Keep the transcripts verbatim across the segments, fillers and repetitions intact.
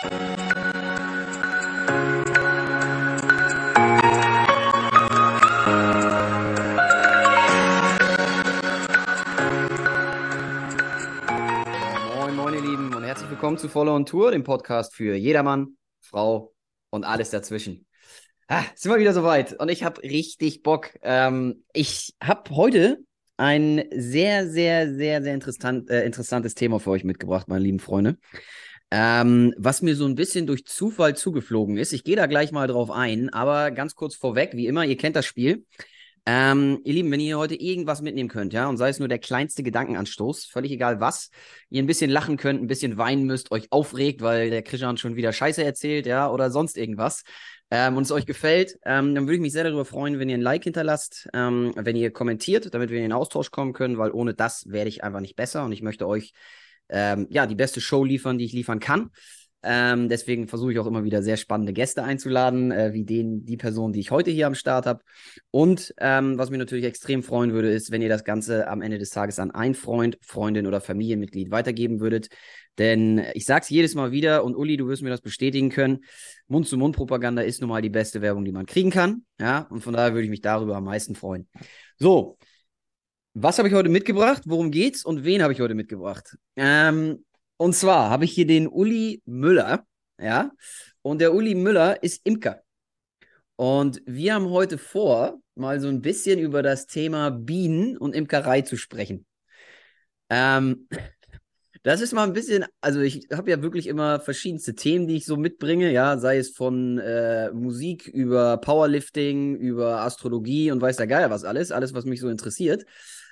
Moin, moin, ihr Lieben, und herzlich willkommen zu Follow on Tour, dem Podcast für jedermann, Frau und alles dazwischen. Ah, sind wir wieder soweit und ich habe richtig Bock. Ähm, ich habe heute ein sehr, sehr, sehr, sehr interessant, äh, interessantes Thema für euch mitgebracht, meine lieben Freunde. Ähm, was mir so ein bisschen durch Zufall zugeflogen ist. Ich gehe da gleich mal drauf ein, aber ganz kurz vorweg, wie immer, ihr kennt das Spiel. Ähm, ihr Lieben, wenn ihr heute irgendwas mitnehmen könnt, ja, und sei es nur der kleinste Gedankenanstoß, völlig egal was, ihr ein bisschen lachen könnt, ein bisschen weinen müsst, euch aufregt, weil der Christian schon wieder Scheiße erzählt, ja, oder sonst irgendwas, ähm, und es euch gefällt, ähm, dann würde ich mich sehr darüber freuen, wenn ihr ein Like hinterlasst, ähm, wenn ihr kommentiert, damit wir in den Austausch kommen können, weil ohne das werde ich einfach nicht besser und ich möchte euch, ähm, ja, die beste Show liefern, die ich liefern kann. Ähm, deswegen versuche ich auch immer wieder sehr spannende Gäste einzuladen, äh, wie den, die Person, die ich heute hier am Start habe. Und ähm, was mich natürlich extrem freuen würde, ist, wenn ihr das Ganze am Ende des Tages an einen Freund, Freundin oder Familienmitglied weitergeben würdet. Denn ich sage es jedes Mal wieder und Uli, du wirst mir das bestätigen können, Mund-zu-Mund-Propaganda ist nun mal die beste Werbung, die man kriegen kann. Ja, und von daher würde ich mich darüber am meisten freuen. So, was habe ich heute mitgebracht? Worum geht's und wen habe ich heute mitgebracht? Ähm, und zwar habe ich hier den Uli Müller, ja, und der Uli Müller ist Imker. Und wir haben heute vor, mal so ein bisschen über das Thema Bienen und Imkerei zu sprechen. Ähm, das ist mal ein bisschen, also ich habe ja wirklich immer verschiedenste Themen, die ich so mitbringe, ja, sei es von äh, Musik über Powerlifting, über Astrologie und weiß der Geier was alles, alles, was mich so interessiert.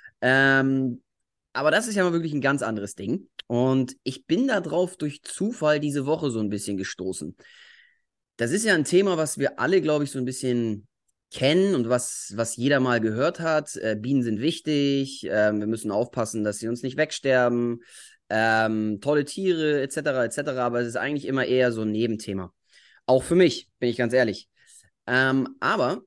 Ähm, aber das ist ja mal wirklich ein ganz anderes Ding. Und ich bin da drauf durch Zufall diese Woche so ein bisschen gestoßen. Das ist ja ein Thema, was wir alle, glaube ich, so ein bisschen kennen und was, was jeder mal gehört hat. Äh, Bienen sind wichtig, ähm, wir müssen aufpassen, dass sie uns nicht wegsterben, ähm, tolle Tiere, et cetera, et cetera. Aber es ist eigentlich immer eher so ein Nebenthema. Auch für mich, bin ich ganz ehrlich. Ähm, aber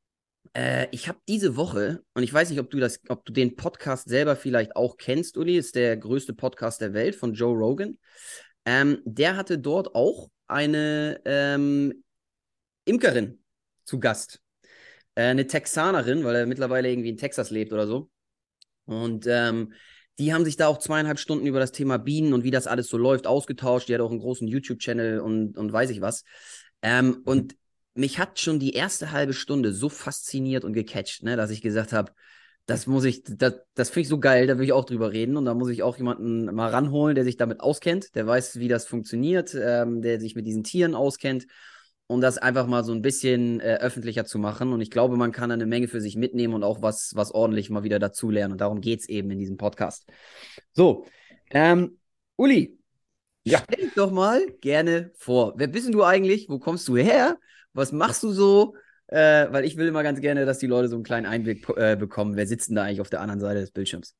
äh, ich habe diese Woche, und ich weiß nicht, ob du das, ob du den Podcast selber vielleicht auch kennst, Uli, ist der größte Podcast der Welt von Joe Rogan. Ähm, der hatte dort auch eine ähm, Imkerin zu Gast. Äh, eine Texanerin, weil er mittlerweile irgendwie in Texas lebt oder so. Und ähm, die haben sich da auch zweieinhalb Stunden über das Thema Bienen und wie das alles so läuft ausgetauscht. Die hat auch einen großen YouTube-Channel und, und weiß ich was. Ähm, Mhm. und mich hat schon die erste halbe Stunde so fasziniert und gecatcht, ne, dass ich gesagt habe, das muss ich, das, das finde ich so geil, da will ich auch drüber reden und da muss ich auch jemanden mal ranholen, der sich damit auskennt, der weiß, wie das funktioniert, ähm, der sich mit diesen Tieren auskennt, um das einfach mal so ein bisschen äh, öffentlicher zu machen. Und ich glaube, man kann da eine Menge für sich mitnehmen und auch was, was ordentlich mal wieder dazulernen. Und darum geht es eben in diesem Podcast. So, ähm, Uli, Ja, stell dich doch mal gerne vor. Wer bist denn du eigentlich? Wo kommst du her? Was machst du so? Äh, weil ich will immer ganz gerne, dass die Leute so einen kleinen Einblick äh, bekommen. Wer sitzt denn da eigentlich auf der anderen Seite des Bildschirms?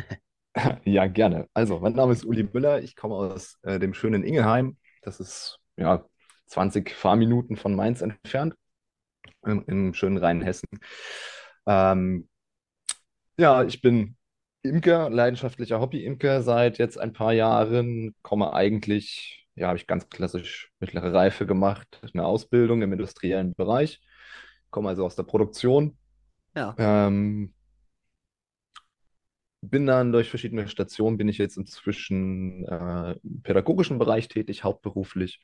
ja, gerne. Also, mein Name ist Uli Müller. Ich komme aus äh, dem schönen Ingelheim. Das ist ja zwanzig Fahrminuten von Mainz entfernt, im, im schönen Rheinhessen. Ähm, ja, ich bin Imker, leidenschaftlicher Hobby-Imker seit jetzt ein paar Jahren. Komme eigentlich, ja, habe ich ganz klassisch mittlere Reife gemacht, eine Ausbildung im industriellen Bereich. Komme also aus der Produktion. Ja, Ähm, Bin dann durch verschiedene Stationen, bin ich jetzt inzwischen äh, im pädagogischen Bereich tätig, hauptberuflich.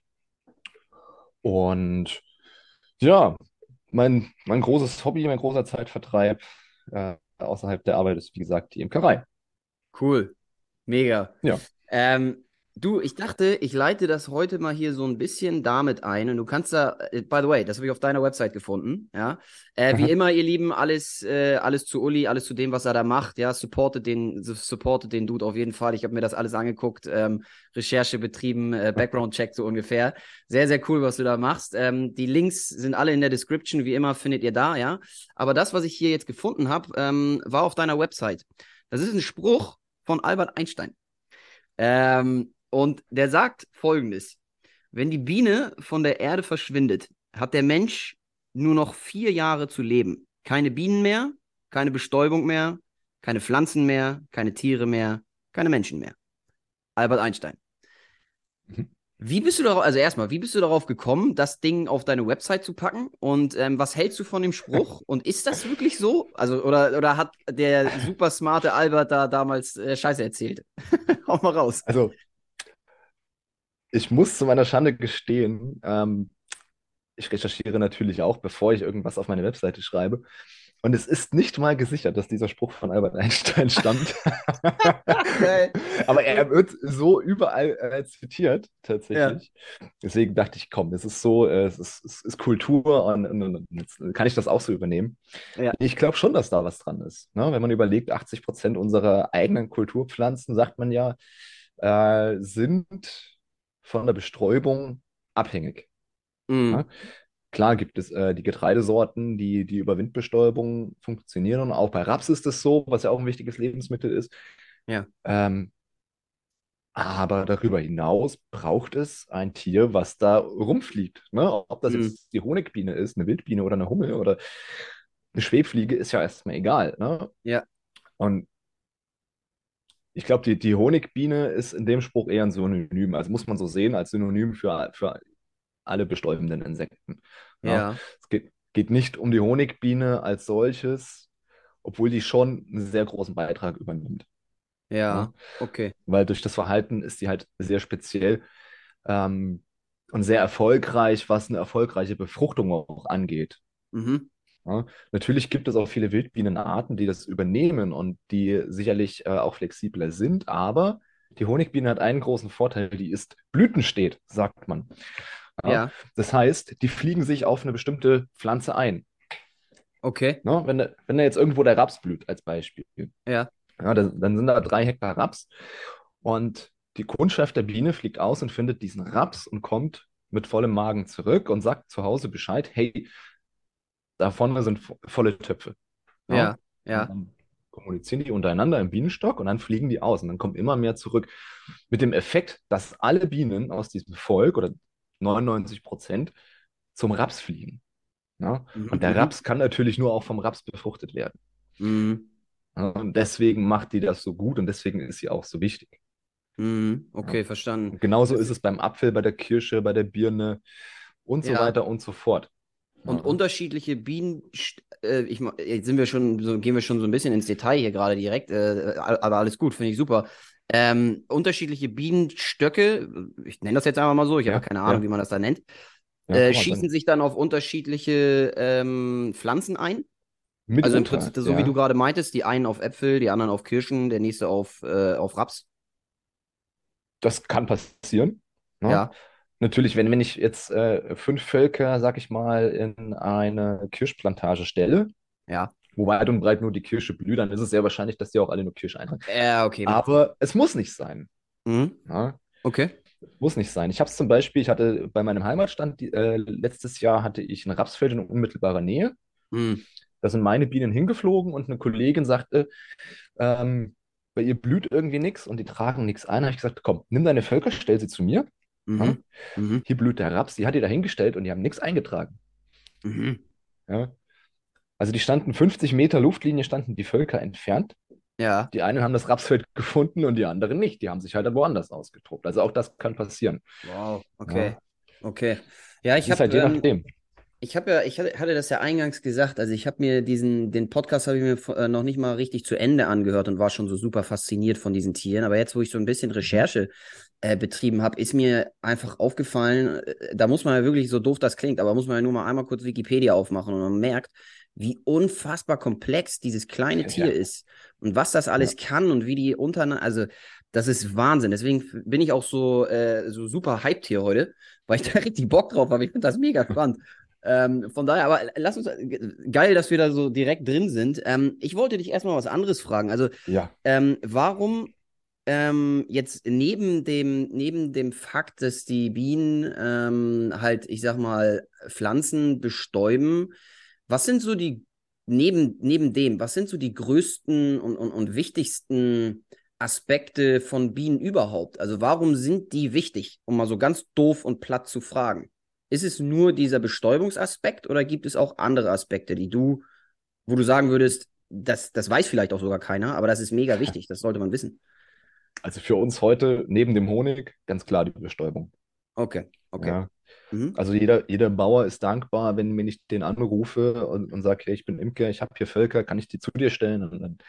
Und ja, mein, mein großes Hobby, mein großer Zeitvertreib äh, außerhalb der Arbeit ist, wie gesagt, die Imkerei. cool. Mega. Ja. Ähm, du, ich dachte, ich leite das heute mal hier so ein bisschen damit ein und du kannst da, äh, by the way, das habe ich auf deiner Website gefunden, ja. Äh, wie Aha. immer, ihr Lieben, alles, äh, alles zu Uli, alles zu dem, was er da macht, ja. Supportet den, supportet den Dude auf jeden Fall. Ich habe mir das alles angeguckt, ähm, Recherche betrieben, äh, Background-Check so ungefähr. Sehr, sehr cool, was du da machst. Ähm, die Links sind alle in der Description, wie immer findet ihr da, ja. Aber das, was ich hier jetzt gefunden habe, ähm, war auf deiner Website. Das ist ein Spruch von Albert Einstein. Ähm, und der sagt Folgendes: Wenn die Biene von der Erde verschwindet, hat der Mensch nur noch vier Jahre zu leben. Keine Bienen mehr, keine Bestäubung mehr, keine Pflanzen mehr, keine Tiere mehr, keine Menschen mehr. Albert Einstein. Mhm. Wie bist du darauf, also erstmal, wie bist du darauf gekommen, das Ding auf deine Website zu packen? Und ähm, was hältst du von dem Spruch? Und ist das wirklich so? Also, oder, oder hat der super smarte Albert da damals äh, Scheiße erzählt? Hau mal raus. Also, ich muss zu meiner Schande gestehen, ähm, ich recherchiere natürlich auch, bevor ich irgendwas auf meine Webseite schreibe. Und es ist nicht mal gesichert, dass dieser Spruch von Albert Einstein stammt. Geil. Aber er wird so überall äh, zitiert, Ja, tatsächlich. Deswegen dachte ich, komm, es ist so, äh, es ist, es ist Kultur und, und, und jetzt kann ich das auch so übernehmen. ja. Ich glaube schon, dass da was dran ist. Ne? Wenn man überlegt, achtzig Prozent unserer eigenen Kulturpflanzen, sagt man ja, äh, sind von der Bestäubung abhängig. Mm, Ne? Klar gibt es äh, die Getreidesorten, die, die über Windbestäubung funktionieren. Und auch bei Raps ist es so, was ja auch ein wichtiges Lebensmittel ist. ja. Ähm, aber darüber hinaus braucht es ein Tier, was da rumfliegt. Ne? Ob das Mm, jetzt die Honigbiene ist, eine Wildbiene oder eine Hummel oder eine Schwebfliege, ist ja erstmal egal. Ne? ja. Und ich glaube, die, die Honigbiene ist in dem Spruch eher ein Synonym. Also muss man so sehen als Synonym für, für alle bestäubenden Insekten. Ja? Ja. Es geht, geht nicht um die Honigbiene als solches, obwohl die schon einen sehr großen Beitrag übernimmt. Ja? Ja. Okay. Weil durch das Verhalten ist die halt sehr speziell ähm, und sehr erfolgreich, was eine erfolgreiche Befruchtung auch angeht. Mhm. Ja? Natürlich gibt es auch viele Wildbienenarten, die das übernehmen und die sicherlich äh, auch flexibler sind, aber die Honigbiene hat einen großen Vorteil, die ist blütenstet, sagt man. Ja? Ja. Das heißt, die fliegen sich auf eine bestimmte Pflanze ein. Okay. Ne? Wenn, da, wenn da jetzt irgendwo der Raps blüht, als Beispiel, Ja. ja, dann, dann sind da drei Hektar Raps und die Kundschaft der Biene fliegt aus und findet diesen Raps und kommt mit vollem Magen zurück und sagt zu Hause Bescheid, hey, da vorne sind vo- volle Töpfe. Ja? Ja. Und Ja. dann kommunizieren die untereinander im Bienenstock und dann fliegen die aus und dann kommt immer mehr zurück. Mit dem Effekt, dass alle Bienen aus diesem Volk oder neunundneunzig Prozent zum Raps fliegen. Ja? Mhm. Und der Mhm. Raps kann natürlich nur auch vom Raps befruchtet werden. Mhm. Ja? Und deswegen macht die das so gut und deswegen ist sie auch so wichtig. Mhm. Ja? Okay, verstanden. Und genauso ist Das, es beim Apfel, bei der Kirsche, bei der Birne und so ja. weiter und so fort. Und Ja? unterschiedliche Bienen, äh, ich, ma- jetzt sind wir schon, so, gehen wir schon so ein bisschen ins Detail hier gerade direkt, äh, aber alles gut, finde ich super. Ähm, unterschiedliche Bienenstöcke, ich nenne das jetzt einfach mal so, ich habe ja Ja, keine Ahnung, wie ja, man das da nennt, ja, äh, kann man schießen sagen. sich dann auf unterschiedliche ähm, Pflanzen ein. Also im Mitunter, Prinzip so, wie du ja. gerade meintest, die einen auf Äpfel, die anderen auf Kirschen, der nächste auf, äh, auf Raps. Das kann passieren. Ne? Ja, Natürlich, wenn, wenn ich jetzt äh, fünf Völker, sag ich mal, in eine Kirschplantage stelle, ja. wo weit und breit nur die Kirsche blüht, dann ist es sehr wahrscheinlich, dass die auch alle nur Kirsche eintragen. Ja, okay, macht Sinn. Aber es muss nicht sein. Mhm. Ne? Okay. Muss nicht sein. Ich habe es zum Beispiel, ich hatte bei meinem Heimatstand, die, äh, letztes Jahr hatte ich ein Rapsfeld in unmittelbarer Nähe. Mhm. Da sind meine Bienen hingeflogen und eine Kollegin sagte, ähm, bei ihr blüht irgendwie nichts und die tragen nichts ein. Da habe ich gesagt, komm, nimm deine Völker, stell sie zu mir. Ja? Mhm. Mhm. Hier blüht der Raps, die hat die da hingestellt und die haben nichts eingetragen. Mhm. Ja? Also die standen fünfzig Meter Luftlinie, standen die Völker entfernt. Ja. Die einen haben das Rapsfeld gefunden und die anderen nicht. Die haben sich halt dann woanders ausgetobt. Also auch das kann passieren. Wow, okay. Ja? Okay. Ja, Es ich ist habe halt je ähm, nachdem. ich habe ja, ich hatte, hatte das ja eingangs gesagt, also ich habe mir diesen, den Podcast habe ich mir äh, noch nicht mal richtig zu Ende angehört und war schon so super fasziniert von diesen Tieren. Aber jetzt, wo ich so ein bisschen Mhm. Recherche äh, betrieben habe, ist mir einfach aufgefallen, äh, da muss man ja wirklich, so doof das klingt, aber muss man ja nur mal einmal kurz Wikipedia aufmachen und man merkt, wie unfassbar komplex dieses kleine Tier Ja, ist und was das ja. alles kann und wie die untereinander, also das ist Wahnsinn. Deswegen bin ich auch so, äh, so super hyped hier heute, weil ich da richtig Bock drauf habe. Ich finde das mega spannend. Ähm, von daher, aber lass uns, geil, dass wir da so direkt drin sind. Ähm, ich wollte dich erstmal was anderes fragen. Also, Ja. ähm, warum ähm, jetzt neben dem, neben dem Fakt, dass die Bienen ähm, halt, ich sag mal, Pflanzen bestäuben, was sind so die, neben, neben dem, was sind so die größten und, und, und wichtigsten Aspekte von Bienen überhaupt? Also, warum sind die wichtig, um mal so ganz doof und platt zu fragen? Ist es nur dieser Bestäubungsaspekt oder gibt es auch andere Aspekte, die du, wo du sagen würdest, das, das weiß vielleicht auch sogar keiner, aber das ist mega wichtig, das sollte man wissen. Also für uns heute neben dem Honig ganz klar die Bestäubung. Okay, okay. Ja. Mhm. Also jeder, jeder Bauer ist dankbar, wenn, wenn ich den anrufe und, und sage, hey, ich bin Imker, ich habe hier Völker, kann ich die zu dir stellen? Und dann,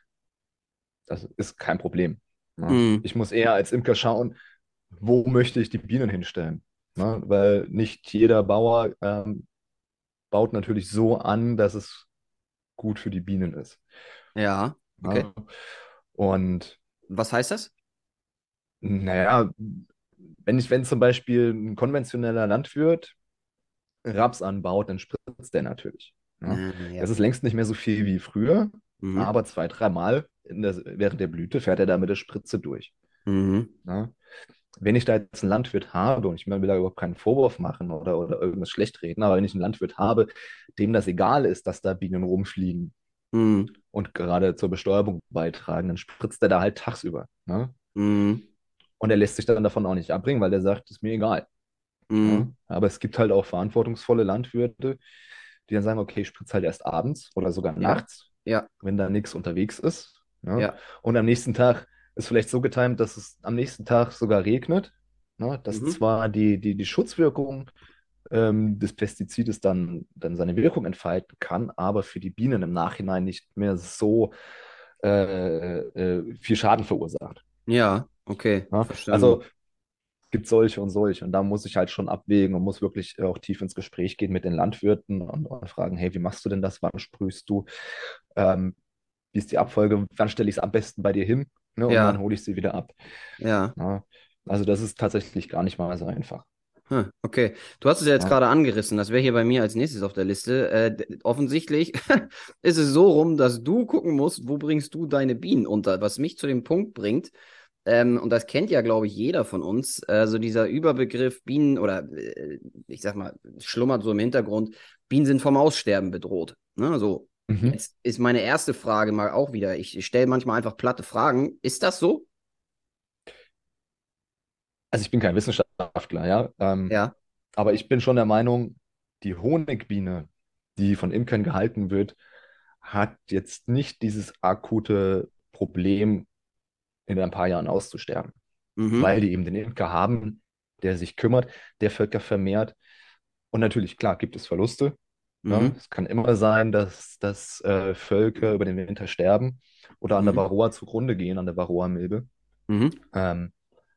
das ist kein Problem. Ja. Mhm. Ich muss eher als Imker schauen, wo möchte ich die Bienen hinstellen? Ne? Weil nicht jeder Bauer ähm, baut natürlich so an, dass es gut für die Bienen ist. Ja, okay. Ne? Und Was heißt das? naja, wenn ich, wenn zum Beispiel ein konventioneller Landwirt Raps anbaut, dann spritzt der natürlich. Ne? Äh, Das ja. ist längst nicht mehr so viel wie früher, Mhm. aber zwei, dreimal in der, während der Blüte fährt er da mit der Spritze durch. Mhm. Ne? Wenn ich da jetzt einen Landwirt habe, und ich will da überhaupt keinen Vorwurf machen oder, oder irgendwas schlecht reden, aber wenn ich einen Landwirt habe, dem das egal ist, dass da Bienen rumfliegen Mhm. und gerade zur Bestäubung beitragen, dann spritzt er da halt tagsüber. Ne? Mhm. Und er lässt sich dann davon auch nicht abbringen, weil der sagt, ist mir egal. Ne? Mhm. Aber es gibt halt auch verantwortungsvolle Landwirte, die dann sagen, okay, ich spritze halt erst abends oder sogar Ja. nachts, Ja. wenn da nichts unterwegs ist. Ne? Ja. Und am nächsten Tag ist vielleicht so getimt, dass es am nächsten Tag sogar regnet, ne? Dass Mhm. zwar die, die, die Schutzwirkung ähm, des Pestizides dann, dann seine Wirkung entfalten kann, aber für die Bienen im Nachhinein nicht mehr so äh, äh, viel Schaden verursacht. Ja. Okay. Ne? Also Verstanden. gibt solche und solche. Und da muss ich halt schon abwägen und muss wirklich auch tief ins Gespräch gehen mit den Landwirten und, und fragen, hey, wie machst du denn das? Wann sprühst du? Ähm, Wie ist die Abfolge? Wann stelle ich es am besten bei dir hin? Ne? Und wann Ja. hole ich sie wieder ab? Ja. Ja? Also das ist tatsächlich gar nicht mal so einfach. Hm, okay. Du hast es ja jetzt Ja? gerade angerissen. Das wäre hier bei mir als nächstes auf der Liste. Äh, d- offensichtlich ist es so rum, dass du gucken musst, wo bringst du deine Bienen unter. Was mich zu dem Punkt bringt, ähm, und das kennt ja, glaube ich, jeder von uns, also dieser Überbegriff Bienen oder äh, ich sag mal, schlummert so im Hintergrund, Bienen sind vom Aussterben bedroht. Ne? So, Mhm. jetzt ist meine erste Frage mal auch wieder, ich, ich stelle manchmal einfach platte Fragen. Ist das so? Also ich bin kein Wissenschaftler, ja. Ähm, Ja. aber ich bin schon der Meinung, die Honigbiene, die von Imkern gehalten wird, hat jetzt nicht dieses akute Problem, in ein paar Jahren auszusterben, Mhm. weil die eben den Imker haben, der sich kümmert, der Völker vermehrt. Und natürlich, klar, gibt es Verluste. Ne? Mhm. Es kann immer sein, dass, dass äh, Völker über den Winter sterben oder an der Mhm. Varroa zugrunde gehen, an der Varroa-Milbe. Mhm. Ähm,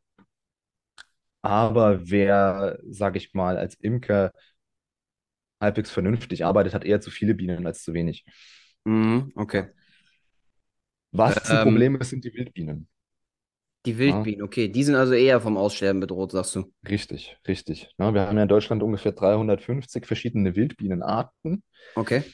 aber wer, sage ich mal, als Imker halbwegs vernünftig arbeitet, hat eher zu viele Bienen als zu wenig. Mhm. Ja. Okay. Was ein Ähm, Problem ist, sind die Wildbienen. Die Ja. Wildbienen, okay. Die sind also eher vom Aussterben bedroht, sagst du. Richtig, richtig. Ja, wir haben ja in Deutschland ungefähr dreihundertfünfzig verschiedene Wildbienenarten Okay.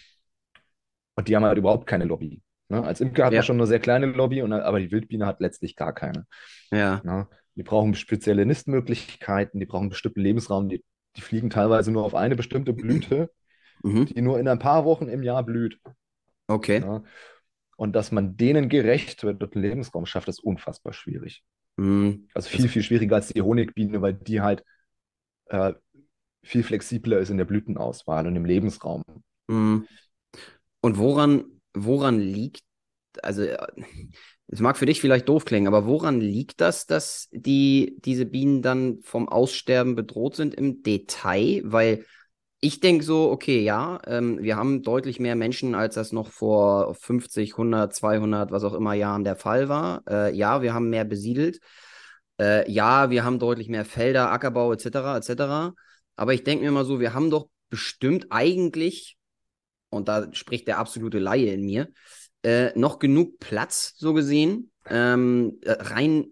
und die haben halt überhaupt keine Lobby. Ne? Als Imker hat man Ja. schon eine sehr kleine Lobby, und, aber die Wildbiene hat letztlich gar keine. Ja. Ja? Die brauchen spezielle Nistmöglichkeiten, die brauchen einen bestimmten Lebensraum, die, die fliegen teilweise nur auf eine bestimmte Blüte, Mhm. die nur in ein paar Wochen im Jahr blüht. Okay. Ja? Und dass man denen gerecht wird und einen Lebensraum schafft, ist unfassbar schwierig. Mhm. Also Das, viel, viel schwieriger als die Honigbiene, weil die halt äh, viel flexibler ist in der Blütenauswahl und im Lebensraum. mhm. Und woran, woran liegt, also äh, es mag für dich vielleicht doof klingen, aber woran liegt das, dass die, diese Bienen dann vom Aussterben bedroht sind im Detail? Weil ich denke so, okay, ja, ähm, wir haben deutlich mehr Menschen, als das noch vor fünfzig, hundert, zweihundert, was auch immer Jahren der Fall war. Äh, ja, wir haben mehr besiedelt. Äh, ja, wir haben deutlich mehr Felder, Ackerbau et cetera et cetera. Aber ich denke mir mal so, wir haben doch bestimmt eigentlich, und da spricht der absolute Laie in mir, äh, noch genug Platz, so gesehen, ähm, äh, rein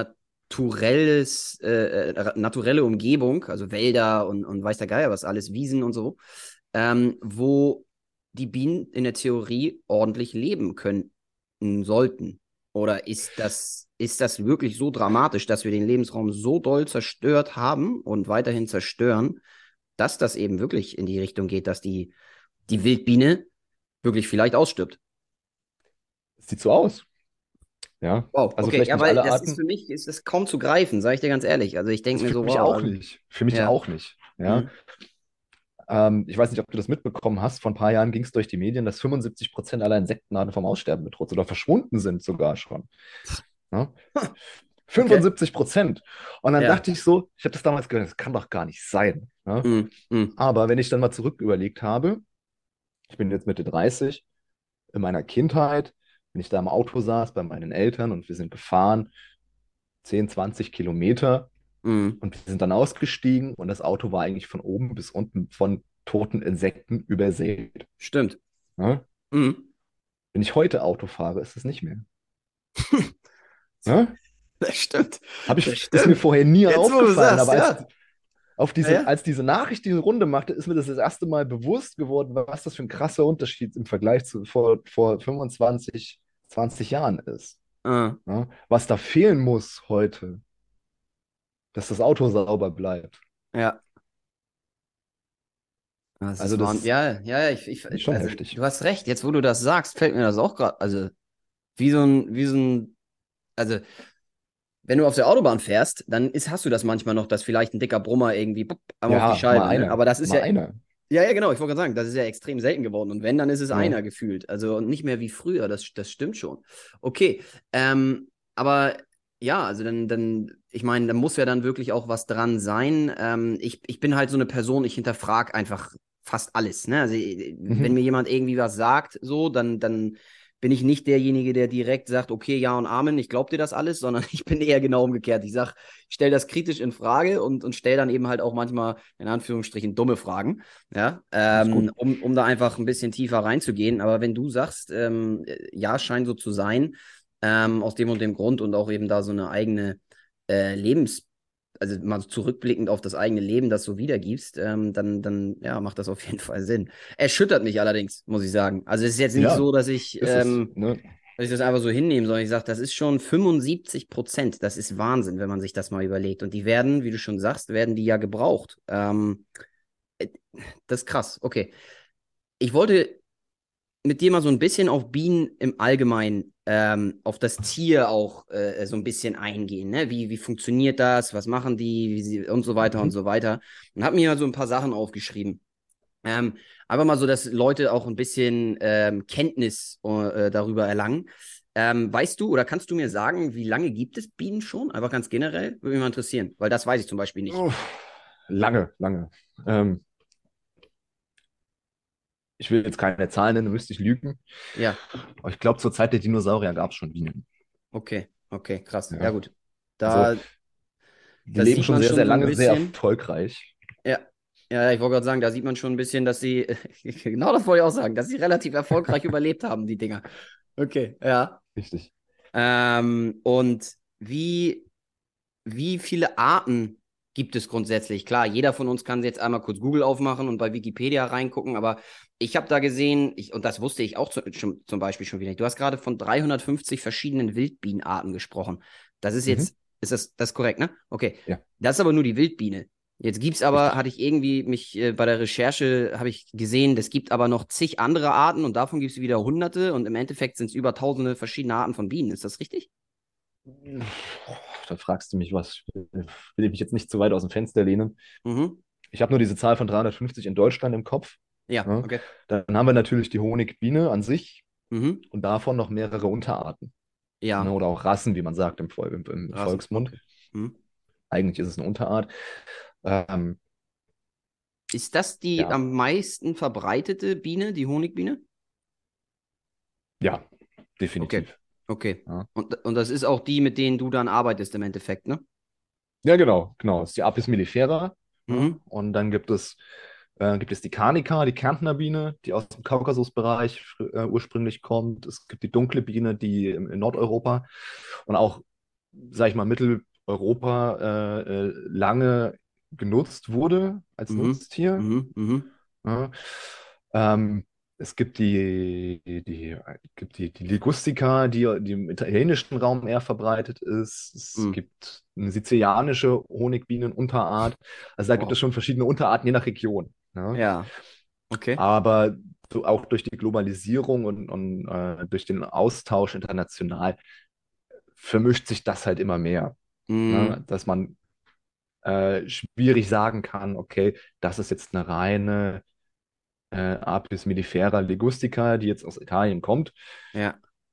naturelles, äh, äh, naturelle Umgebung, also Wälder und, und weiß der Geier was alles, Wiesen und so, ähm, wo die Bienen in der Theorie ordentlich leben können sollten. Oder ist das, ist das wirklich so dramatisch, dass wir den Lebensraum so doll zerstört haben und weiterhin zerstören, dass das eben wirklich in die Richtung geht, dass die, die Wildbiene wirklich vielleicht ausstirbt? Es sieht so aus. Ja, Wow, also okay, vielleicht ja, nicht weil alle das ist Arten. für mich, ist das kaum zu greifen, sage ich dir ganz ehrlich. Also ich denke Also mir für so, mich wow, auch also, nicht. Für mich ja. auch nicht. Ja. Mhm. Ähm, ich weiß nicht, ob du das mitbekommen hast. Vor ein paar Jahren ging es durch die Medien, dass fünfundsiebzig Prozent aller Insektenarten vom Aussterben bedroht sind oder verschwunden sind sogar schon. Ja. Okay. fünfundsiebzig Prozent. Und dann Ja. dachte ich so, ich habe das damals gehört, das kann doch gar nicht sein. Ne? Mm, mm, Aber wenn ich dann mal zurück überlegt habe, ich bin jetzt Mitte dreißig, in meiner Kindheit, wenn ich da im Auto saß bei meinen Eltern und wir sind gefahren, zehn, zwanzig Kilometer mm. und wir sind dann ausgestiegen und das Auto war eigentlich von oben bis unten von toten Insekten übersät. Stimmt. Ne? Mm. Wenn ich heute Auto fahre, ist es nicht mehr. Ne? Das stimmt. Hab Das ich, ist mir stimmt. vorher nie Jetzt, wo du aufgefallen, sagst, aber als, ja. auf Ja, diese, ja. als diese Nachricht diese Runde machte, ist mir das das erste Mal bewusst geworden, was das für ein krasser Unterschied im Vergleich zu vor, vor fünfundzwanzig, zwanzig Jahren ist. Ah, Ne? Was da fehlen muss heute, dass das Auto sauber bleibt. ja. Das Also ist das wahr. ist Ja, ja, ja, ich, ich, schon also heftig. du hast recht. Jetzt, wo du das sagst, fällt mir das auch gerade. Also, wie so ein, wie so ein, also, wenn du auf der Autobahn fährst, dann ist, hast du das manchmal noch, dass vielleicht ein dicker Brummer irgendwie bupp, einmal auf die Ja, mal Scheibe, ne? einer, Aber das ist mal ja, einer. ja, ja, genau, ich wollte gerade sagen, das ist ja extrem selten geworden. Und wenn, dann ist es Ja, einer gefühlt. Also und nicht mehr wie früher, das, das stimmt schon. Okay, ähm, aber ja, also dann, dann, ich meine, da muss ja dann wirklich auch was dran sein. Ähm, ich, ich bin halt so eine Person, ich hinterfrage einfach fast alles, ne? Also äh, wenn mhm. mir jemand irgendwie was sagt, so, dann, dann bin ich nicht derjenige, der direkt sagt, okay, ja und Amen, ich glaube dir das alles, sondern ich bin eher genau umgekehrt. Ich sage, ich stelle das kritisch in Frage und, und stelle dann eben halt auch manchmal, in Anführungsstrichen, dumme Fragen, ja, Ist ähm, gut. um, um da einfach ein bisschen tiefer reinzugehen. Aber wenn du sagst, ähm, ja, scheint so zu sein, ähm, aus dem und dem Grund und auch eben da so eine eigene äh, Lebens- also mal zurückblickend auf das eigene Leben das so wiedergibst, ähm, dann, dann ja, macht das auf jeden Fall Sinn. Erschüttert mich allerdings, muss ich sagen. Also es ist jetzt nicht Ja, so, dass ich, ist es. ähm, Ne? dass ich das einfach so hinnehme, sondern ich sage, das ist schon fünfundsiebzig Prozent. Das ist Wahnsinn, wenn man sich das mal überlegt. Und die werden, wie du schon sagst, werden die ja gebraucht. Ähm, äh, das ist krass. Okay. Ich wollte mit dir mal so ein bisschen auf Bienen im Allgemeinen, ähm, auf das Tier auch äh, so ein bisschen eingehen. Ne? Wie, wie funktioniert das? Was machen die? Wie sie, und so weiter und Mhm. so weiter. Und habe mir mal so ein paar Sachen aufgeschrieben. Ähm, einfach mal so, dass Leute auch ein bisschen ähm, Kenntnis äh, darüber erlangen. Ähm, weißt du oder kannst du mir sagen, wie lange gibt es Bienen schon? Einfach ganz generell? Würde mich mal interessieren, weil das weiß ich zum Beispiel nicht. Uff, lange, lange. Ähm, ich will jetzt keine Zahlen nennen, müsste ich lügen. Ja, Aber ich glaube, zur Zeit der Dinosaurier gab es schon Bienen. okay, okay, krass. Ja, Ja. gut. Also, Da, die das leben sieht schon man sehr, schon sehr so ein lange, sehr bisschen. erfolgreich. Ja, ja, ich wollte gerade sagen, da sieht man schon ein bisschen, dass sie, genau das wollte ich auch sagen, dass sie relativ erfolgreich überlebt haben, die Dinger. Okay, ja. Richtig. Ähm, und wie, wie viele Arten gibt es grundsätzlich? Klar, jeder von uns kann jetzt einmal kurz Google aufmachen und bei Wikipedia reingucken, aber ich habe da gesehen, ich, und das wusste ich auch zu, schon, zum Beispiel schon wieder nicht. Du hast gerade von dreihundertfünfzig verschiedenen Wildbienenarten gesprochen. Das ist Mhm. jetzt, ist das, das ist korrekt, ne? Okay. Ja, Das ist aber nur die Wildbiene. Jetzt gibt's aber, richtig. hatte ich irgendwie mich äh, bei der Recherche, habe ich gesehen, es gibt aber noch zig andere Arten und davon gibt es wieder hunderte und im Endeffekt sind es über tausende verschiedene Arten von Bienen. Ist das richtig? Da fragst du mich was. Ich will mich jetzt nicht zu weit aus dem Fenster lehnen. Mhm. Ich habe nur diese Zahl von dreihundertfünfzig in Deutschland im Kopf. Ja, Ja. okay. Dann haben wir natürlich die Honigbiene an sich Mhm. und davon noch mehrere Unterarten. Ne, Ja, oder auch Rassen, wie man sagt im, Vol im, im Rassen, Volksmund. okay. Mhm. Eigentlich ist es eine Unterart. Ähm, Ist das die ja, am meisten verbreitete Biene, die Honigbiene? ja, Okay, definitiv. okay. Ja. Und, und das ist auch die, mit denen du dann arbeitest im Endeffekt, ne? Ja, genau, genau. Das ist die Apis mellifera. Ja. Mhm. Und dann gibt es, äh, gibt es die Carnica, die Kärntner Biene, die aus dem Kaukasusbereich äh, ursprünglich kommt. Es gibt die dunkle Biene, die im, in Nordeuropa und auch, sag ich mal, Mitteleuropa äh, äh, lange genutzt wurde als Mhm. Nutztier. Mhm. Mhm. Ja. Ähm, es gibt die, die, die, gibt die, die Ligustica, die, die im italienischen Raum eher verbreitet ist. Es Mhm. gibt eine sizilianische Honigbienenunterart. Also da gibt es Wow. schon verschiedene Unterarten, je nach Region. Ja. Ja, okay. Aber so auch durch die Globalisierung und, und äh, durch den Austausch international vermischt sich das halt immer mehr. Mhm. Ne? Dass man äh, schwierig sagen kann, okay, das ist jetzt eine reine äh, Apis mellifera ligustica, die jetzt aus Italien kommt. Ja.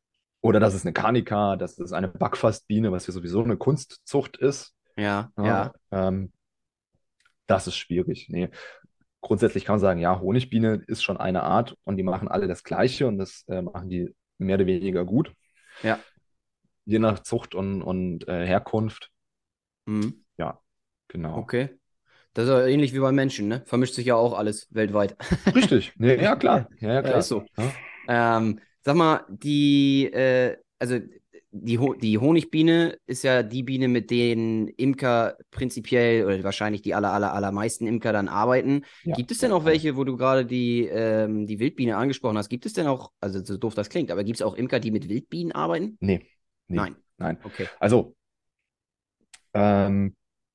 Oder das ist eine Carnica, das ist eine Backfassbiene, was ja sowieso eine Kunstzucht ist. Ja, Ja, ja. ähm, das ist schwierig. Nee. Grundsätzlich kann man sagen, ja, Honigbiene ist schon eine Art und die machen alle das Gleiche und das äh, machen die mehr oder weniger gut, Ja. je nach Zucht und, und äh, Herkunft. Mhm. Ja, genau. Okay. Das ist ja ähnlich wie bei Menschen, ne? Vermischt sich ja auch alles weltweit. Richtig. Nee, ja, klar. Ja, ja, Ja, ist klar. so. Ja, Ähm, sag mal, die, äh, also die, Ho die Honigbiene ist ja die Biene, mit denen Imker prinzipiell oder wahrscheinlich die aller, aller, allermeisten Imker dann arbeiten. ja, Gibt es denn ja, auch alle. welche, wo du gerade die, ähm, die Wildbiene angesprochen hast? Gibt es denn auch, also so doof das klingt, aber gibt es auch Imker, die mit Wildbienen arbeiten? Nee, nee, Nein. nein. Okay. Also, ähm,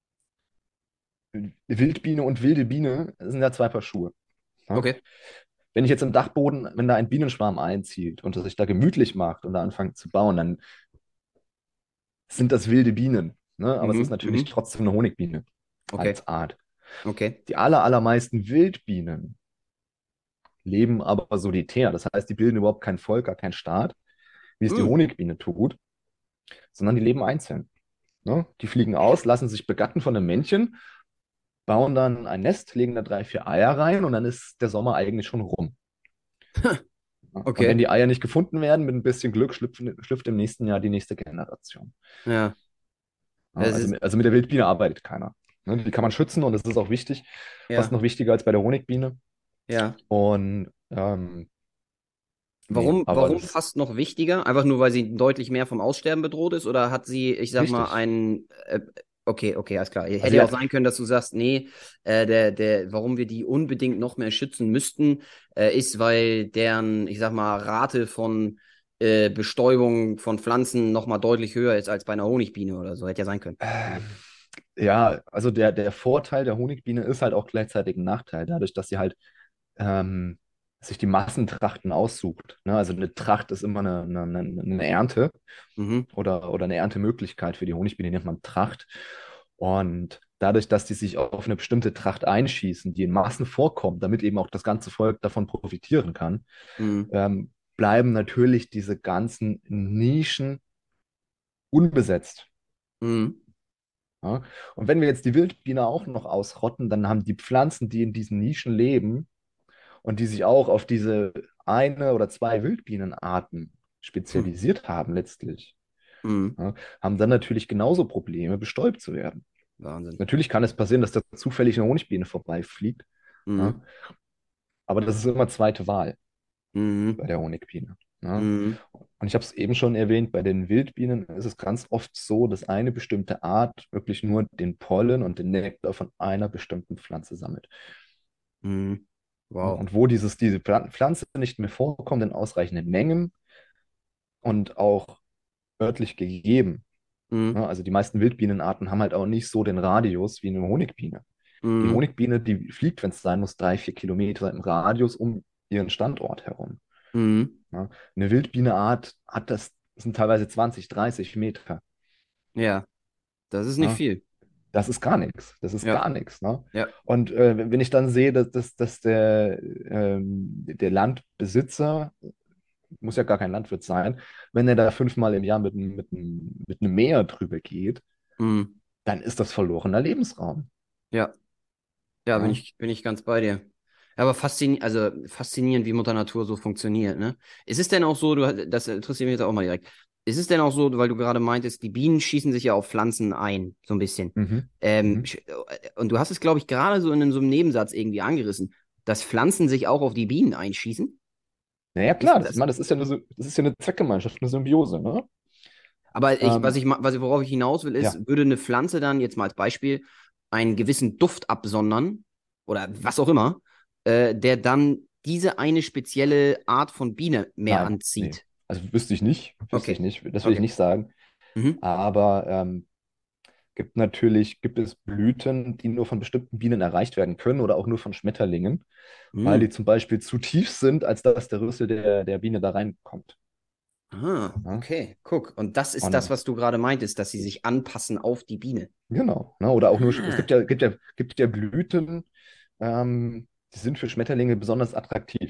Wildbiene und wilde Biene sind ja zwei Paar Schuhe. Ja? Okay. Wenn ich jetzt im Dachboden, wenn da ein Bienenschwarm einzieht und es sich da gemütlich macht und da anfängt zu bauen, dann sind das wilde Bienen. Ne? Aber es ist Mhm. natürlich Mhm. trotzdem eine Honigbiene Okay. als Art. Okay. Die aller, allermeisten Wildbienen leben aber solitär. Das heißt, die bilden überhaupt kein Volk, gar keinen Staat, wie es die Mhm. Honigbiene tut, sondern die leben einzeln. Ne? Die fliegen aus, lassen sich begatten von einem Männchen, bauen dann ein Nest, legen da drei, vier Eier rein und dann ist der Sommer eigentlich schon rum. Ja? Und wenn Okay. die Eier nicht gefunden werden, mit ein bisschen Glück schlüpft, schlüpft im nächsten Jahr die nächste Generation. Ja. Ja? Das Also, ist, mit- also mit der Wildbiene arbeitet keiner. Ne? Die kann man schützen und das ist auch wichtig, fast ja. noch wichtiger als bei der Honigbiene. Ja. Und ähm, nee, Warum, aber warum das ist fast noch wichtiger? Einfach nur, weil sie deutlich mehr vom Aussterben bedroht ist? Oder hat sie, ich sag mal, richtig. einen. Äh, okay, okay, alles klar. Also Hätte sie ja auch hat, sein können, dass du sagst, nee, äh, der, der, warum wir die unbedingt noch mehr schützen müssten, äh, ist, weil deren, ich sag mal, Rate von äh, Bestäubung von Pflanzen nochmal deutlich höher ist als bei einer Honigbiene oder so. Hätte ja sein können. ähm, ja, also der, der Vorteil der Honigbiene ist halt auch gleichzeitig ein Nachteil, dadurch, dass sie halt ähm, sich die Massentrachten aussucht. Ne? Also eine Tracht ist immer eine, eine, eine eine Ernte Mhm. oder, oder eine Erntemöglichkeit für die Honigbiene, die nennt man Tracht. Und dadurch, dass die sich auf eine bestimmte Tracht einschießen, die in Massen vorkommt, damit eben auch das ganze Volk davon profitieren kann, Mhm. ähm, bleiben natürlich diese ganzen Nischen unbesetzt. Mhm. Ja? Und wenn wir jetzt die Wildbiene auch noch ausrotten, dann haben die Pflanzen, die in diesen Nischen leben und die sich auch auf diese eine oder zwei Wildbienenarten Hm. spezialisiert haben letztlich, Mhm. ja, haben dann natürlich genauso Probleme, bestäubt zu werden. Wahnsinn. Natürlich kann es passieren, dass da zufällig eine Honigbiene vorbeifliegt, ja, Mhm. aber das ist immer zweite Wahl Mhm. bei der Honigbiene. Ja. Mhm. Und ich habe es eben schon erwähnt, bei den Wildbienen ist es ganz oft so, dass eine bestimmte Art wirklich nur den Pollen und den Nektar von einer bestimmten Pflanze sammelt. Mhm. Ja, Wow. und wo dieses, diese Pflan- Pflanze nicht mehr vorkommt in ausreichenden Mengen und auch örtlich gegeben. Mhm. Ja, also die meisten Wildbienenarten haben halt auch nicht so den Radius wie eine Honigbiene. Die Mhm. Honigbiene, die fliegt, wenn es sein muss, drei, vier Kilometer im Radius um ihren Standort herum. Mhm. Ja, eine Wildbienenart hat das, das sind teilweise zwanzig, dreißig Meter. Ja, das ist nicht Ja, viel. das ist gar nichts. Das ist Ja, gar nichts. Ne? ja. Und äh, wenn ich dann sehe, dass, dass, dass der, ähm, der Landbesitzer, muss ja gar kein Landwirt sein, wenn er da fünfmal im Jahr mit, einem- mit, einem- mit einem Mäher drüber geht, Mhm. dann ist das verlorener Lebensraum. Ja, ja, bin Ja? ich, bin ich ganz bei dir. Aber faszinierend, also faszinierend, wie Mutter Natur so funktioniert, ne? Ist es denn auch so, du, das interessiert mich jetzt auch mal direkt. Ist es denn auch so, weil du gerade meintest, die Bienen schießen sich ja auf Pflanzen ein, so ein bisschen. Mhm. Ähm, Mhm. sch- und du hast es, glaube ich, gerade so in einem, so einem Nebensatz irgendwie angerissen, dass Pflanzen sich auch auf die Bienen einschießen. Naja, Ist klar, das, ich das? meine, das ist ja eine, Sy- das ist ja eine Zweckgemeinschaft, eine Symbiose, ne? Aber ich, was Ähm, ich, ma- was ich, worauf ich hinaus will, ja, ist, würde eine Pflanze dann jetzt mal als Beispiel einen gewissen Duft absondern oder was auch immer, äh, der dann diese eine spezielle Art von Biene mehr nein, nee. anzieht. Also wüsste ich nicht, wüsste ich Okay, nicht, das will ich okay. nicht sagen. Mhm. Aber ähm, gibt natürlich, gibt es Blüten, die nur von bestimmten Bienen erreicht werden können oder auch nur von Schmetterlingen, weil die Mhm. zum Beispiel zu tief sind, als dass der Rüssel der, der Biene da reinkommt. Ah, Ja? okay, guck. Und das ist das, Und was du gerade meintest, dass sie sich anpassen auf die Biene. genau, ne? Oder auch nur, es Ah. gibt ja, gibt ja, gibt ja Blüten, ähm, die sind für Schmetterlinge besonders attraktiv.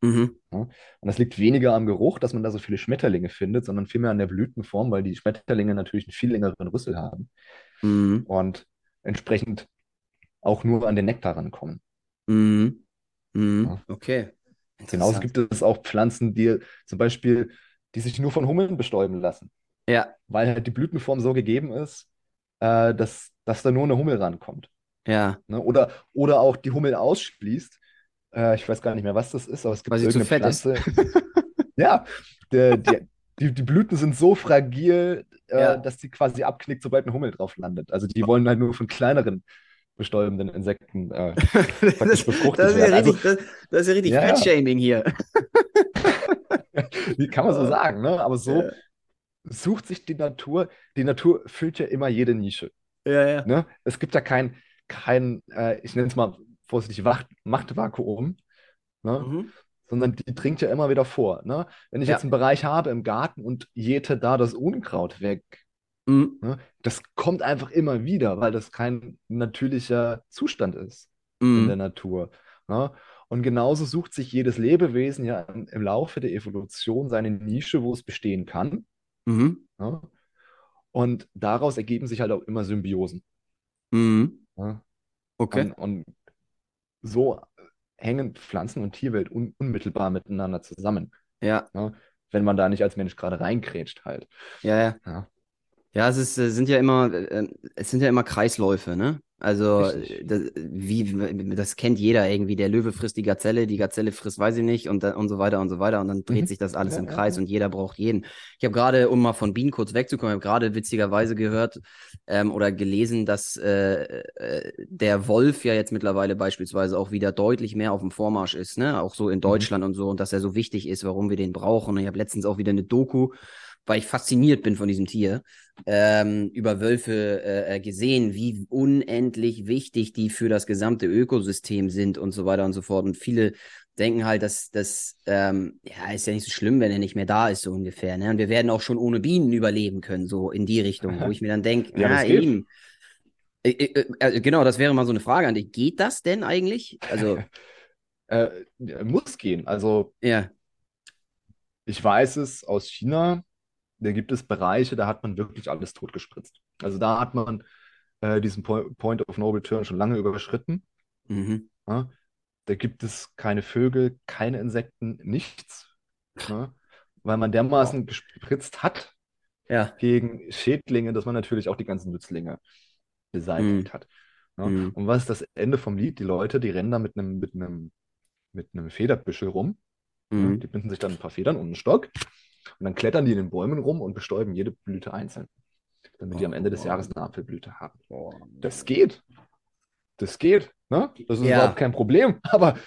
Mhm. Ja? Und das liegt weniger am Geruch, dass man da so viele Schmetterlinge findet, sondern vielmehr an der Blütenform, weil die Schmetterlinge natürlich einen viel längeren Rüssel haben Mhm. und entsprechend auch nur an den Nektar rankommen. Mhm. Mhm. Ja? Okay. Genauso Interessant. gibt es auch Pflanzen, die zum Beispiel, die sich nur von Hummeln bestäuben lassen, Ja, weil halt die Blütenform so gegeben ist, äh, dass, dass da nur eine Hummel rankommt. ja. Ne? Oder, oder auch die Hummel ausschließt. Äh, ich weiß gar nicht mehr, was das ist, aber es Weil gibt sie zu irgendeine fett ist. Pflanze. Ja, der, die, die, die Blüten sind so fragil, äh, Ja. dass die quasi abknickt, sobald eine Hummel drauf landet. Also die wollen halt nur von kleineren bestäubenden Insekten äh, praktisch Das, befruchtet das ist ja werden. Also, richtig, das, das ist ja richtig ja, ja, Fettshaming hier. wie kann man so Oh, sagen, ne? Aber so ja, sucht sich die Natur, die Natur füllt ja immer jede Nische. ja, ja. Ne? Es gibt ja kein, kein äh, ich nenne es mal vorsichtig, Wacht, Machtvakuum, ne? Mhm. Sondern die dringt ja immer wieder vor. Ne? Wenn ich jetzt Ja. einen Bereich habe im Garten und jäte da das Unkraut weg, Mhm. ne? Das kommt einfach immer wieder, weil das kein natürlicher Zustand ist in der Mhm. Natur. Ne? Und genauso sucht sich jedes Lebewesen ja im, im Laufe der Evolution seine Nische, wo es bestehen kann. Mhm. Ne? Und daraus ergeben sich halt auch immer Symbiosen. Mhm. Ne? Okay. Und, und so hängen Pflanzen- und Tierwelt un unmittelbar miteinander zusammen. Ja. Ne? Wenn man da nicht als Mensch gerade reinkrätscht halt. Ja, ja. Ja, Ja, es ist, äh, sind ja immer, äh, es sind ja immer Kreisläufe, ne? Also, äh, richtig. das, wie, das kennt jeder irgendwie. Der Löwe frisst die Gazelle, die Gazelle frisst, weiß ich nicht, und, da- und so weiter und so weiter. Und dann dreht Mhm. sich das alles Ja, im ja, Kreis ja. und jeder braucht jeden. Ich habe gerade, um mal von Bienen kurz wegzukommen, habe gerade witzigerweise gehört ähm, oder gelesen, dass äh, äh, der Wolf ja jetzt mittlerweile beispielsweise auch wieder deutlich mehr auf dem Vormarsch ist, ne? Auch so in Mhm. Deutschland und so, und dass er so wichtig ist, warum wir den brauchen. Und ich habe letztens auch wieder eine Doku, weil ich fasziniert bin von diesem Tier, ähm, über Wölfe äh, äh, gesehen, wie unendlich wichtig die für das gesamte Ökosystem sind und so weiter und so fort. Und viele denken halt, dass das, ähm, ja, ist ja nicht so schlimm, wenn er nicht mehr da ist, so ungefähr. Ne? Und wir werden auch schon ohne Bienen überleben können, so in die Richtung, wo ich mir dann denke, Ja, ah, das ihr geht. Lieben, äh, äh, äh, genau, das wäre mal so eine Frage an dich. Geht das denn eigentlich? Also, Äh, muss gehen. Also ja. ich weiß es aus China, da gibt es Bereiche, da hat man wirklich alles totgespritzt. Also da hat man äh, diesen Po- Point of No Return schon lange überschritten. Mhm. Ja? Da gibt es keine Vögel, keine Insekten, nichts. Ne? Weil man Wow. dermaßen gespritzt hat Ja. gegen Schädlinge, dass man natürlich auch die ganzen Nützlinge Mhm. beseitigt hat. Ne? Mhm. Und was ist das Ende vom Lied? Die Leute, die rennen da mit einem mit einem mit einem Federbüschel rum. Ne? Mhm. Die binden sich dann ein paar Federn und einen Stock und dann klettern die in den Bäumen rum und bestäuben jede Blüte einzeln, damit die am Ende des Oh, Jahres eine Apfelblüte haben. oh. Das geht. Das geht. Ne? Das ist überhaupt Ja, kein Problem. Aber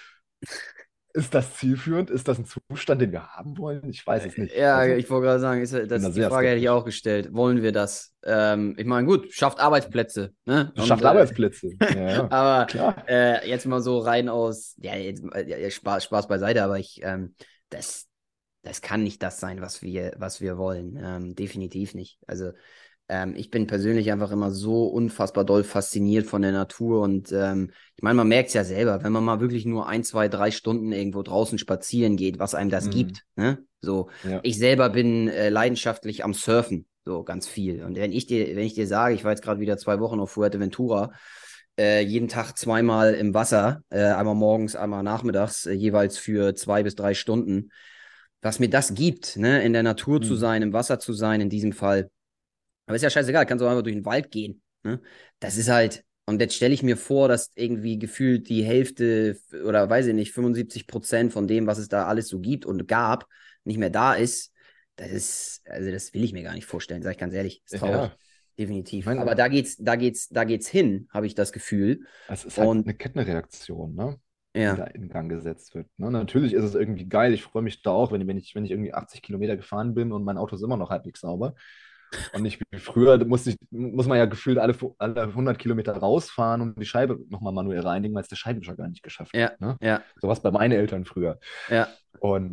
ist das zielführend? Ist das ein Zustand, den wir haben wollen? Ich weiß es nicht. ja, Also, ich wollte gerade sagen, ist, ich bin da das, die sehr Frage hätte ich skeptisch. auch gestellt. Wollen wir das? Ähm, ich meine, gut, schafft Arbeitsplätze, ne? Das Und schafft äh, Arbeitsplätze. Ja, ja, aber klar. äh, jetzt mal so rein aus, ja, jetzt, äh, ja, Spaß, Spaß beiseite, aber ich, ähm, das, das kann nicht das sein, was wir, was wir wollen. Ähm, definitiv nicht. Also ähm, ich bin persönlich einfach immer so unfassbar doll fasziniert von der Natur und ähm, ich meine, man merkt es ja selber, wenn man mal wirklich nur ein, zwei, drei Stunden irgendwo draußen spazieren geht, was einem das Mhm. gibt. Ne? So, Ja. ich selber bin äh, leidenschaftlich am Surfen, so ganz viel. Und wenn ich dir, wenn ich dir sage, ich war jetzt gerade wieder zwei Wochen auf Fuerteventura, äh, jeden Tag zweimal im Wasser, äh, einmal morgens, einmal nachmittags, äh, jeweils für zwei bis drei Stunden. Was mir das gibt, ne, in der Natur zu Mhm. sein, im Wasser zu sein, in diesem Fall, aber ist ja scheißegal, kannst du einfach durch den Wald gehen. Ne? Das ist halt, und jetzt stelle ich mir vor, dass irgendwie gefühlt die Hälfte oder weiß ich nicht, fünfundsiebzig Prozent von dem, was es da alles so gibt und gab, nicht mehr da ist. Das ist, also das will ich mir gar nicht vorstellen, sage ich ganz ehrlich. Ist traurig. Ja. Ich Definitiv. Aber meine, da geht's, da geht's, da geht's hin, habe ich das Gefühl. es ist halt Und eine Kettenreaktion, ne? Die ja, da in Gang gesetzt wird. Ne? Natürlich ist es irgendwie geil. Ich freue mich da auch, wenn, wenn ich, wenn ich irgendwie achtzig Kilometer gefahren bin und mein Auto ist immer noch halbwegs sauber. Und nicht wie früher, da musste ich, muss man ja gefühlt alle, alle hundert Kilometer rausfahren und die Scheibe nochmal manuell reinigen, weil es der Scheibenwischer gar nicht geschafft hat. ja, Ne? ja, So was bei meinen Eltern früher. ja. Und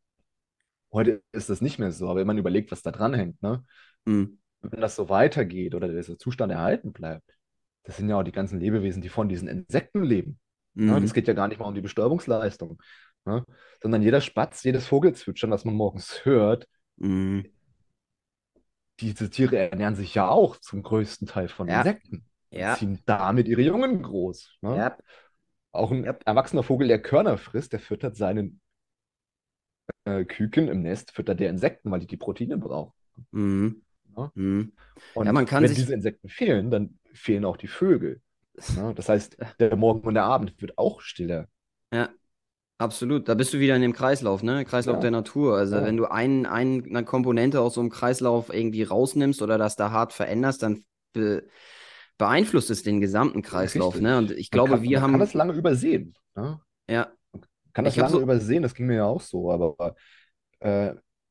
heute ist das nicht mehr so. Aber wenn man überlegt, was da dran hängt, ne? Mm, Wenn das so weitergeht oder dieser Zustand erhalten bleibt, das sind ja auch die ganzen Lebewesen, die von diesen Insekten leben. Ne? Das mm, geht ja gar nicht mal um die Bestäubungsleistung. ne? Sondern jeder Spatz, jedes Vogelzwitschern, das man morgens hört, Mhm. diese Tiere ernähren sich ja auch zum größten Teil von Ja, Insekten und ja, ziehen damit ihre Jungen groß. Ne? ja, Auch ein ja. erwachsener Vogel, der Körner frisst, der füttert seinen äh, Küken im Nest, füttert der Insekten, weil die die Proteine brauchen. Mhm. Ne? Mhm. Ja, Und man kann wenn sich, diese Insekten fehlen, dann fehlen auch die Vögel. Ne? Das heißt, der Morgen und der Abend wird auch stiller. ja, absolut. Da bist du wieder in dem Kreislauf, ne? Kreislauf der Ja, Natur. Also wenn ja, du ein, ein, eine Komponente aus so einem Kreislauf irgendwie rausnimmst oder das da hart veränderst, dann be beeinflusst es den gesamten Kreislauf, ne? Und richtig. ich Man glaube, kann, wir man kann haben, das lange übersehen. Ne? ja, Man kann das ich habe lange so, übersehen, das ging mir ja auch so, aber äh,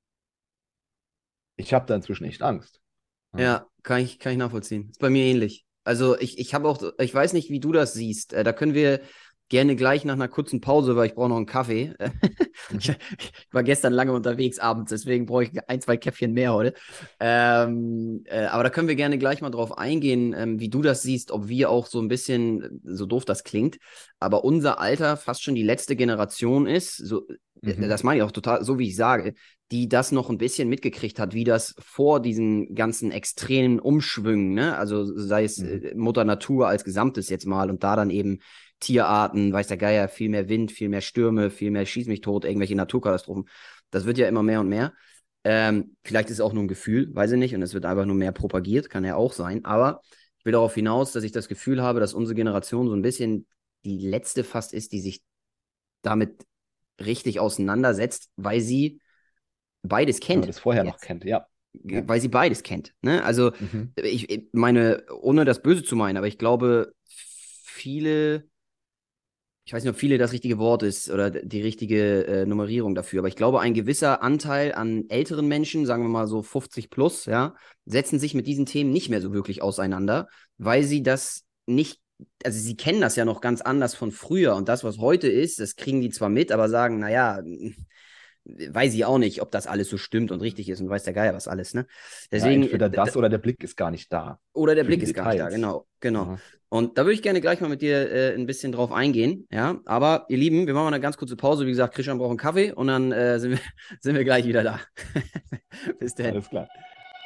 ich habe da inzwischen echt Angst. Ja. ja, kann ich, kann ich nachvollziehen. Ist bei mir ähnlich. Also ich, ich habe auch, ich weiß nicht, wie du das siehst. Äh, da können wir gerne gleich nach einer kurzen Pause, weil ich brauche noch einen Kaffee. Ich, Mhm. ich war gestern lange unterwegs abends, deswegen brauche ich ein, zwei Käffchen mehr heute. Ähm, äh, aber da können wir gerne gleich mal drauf eingehen, ähm, wie du das siehst, ob wir auch so ein bisschen, so doof das klingt, aber unser Alter fast schon die letzte Generation ist, so, äh, Mhm. das meine ich auch total, so wie ich sage, die das noch ein bisschen mitgekriegt hat, wie das vor diesen ganzen extremen Umschwüngen, ne? Also sei es Mhm. äh, Mutter Natur als Gesamtes jetzt mal und da dann eben Tierarten, weiß der Geier, viel mehr Wind, viel mehr Stürme, viel mehr Schieß mich tot, irgendwelche Naturkatastrophen. Das wird ja immer mehr und mehr. Ähm, vielleicht ist es auch nur ein Gefühl, weiß ich nicht, und es wird einfach nur mehr propagiert, kann ja auch sein. Aber ich will darauf hinaus, dass ich das Gefühl habe, dass unsere Generation so ein bisschen die letzte fast ist, die sich damit richtig auseinandersetzt, weil sie beides Wenn man kennt das vorher noch jetzt. kennt, ja. Ja. Weil sie beides kennt. Ne? Also Mhm. ich, ich meine, ohne das Böse zu meinen, aber ich glaube, viele, ich weiß nicht, ob viele das richtige Wort ist oder die richtige äh, Nummerierung dafür, aber ich glaube, ein gewisser Anteil an älteren Menschen, sagen wir mal so fünfzig plus, ja, setzen sich mit diesen Themen nicht mehr so wirklich auseinander, weil sie das nicht, also sie kennen das ja noch ganz anders von früher und das, was heute ist, das kriegen die zwar mit, aber sagen, naja, weiß ich auch nicht, ob das alles so stimmt und richtig ist und weiß der Geier was alles, ne? Ja, Deswegen, entweder äh, das oder der Blick ist gar nicht da oder der für Blick die ist gar nicht da, Details. genau, genau. Ja. Und da würde ich gerne gleich mal mit dir äh, ein bisschen drauf eingehen, ja. Aber ihr Lieben, wir machen mal eine ganz kurze Pause. Wie gesagt, Christian braucht einen Kaffee und dann äh, sind wir, sind wir gleich wieder da. Bis dann. Alles klar.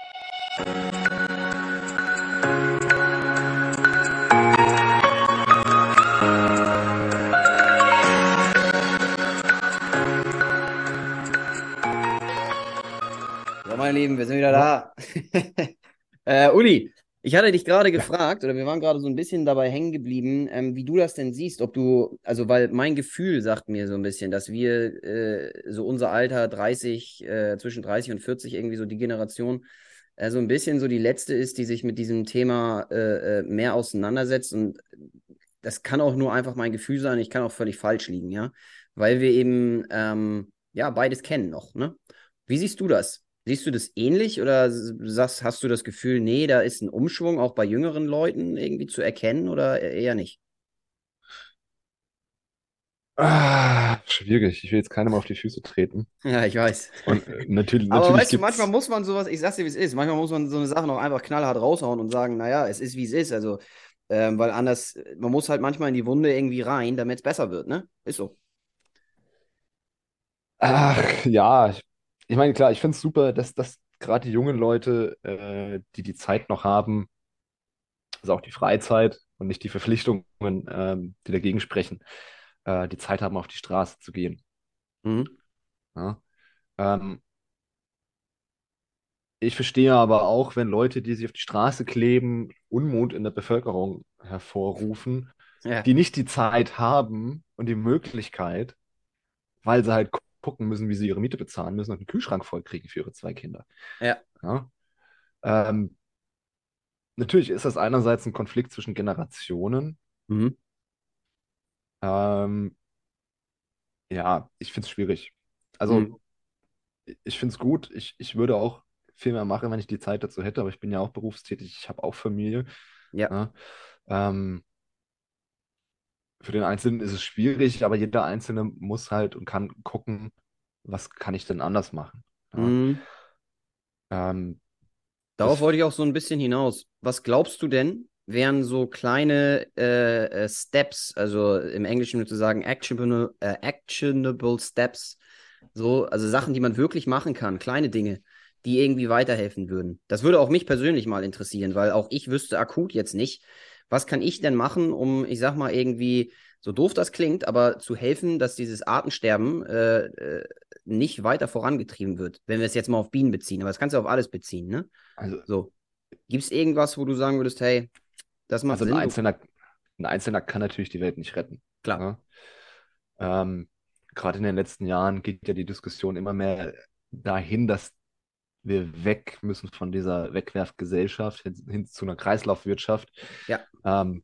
So, meine Lieben, wir sind wieder So. da. äh, Uli, ich hatte dich gerade gefragt, oder wir waren gerade so ein bisschen dabei hängen geblieben, ähm, wie du das denn siehst, ob du, also weil mein Gefühl sagt mir so ein bisschen, dass wir äh, so unser Alter dreißig, äh, zwischen dreißig und vierzig irgendwie so die Generation, äh, so ein bisschen so die letzte ist, die sich mit diesem Thema äh, äh, mehr auseinandersetzt. Und das kann auch nur einfach mein Gefühl sein, ich kann auch völlig falsch liegen, ja, weil wir eben, ähm, ja, beides kennen noch, ne? Wie siehst du das? Siehst du das ähnlich oder sagst, hast du das Gefühl, nee, da ist ein Umschwung auch bei jüngeren Leuten irgendwie zu erkennen oder eher nicht? Ah, schwierig. Ich will jetzt keinem auf die Füße treten. Ja, ich weiß. Und äh, natürlich, Aber natürlich weißt du, manchmal gibt's. muss man sowas, ich sag's dir, wie es ist, manchmal muss man so eine Sache noch einfach knallhart raushauen und sagen, naja, es ist, wie es ist. Also, ähm, weil anders, man muss halt manchmal in die Wunde irgendwie rein, damit es besser wird, ne? Ist so. Ach ja, ich, ich meine, klar, ich finde es super, dass, dass gerade die jungen Leute, äh, die die Zeit noch haben, also auch die Freizeit und nicht die Verpflichtungen, ähm, die dagegen sprechen, äh, die Zeit haben, auf die Straße zu gehen. Mhm. Ja? Ähm, Ich verstehe aber auch, wenn Leute, die sich auf die Straße kleben, Unmut in der Bevölkerung hervorrufen, Ja, die nicht die Zeit haben und die Möglichkeit, weil sie halt gu- gucken müssen, wie sie ihre Miete bezahlen müssen und einen Kühlschrank vollkriegen für ihre zwei Kinder. ja. Ja? Ähm, Natürlich ist das einerseits ein Konflikt zwischen Generationen. Mhm. Ähm, ja, ich finde es schwierig. Also, Mhm. ich finde es gut. Ich, ich würde auch viel mehr machen, wenn ich die Zeit dazu hätte, aber ich bin ja auch berufstätig, ich habe auch Familie. Ja. Ja? Ähm, für den Einzelnen ist es schwierig, aber jeder Einzelne muss halt und kann gucken, was kann ich denn anders machen. Ja? Mhm. Ähm, Darauf das, wollte ich auch so ein bisschen hinaus. Was glaubst du denn? wären so kleine äh, äh, Steps, also im Englischen würde ich sagen actionable, äh, actionable Steps, so, also Sachen, die man wirklich machen kann, kleine Dinge, die irgendwie weiterhelfen würden. Das würde auch mich persönlich mal interessieren, weil auch ich wüsste akut jetzt nicht, was kann ich denn machen, um, ich sag mal, irgendwie, so doof das klingt, aber zu helfen, dass dieses Artensterben äh, äh, nicht weiter vorangetrieben wird, wenn wir es jetzt mal auf Bienen beziehen. Aber das kannst du auf alles beziehen, ne? Also, So. Gibt es irgendwas, wo du sagen würdest, hey, das macht also ein Sinn? Du, Einzelner, ein Einzelner kann natürlich die Welt nicht retten. klar. Ne? Ähm, Gerade in den letzten Jahren geht ja die Diskussion immer mehr dahin, dass wir weg müssen von dieser Wegwerfgesellschaft hin, hin zu einer Kreislaufwirtschaft, Ja. ähm,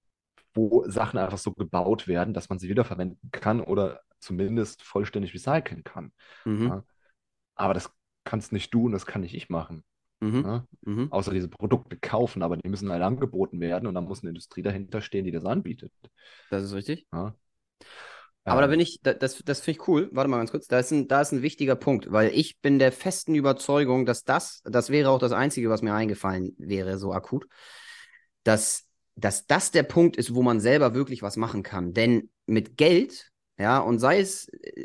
wo Sachen einfach so gebaut werden, dass man sie wiederverwenden kann oder zumindest vollständig recyceln kann. Mhm. Ja? Aber das kannst nicht du und das kann nicht ich machen. Mhm. Ne? Mhm. Außer diese Produkte kaufen, aber die müssen halt angeboten werden und dann muss eine Industrie dahinter stehen, die das anbietet. Das ist richtig. Ja? Aber da bin Ähm, ich, da, das, das finde ich cool. Warte mal ganz kurz. Da ist ein, da ist ein wichtiger Punkt, weil ich bin der festen Überzeugung, dass das, das wäre auch das Einzige, was mir eingefallen wäre, so akut, dass, dass das der Punkt ist, wo man selber wirklich was machen kann. Denn mit Geld, ja, und sei es äh,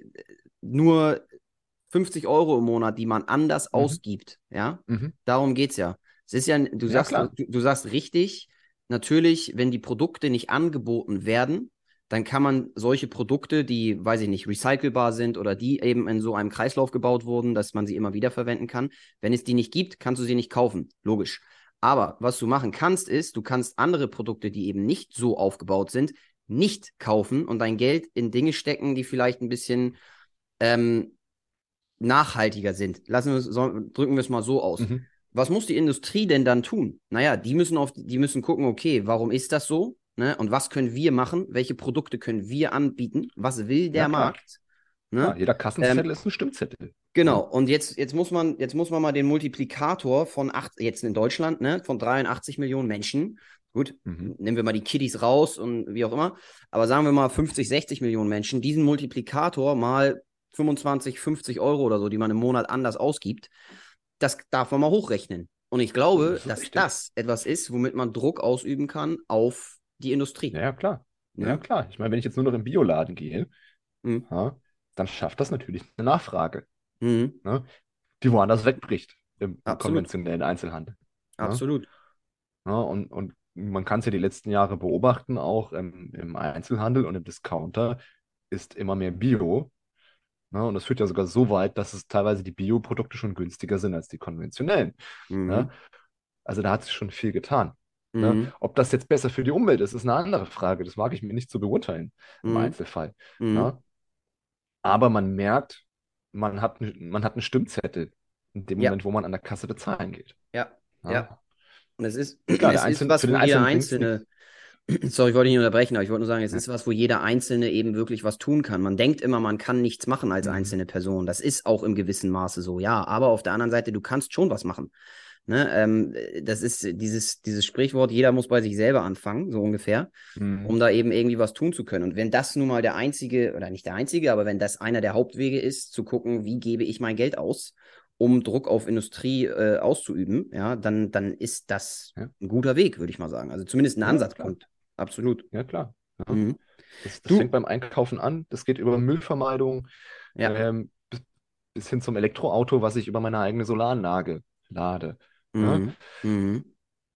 nur fünfzig Euro im Monat, die man anders mhm, ausgibt, ja, mhm. darum geht es ja. Es ist ja, du Ja, sagst, du, klar. du sagst richtig, natürlich, wenn die Produkte nicht angeboten werden, dann kann man solche Produkte, die, weiß ich nicht, recycelbar sind oder die eben in so einem Kreislauf gebaut wurden, dass man sie immer wieder verwenden kann. Wenn es die nicht gibt, kannst du sie nicht kaufen. Logisch. Aber was du machen kannst, ist, du kannst andere Produkte, die eben nicht so aufgebaut sind, nicht kaufen und dein Geld in Dinge stecken, die vielleicht ein bisschen ähm, nachhaltiger sind. Lassen wir es, so, drücken wir es mal so aus. Mhm. Was muss die Industrie denn dann tun? Naja, die müssen auf, die müssen gucken, okay, warum ist das so? Ne? Und was können wir machen? Welche Produkte können wir anbieten? Was will Ja, der klar. Markt? Klar, Ne? jeder Ähm, Kassenzettel ist ein Stimmzettel. genau. Ne? Und jetzt, jetzt muss man, jetzt muss man mal den Multiplikator von acht, jetzt in Deutschland, ne, von dreiundachtzig Millionen Menschen. Gut, Mhm. nehmen wir mal die Kiddies raus und wie auch immer. Aber sagen wir mal fünfzig, sechzig Millionen Menschen, diesen Multiplikator mal fünfundzwanzig, fünfzig Euro oder so, die man im Monat anders ausgibt, das darf man mal hochrechnen. Und ich glaube, Das ist dass richtig. das etwas ist, womit man Druck ausüben kann auf die Ja, Industrie. ja, klar. Ja, Ne? klar. Ich meine, wenn ich jetzt nur noch im Bioladen gehe, Mhm. ja, dann schafft das natürlich eine Nachfrage, Mhm. ne, die woanders wegbricht im, im Absolut. konventionellen Einzelhandel. Ne? Absolut. Ja, und, und man kann es ja die letzten Jahre beobachten, auch im, im Einzelhandel und im Discounter ist immer mehr Bio. Ne? Und das führt ja sogar so weit, dass es teilweise die Bioprodukte schon günstiger sind als die konventionellen. Ne? Mhm. Also da hat sich schon viel getan. Ne? Mhm. Ob das jetzt besser für die Umwelt ist, ist eine andere Frage. Das mag ich mir nicht zu beurteilen im Mhm. Einzelfall. Mhm. Ne? Aber man merkt, man hat, man hat einen Stimmzettel in dem Ja, Moment, wo man an der Kasse bezahlen geht. ja, ja. Ne? Und es ist, Klar, der es ist Einzelne, für was, den wo jeder Einzelnen bringt es nichts. Einzelne, sorry, ich wollte dich nicht unterbrechen, aber ich wollte nur sagen, es Ne? ist was, wo jeder Einzelne eben wirklich was tun kann. Man denkt immer, man kann nichts machen als Mhm. einzelne Person. Das ist auch im gewissen Maße so, ja. Aber auf der anderen Seite, du kannst schon was machen. Ne? Ähm, das ist dieses, dieses Sprichwort, jeder muss bei sich selber anfangen, so ungefähr, Mhm. um da eben irgendwie was tun zu können. Und wenn das nun mal der einzige, oder nicht der einzige, aber wenn das einer der Hauptwege ist, zu gucken, wie gebe ich mein Geld aus, um Druck auf Industrie äh, auszuüben, ja, dann, dann ist das Ja. ein guter Weg, würde ich mal sagen. Also zumindest ein Ja, klar. Ansatzpunkt. Absolut. Ja, klar. Ja. Mhm. Das, das fängt Du, beim Einkaufen an. Das geht über Müllvermeidung ja. ähm, bis, bis hin zum Elektroauto, was ich über meine eigene Solaranlage lade. Ne? Mhm. Mhm.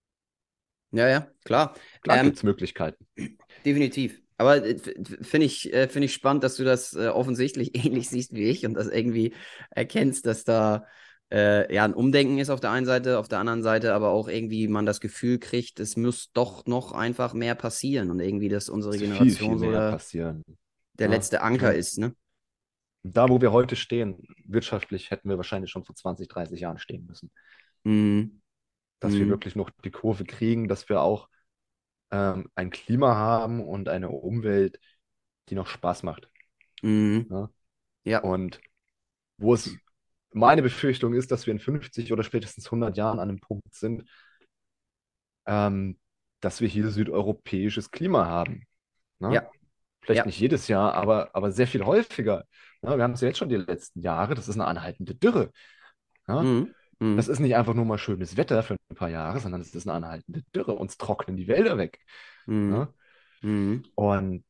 Ja, ja, klar. Klar Ähm, gibt es Möglichkeiten. definitiv. Aber äh, f- finde ich, äh, finde ich spannend, dass du das äh, offensichtlich ähnlich siehst wie ich und das irgendwie erkennst, dass da äh, ja ein Umdenken ist auf der einen Seite, auf der anderen Seite aber auch irgendwie man das Gefühl kriegt, es muss doch noch einfach mehr passieren und irgendwie, dass unsere Es viel, viel Generation so mehr der, passieren. der Ne? letzte Ich Anker meine, ist, ne? da, wo wir heute stehen, wirtschaftlich, hätten wir wahrscheinlich schon vor zwanzig, dreißig Jahren stehen müssen. Mhm. Dass wir Mhm. wirklich noch die Kurve kriegen, dass wir auch ähm, ein Klima haben und eine Umwelt, die noch Spaß macht. Mhm. Ne? Ja. Und wo es meine Befürchtung ist, dass wir in fünfzig oder spätestens hundert Jahren an einem Punkt sind, ähm, dass wir hier südeuropäisches Klima haben. Ne? Ja. Vielleicht Ja. nicht jedes Jahr, aber, aber sehr viel häufiger. Ne? Wir haben es ja jetzt schon die letzten Jahre, das ist eine anhaltende Dürre. Ne? Mhm. Das Mhm. ist nicht einfach nur mal schönes Wetter für ein paar Jahre, sondern es ist eine anhaltende Dürre. Uns trocknen die Wälder weg. Mhm. Ne? Mhm. Und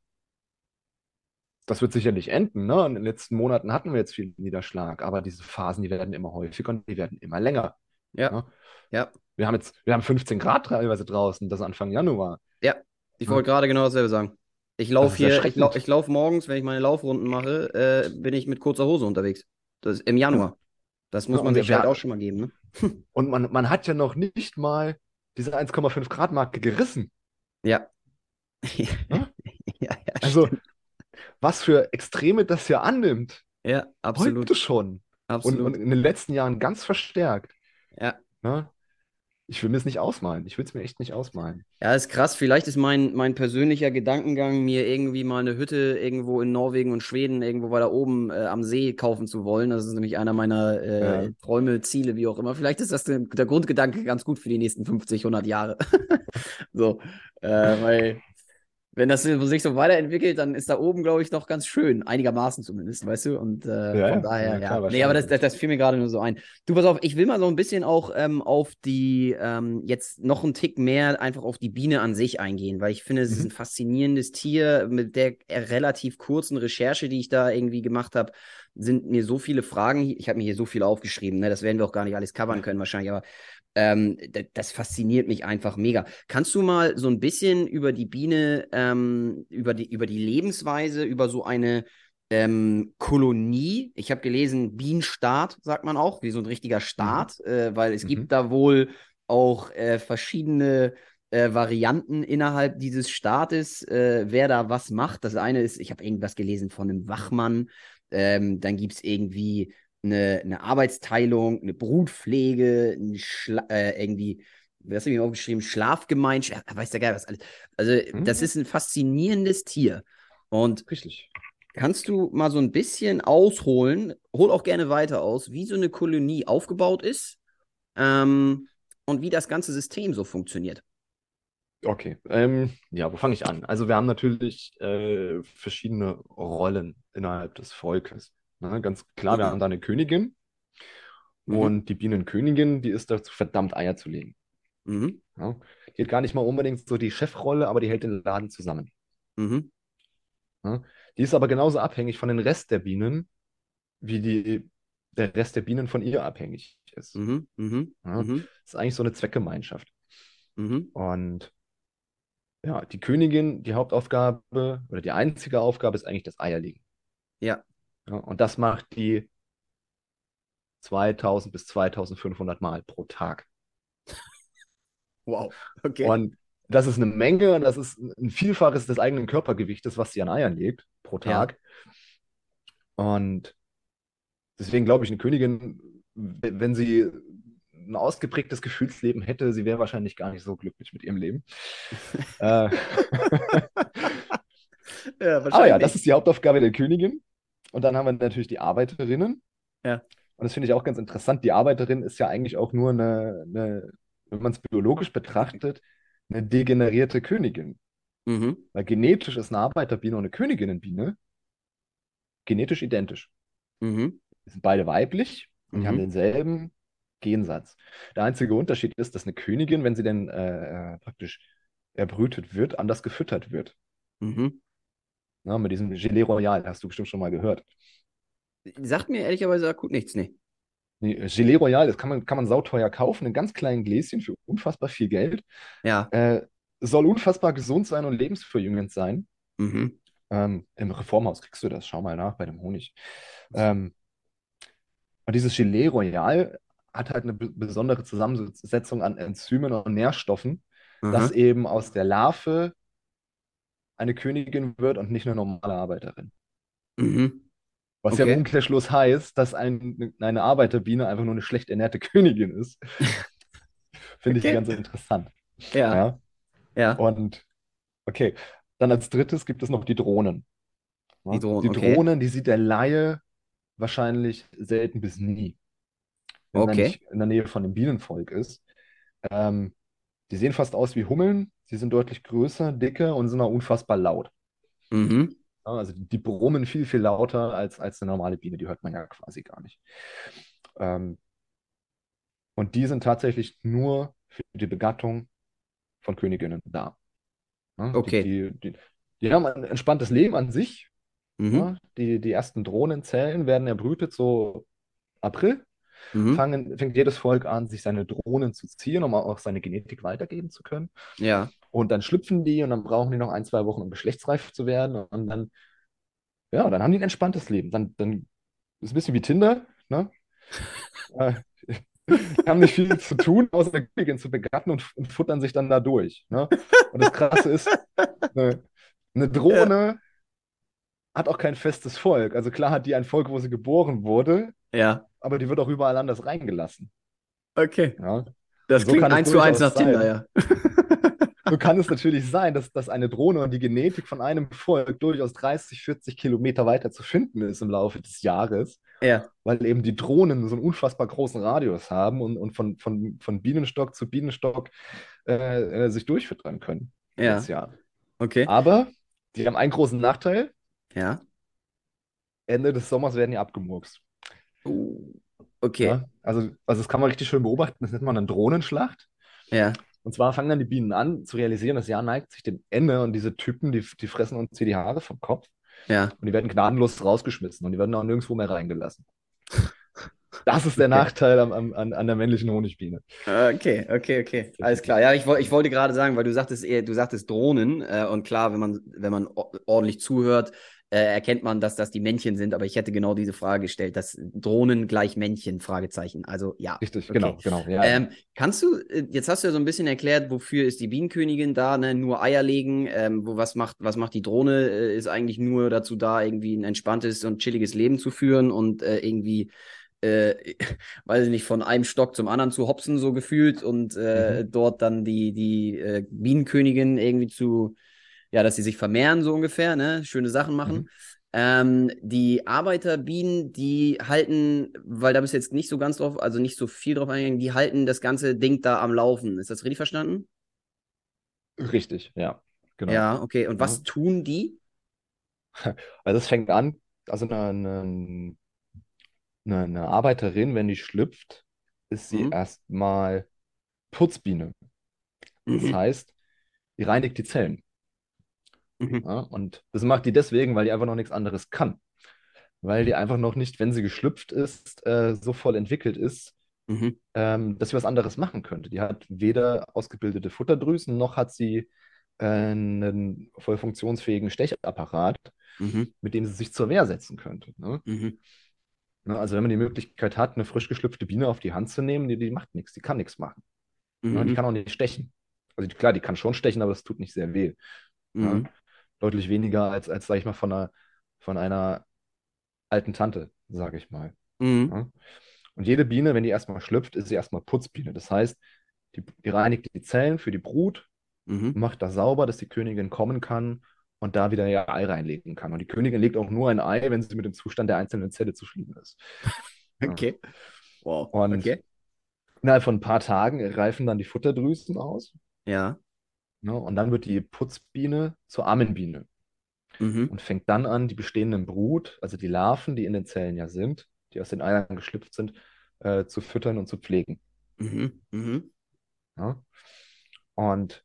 das wird sicherlich enden. Ne? In den letzten Monaten hatten wir jetzt viel Niederschlag, aber diese Phasen, die werden immer häufiger und die werden immer länger. Ja, Ne? ja, Wir haben jetzt, wir haben fünfzehn Grad teilweise draußen, das Anfang Januar. ja. Ich Ne? wollte gerade genau dasselbe sagen. Ich Das laufe ist hier, ich lau, ich erschreckend. laufe morgens, wenn ich meine Laufrunden mache, äh, bin ich mit kurzer Hose unterwegs. Das ist im Ja. Januar. Das Ne? muss man Und, sich halt auch wir, schon mal geben, ne? und man, man hat ja noch nicht mal diese eins Komma fünf Grad Marke gerissen. Ja. Ne? Ja, ja, Also, stimmt. was für Extreme das ja annimmt. Ja, absolut. Heute schon. Und, und Absolut. in den letzten Jahren ganz verstärkt. Ja. Ne? Ich will mir es nicht ausmalen. Ich will es mir echt nicht ausmalen. Ja, ist krass. Vielleicht ist mein, mein persönlicher Gedankengang, mir irgendwie mal eine Hütte irgendwo in Norwegen und Schweden, irgendwo weiter oben äh, am See kaufen zu wollen. Das ist nämlich einer meiner äh, Ja. Träume, Ziele, wie auch immer. Vielleicht ist das der, der Grundgedanke ganz gut für die nächsten fünfzig, hundert Jahre. So, äh, weil wenn das sich so weiterentwickelt, dann ist da oben, glaube ich, noch ganz schön. Einigermaßen zumindest, weißt du? Und äh, Ja, von ja, daher, ja, klar, ja. Nee, aber das, das, wahrscheinlich. das fiel mir gerade nur so ein. Du, pass auf, ich will mal so ein bisschen auch ähm, auf die, ähm, jetzt noch einen Tick mehr einfach auf die Biene an sich eingehen, weil ich finde, es ist ein Mhm. faszinierendes Tier. Mit der relativ kurzen Recherche, die ich da irgendwie gemacht habe, sind mir so viele Fragen. Ich habe mir hier so viel aufgeschrieben, ne? Das werden wir auch gar nicht alles covern können, wahrscheinlich, aber ähm, das fasziniert mich einfach mega. Kannst du mal so ein bisschen über die Biene, ähm, über die, über die Lebensweise, über so eine ähm, Kolonie, ich habe gelesen, Bienenstaat, sagt man auch, wie so ein richtiger Mhm. Staat, äh, weil es gibt Mhm. da wohl auch äh, verschiedene äh, Varianten innerhalb dieses Staates, äh, wer da was macht. Das eine ist, ich habe irgendwas gelesen von einem Wachmann, ähm, dann gibt es irgendwie eine, eine Arbeitsteilung, eine Brutpflege, ein Schla äh, irgendwie, was habe ich mir aufgeschrieben, Schlafgemeinschaft, ja, weiß der Geil was alles. Also, das Mhm. ist ein faszinierendes Tier. Und Richtig. kannst du mal so ein bisschen ausholen, hol auch gerne weiter aus, wie so eine Kolonie aufgebaut ist ähm, und wie das ganze System so funktioniert? Okay. Ähm, ja, wo fange ich an? Also wir haben natürlich äh, verschiedene Rollen innerhalb des Volkes. Ne? Ganz klar, wir haben da eine Königin Mhm, und die Bienenkönigin, die ist dazu verdammt, Eier zu legen. mhm, Ja? Die hat gar nicht mal unbedingt so die Chefrolle, aber die hält den Laden zusammen. mhm, Ja? Die ist aber genauso abhängig von den Rest der Bienen, wie die, der Rest der Bienen von ihr abhängig ist. mhm, mhm, Ja? mhm, Das ist eigentlich so eine Zweckgemeinschaft. mhm. Und ja, die Königin, die Hauptaufgabe oder die einzige Aufgabe ist eigentlich das Eierlegen. Ja, Ja, und das macht die zweitausend bis zweitausendfünfhundert Mal pro Tag. wow, okay. Und das ist eine Menge und das ist ein Vielfaches des eigenen Körpergewichtes, was sie an Eiern legt pro Ja. Tag. Und deswegen glaube ich, eine Königin, wenn sie ein ausgeprägtes Gefühlsleben hätte, sie wäre wahrscheinlich gar nicht so glücklich mit ihrem Leben. Äh, Ja, aber ja, das wahrscheinlich. ist die Hauptaufgabe der Königin. Und dann haben wir natürlich die Arbeiterinnen. Ja. Und das finde ich auch ganz interessant. Die Arbeiterin ist ja eigentlich auch nur eine, eine wenn man es biologisch betrachtet, eine degenerierte Königin. Mhm. Weil genetisch ist eine Arbeiterbiene und eine Königinnenbiene genetisch identisch. Mhm. Die sind beide weiblich und die haben Mhm. denselben Gensatz. Der einzige Unterschied ist, dass eine Königin, wenn sie denn äh, äh, praktisch erbrütet wird, anders gefüttert wird. Mhm. Na, mit diesem Gelee Royal, hast du bestimmt schon mal gehört. Sagt mir ehrlicherweise akut nichts, nee. Nee, Gelee Royal, das kann man, kann man sauteuer kaufen, in ganz kleinen Gläschen für unfassbar viel Geld. Ja. Äh, soll unfassbar gesund sein und lebensverjüngend sein. Mhm. Ähm, im Reformhaus kriegst du das, schau mal nach bei dem Honig. Ähm, und dieses Gelee Royal hat halt eine be- besondere Zusammensetzung an Enzymen und Nährstoffen, dass Aha. eben aus der Larve eine Königin wird und nicht eine normale Arbeiterin. Mhm. Was ja im Okay. Umkehrschluss heißt, dass ein, eine Arbeiterbiene einfach nur eine schlecht ernährte Königin ist. Finde ich Okay. ganz interessant. Ja. Ja. Ja. Und okay, dann als drittes gibt es noch die Drohnen. Die Ja? Drohnen, Die okay. Drohnen, die sieht der Laie wahrscheinlich selten bis nie, wenn er Okay. nicht in der Nähe von dem Bienenvolk ist. Ähm, die sehen fast aus wie Hummeln, sie sind deutlich größer, dicker und sind auch unfassbar laut. Mhm. Ja, also die, die brummen viel, viel lauter als, als eine normale Biene, die hört man ja quasi gar nicht. Ähm, Und die sind tatsächlich nur für die Begattung von Königinnen da. Ne? Die, Okay. die, die, die haben ein entspanntes Leben an sich. Mhm. Ne? Die, die ersten Drohnenzellen werden erbrütet so April. Mhm. Fangen, fängt jedes Volk an, sich seine Drohnen zu ziehen, um auch seine Genetik weitergeben zu können. Ja. Und dann schlüpfen die und dann brauchen die noch ein, zwei Wochen, um geschlechtsreif zu werden. Und dann, ja, dann haben die ein entspanntes Leben. Dann, dann ist ein bisschen wie Tinder, ne? Äh, Die haben nicht viel zu tun, außer eine Königin zu begatten und, und futtern sich dann da durch. Ne? Und das Krasse ist, eine, eine Ja. Drohne hat auch kein festes Volk. Also klar hat die ein Volk, wo sie geboren wurde, Ja. aber die wird auch überall anders reingelassen. Okay. Ja? Und Das so klingt kann es eins zu eins nach durchaus Tinder, sein, ja. so kann es natürlich sein, dass, dass eine Drohne und die Genetik von einem Volk durchaus dreißig, vierzig Kilometer weiter zu finden ist im Laufe des Jahres, Ja. weil eben die Drohnen so einen unfassbar großen Radius haben und, und von, von, von Bienenstock zu Bienenstock äh, äh, sich durchfüttern können übers Ja. Jahr. Okay. Aber die haben einen großen Nachteil. Ja. Ende des Sommers werden die abgemurkst. Uh, okay. Ja? Also, also das kann man richtig schön beobachten. Das nennt man dann Drohnenschlacht. Ja. Und zwar fangen dann die Bienen an zu realisieren, das Jahr neigt sich dem Ende und diese Typen, die, die fressen uns hier die Haare vom Kopf Ja. und die werden gnadenlos rausgeschmissen und die werden auch nirgendwo mehr reingelassen. Das ist der Okay. Nachteil am, am, an, an der männlichen Honigbiene. Okay, okay, okay. Alles Tatsächlich. klar. Ja, ich, woll, ich wollte gerade sagen, weil du sagtest eher, du sagtest Drohnen, äh, und klar, wenn man, wenn man o- ordentlich zuhört, äh, erkennt man, dass das die Männchen sind, aber ich hätte genau diese Frage gestellt, dass Drohnen gleich Männchen, Fragezeichen. Also ja, Richtig, okay. genau, genau. Ja, ja. Ähm, kannst du, äh, jetzt hast du ja so ein bisschen erklärt, wofür ist die Bienenkönigin da, ne? Nur Eier legen, ähm, wo, was macht, was macht die Drohne, äh, ist eigentlich nur dazu da, irgendwie ein entspanntes und chilliges Leben zu führen und äh, irgendwie äh, weiß ich nicht, von einem Stock zum anderen zu hopsen, so gefühlt, und Mhm. äh, dort dann die, die äh, Bienenkönigin irgendwie zu, ja, dass sie sich vermehren, so ungefähr, ne? Schöne Sachen Mhm. machen. Ähm, die Arbeiterbienen, die halten, weil da bist du jetzt nicht so ganz drauf, also nicht so viel drauf eingegangen, die halten das ganze Ding da am Laufen. Ist das richtig verstanden? Richtig, ja, genau. Ja, okay. Und Ja. was tun die? Also es fängt an, also eine, eine, eine, eine Arbeiterin, wenn die schlüpft, ist sie Mhm. erstmal Putzbiene. Das Mhm. heißt, die reinigt die Zellen. Mhm. Ja? Und das macht die deswegen, weil die einfach noch nichts anderes kann. Weil die einfach noch nicht, wenn sie geschlüpft ist, äh, so voll entwickelt ist, Mhm. ähm, dass sie was anderes machen könnte. Die hat weder ausgebildete Futterdrüsen, noch hat sie äh, einen voll funktionsfähigen Stechapparat, Mhm. mit dem sie sich zur Wehr setzen könnte. Ne? Mhm. Ne? Also wenn man die Möglichkeit hat, eine frisch geschlüpfte Biene auf die Hand zu nehmen, die, die macht nichts, die kann nichts machen. Ne? Die Mhm. kann auch nicht stechen. Also die, klar, die kann schon stechen, aber es tut nicht sehr weh. Ne? Mhm. Deutlich weniger als, als sage ich mal, von einer, von einer alten Tante, sage ich mal. Mhm. Ne? Und jede Biene, wenn die erstmal schlüpft, ist sie erstmal Putzbiene. Das heißt, die, die reinigt die Zellen für die Brut, Mhm. macht das sauber, dass die Königin kommen kann und da wieder ihr Ei reinlegen kann. Und die Königin legt auch nur ein Ei, wenn sie mit dem Zustand der einzelnen Zelle zufrieden ist. Ja. Okay. Wow. Und Okay. innerhalb von ein paar Tagen reifen dann die Futterdrüsen aus. Ja. Ne? Und dann wird die Putzbiene zur Ammenbiene Mhm. und fängt dann an, die bestehenden Brut, also die Larven, die in den Zellen ja sind, die aus den Eiern geschlüpft sind, äh, zu füttern und zu pflegen. Mhm. Mhm. Ja? Und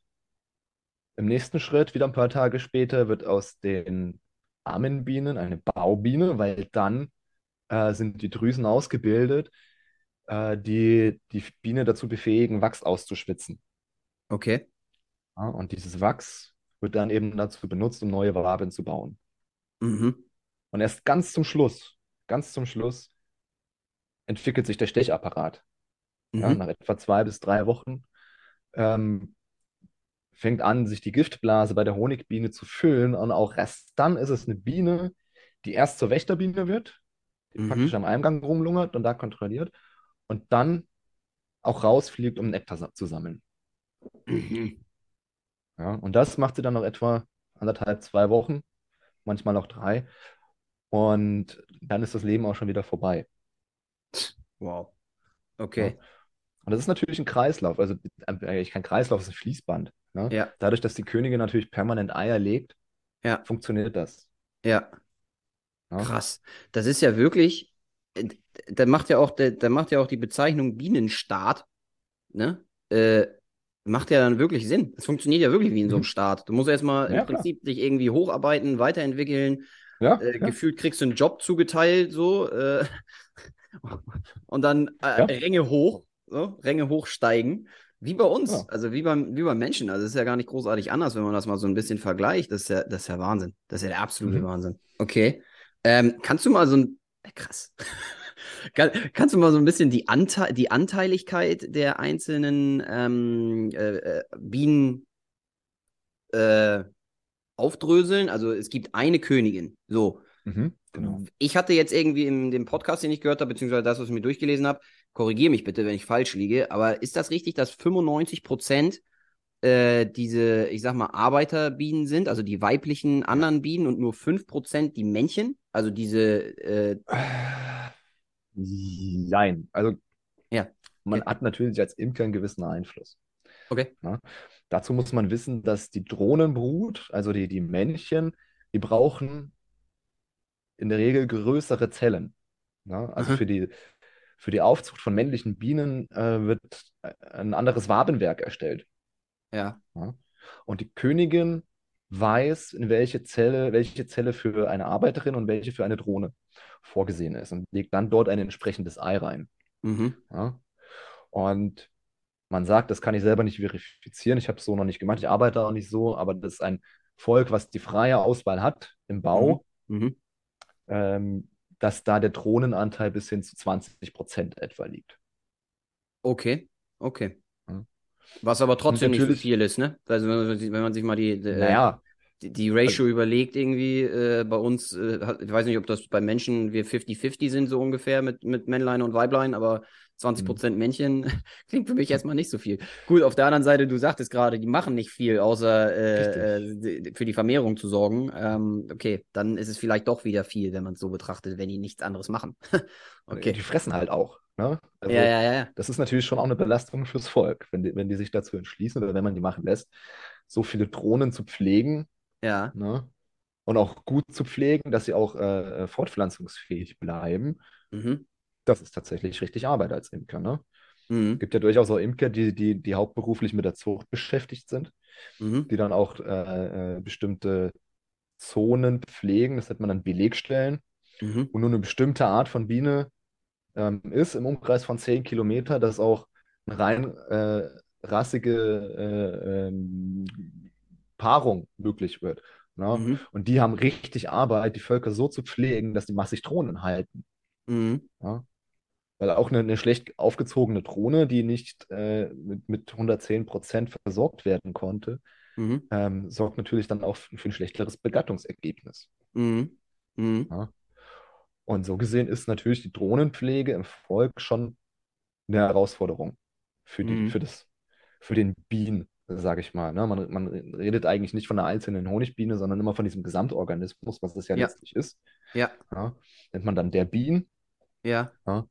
im nächsten Schritt, wieder ein paar Tage später, wird aus den Ammenbienen eine Baubiene, weil dann äh, sind die Drüsen ausgebildet, äh, die die Biene dazu befähigen, Wachs auszuschwitzen. Okay. Ja? Und dieses Wachs wird dann eben dazu benutzt, um neue Waben zu bauen. Mhm. Und erst ganz zum Schluss, ganz zum Schluss entwickelt sich der Stechapparat. Ja? Mhm. Nach etwa zwei bis drei Wochen ähm, fängt an, sich die Giftblase bei der Honigbiene zu füllen. Und auch erst dann ist es eine Biene, die erst zur Wächterbiene wird, die praktisch Mhm. am Eingang rumlungert und da kontrolliert und dann auch rausfliegt, um Nektar sa- zu sammeln. Mhm. Ja, und das macht sie dann noch etwa anderthalb, zwei Wochen, manchmal auch drei. Und dann ist das Leben auch schon wieder vorbei. Wow. Ja. Okay. Und das ist natürlich ein Kreislauf. Also äh, eigentlich kein Kreislauf, es ist ein Fließband. Ne? Ja. Dadurch, dass die Königin natürlich permanent Eier legt, Ja. funktioniert das. Ja. Ja. Krass. Das ist ja wirklich. da macht ja auch, da, da macht ja auch die Bezeichnung Bienenstaat, ne? Äh, macht ja dann wirklich Sinn. Es funktioniert ja wirklich wie in so einem Mhm. Staat. Du musst erstmal im Ja, klar. Prinzip dich irgendwie hocharbeiten, weiterentwickeln. Ja, Äh, ja, gefühlt kriegst du einen Job zugeteilt, so. Äh, und dann äh, ja, Ränge hoch, so, Ränge hochsteigen. Wie bei uns, genau. also wie beim, wie beim Menschen. Also es ist ja gar nicht großartig anders, wenn man das mal so ein bisschen vergleicht. Das ist ja, das ist ja Wahnsinn. Das ist ja der absolute Mhm. Wahnsinn. Okay. Ähm, kannst du mal so ein, äh, krass. Kann, kannst du mal so ein bisschen die, Ante die Anteiligkeit der einzelnen ähm, äh, äh, Bienen äh, aufdröseln? Also es gibt eine Königin. So. Mhm. Genau. Ich hatte jetzt irgendwie in dem Podcast, den ich gehört habe, beziehungsweise das, was ich mir durchgelesen habe, korrigiere mich bitte, wenn ich falsch liege, aber ist das richtig, dass fünfundneunzig Prozent äh, diese, ich sag mal, Arbeiterbienen sind, also die weiblichen Ja. anderen Bienen und nur fünf Prozent die Männchen? Also diese, äh, Äh, Jein. Also ja, man okay, hat natürlich als Imker einen gewissen Einfluss. okay. Ne? Dazu muss man wissen, dass die Drohnenbrut, also die, die Männchen, die brauchen in der Regel größere Zellen. Ne? Also Aha. für die, für die Aufzucht von männlichen Bienen äh, wird ein anderes Wabenwerk erstellt. Ja, Ja? Und die Königin weiß, in welche Zelle, welche Zelle für eine Arbeiterin und welche für eine Drohne vorgesehen ist und legt dann dort ein entsprechendes Ei rein. mhm, Ja? Und man sagt, das kann ich selber nicht verifizieren, ich habe es so noch nicht gemacht, ich arbeite auch nicht so, aber das ist ein Volk, was die freie Auswahl hat im mhm, Bau, mhm. ähm, dass da der Drohnenanteil bis hin zu zwanzig Prozent etwa liegt. Okay, okay. Ja. Was aber Und trotzdem nicht so natürlich, viel ist, ne? Also wenn man, sich- wenn man sich mal die, die, äh, naja, die, die also, Ratio überlegt, irgendwie äh, bei uns, äh, hat- ich weiß nicht, ob das bei Menschen wir fünfzig fünfzig sind, so ungefähr mit, mit Männlein und Weiblein, aber zwanzig hm, Prozent Männchen klingt für mich erstmal nicht so viel. Gut, auf der anderen Seite, du sagtest gerade, die machen nicht viel, außer äh, richtig. äh, für die Vermehrung zu sorgen. Ähm, okay, dann ist es vielleicht doch wieder viel, wenn man es so betrachtet, wenn die nichts anderes machen. Die Okay. fressen halt auch. Ne? Ja, Also, ja, ja, ja. das ist natürlich schon auch eine Belastung fürs Volk, wenn die, wenn die sich dazu entschließen oder wenn man die machen lässt, so viele Drohnen zu pflegen, Ja. ne? Und auch gut zu pflegen, dass sie auch äh, fortpflanzungsfähig bleiben. Mhm. Das ist tatsächlich richtig Arbeit als Imker. Ne? Mhm. Gibt ja durchaus auch Imker, die, die, die hauptberuflich mit der Zucht beschäftigt sind, Mhm. die dann auch äh, äh, bestimmte Zonen pflegen. Das nennt man dann Belegstellen, Mhm. wo nur eine bestimmte Art von Biene ähm, ist im Umkreis von zehn Kilometer, dass auch eine rein äh, rassige äh, ähm, Paarung möglich wird. Ne? Mhm. Und die haben richtig Arbeit, die Völker so zu pflegen, dass die massig Drohnen halten. Mhm. Ja? Weil auch eine, eine schlecht aufgezogene Drohne, die nicht äh, mit, mit hundertzehn Prozent versorgt werden konnte, Mhm. ähm, sorgt natürlich dann auch für ein schlechteres Begattungsergebnis. Mhm. Mhm. Ja? Und so gesehen ist natürlich die Drohnenpflege im Volk schon eine Herausforderung für die, für Mhm. das, für den Bienen, sage ich mal. Ne? Man, man redet eigentlich nicht von einer einzelnen Honigbiene, sondern immer von diesem Gesamtorganismus, was das ja Ja, letztlich ist. ja, Ja? Nennt man dann der Bienen. ja, Ja?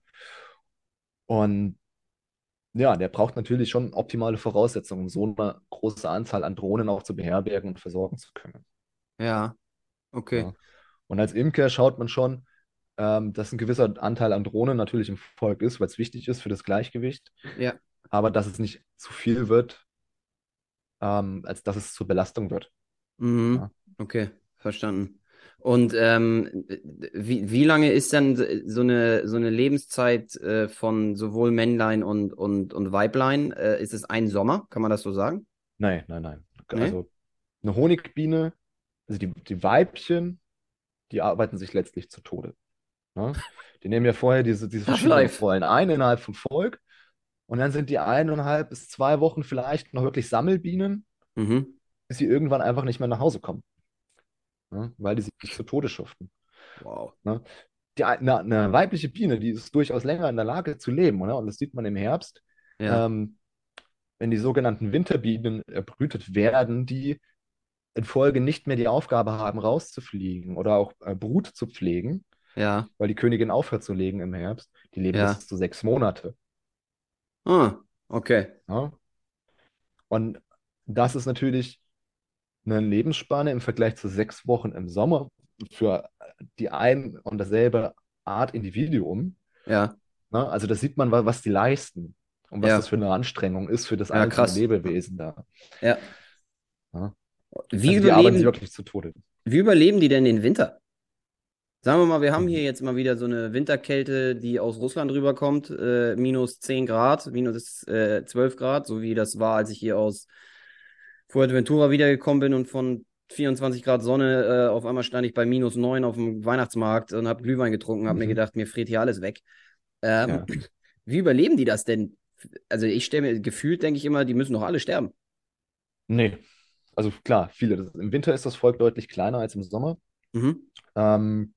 Und ja, der braucht natürlich schon optimale Voraussetzungen, um so eine große Anzahl an Drohnen auch zu beherbergen und versorgen zu können. ja, okay. Ja? Und als Imker schaut man schon, ähm, dass ein gewisser Anteil an Drohnen natürlich im Volk ist, weil es wichtig ist für das Gleichgewicht, Ja, aber dass es nicht zu viel wird, ähm, als dass es zur Belastung wird. mhm. Ja. Okay, verstanden. Und ähm, wie, wie lange ist denn so eine, so eine Lebenszeit äh, von sowohl Männlein und, und, und Weiblein? Äh, ist es ein Sommer? Kann man das so sagen? Nein, nein, nein. Nee? Also eine Honigbiene, also die, die Weibchen, die arbeiten sich letztlich zu Tode. Ne? Die nehmen ja vorher diese, diese Tough verschiedenen Life. Rollen ein innerhalb vom Volk und dann sind die eineinhalb bis zwei Wochen vielleicht noch wirklich Sammelbienen, Mhm. bis sie irgendwann einfach nicht mehr nach Hause kommen, ne? Weil die sich zu Tode schuften. Wow. Ne? Die, eine, eine weibliche Biene, die ist durchaus länger in der Lage zu leben, oder? Und das sieht man im Herbst. Ja, Ähm, wenn die sogenannten Winterbienen erbrütet werden, die in Folge nicht mehr die Aufgabe haben, rauszufliegen oder auch äh, Brut zu pflegen, ja, weil die Königin aufhört zu legen im Herbst, die leben ja. bis zu sechs Monate. Ah, okay. Ja? Und das ist natürlich eine Lebensspanne im Vergleich zu sechs Wochen im Sommer für die ein und dasselbe Art Individuum. Ja, Ne? Also da sieht man, wa- was die leisten und was das ja, für eine Anstrengung ist für das ja, einzelne krass. Lebewesen da. Ja. Ne? Wie Also die arbeiten sich überleben, wirklich zu Tode. wie überleben die denn den Winter? Sagen wir mal, wir haben hier jetzt mal wieder so eine Winterkälte, die aus Russland rüberkommt, äh, minus zehn Grad, minus äh, zwölf Grad, so wie das war, als ich hier aus Fuerteventura wiedergekommen bin und von vierundzwanzig Grad Sonne äh, auf einmal stand ich bei minus neun auf dem Weihnachtsmarkt und habe Glühwein getrunken, habe mir Mhm. gedacht, mir friert hier alles weg. Ähm, Ja. wie überleben die das denn? Also ich stelle mir, gefühlt denke ich immer, die müssen doch alle sterben. Nee, also klar, viele. Das, im Winter ist das Volk deutlich kleiner als im Sommer, Mhm. ähm,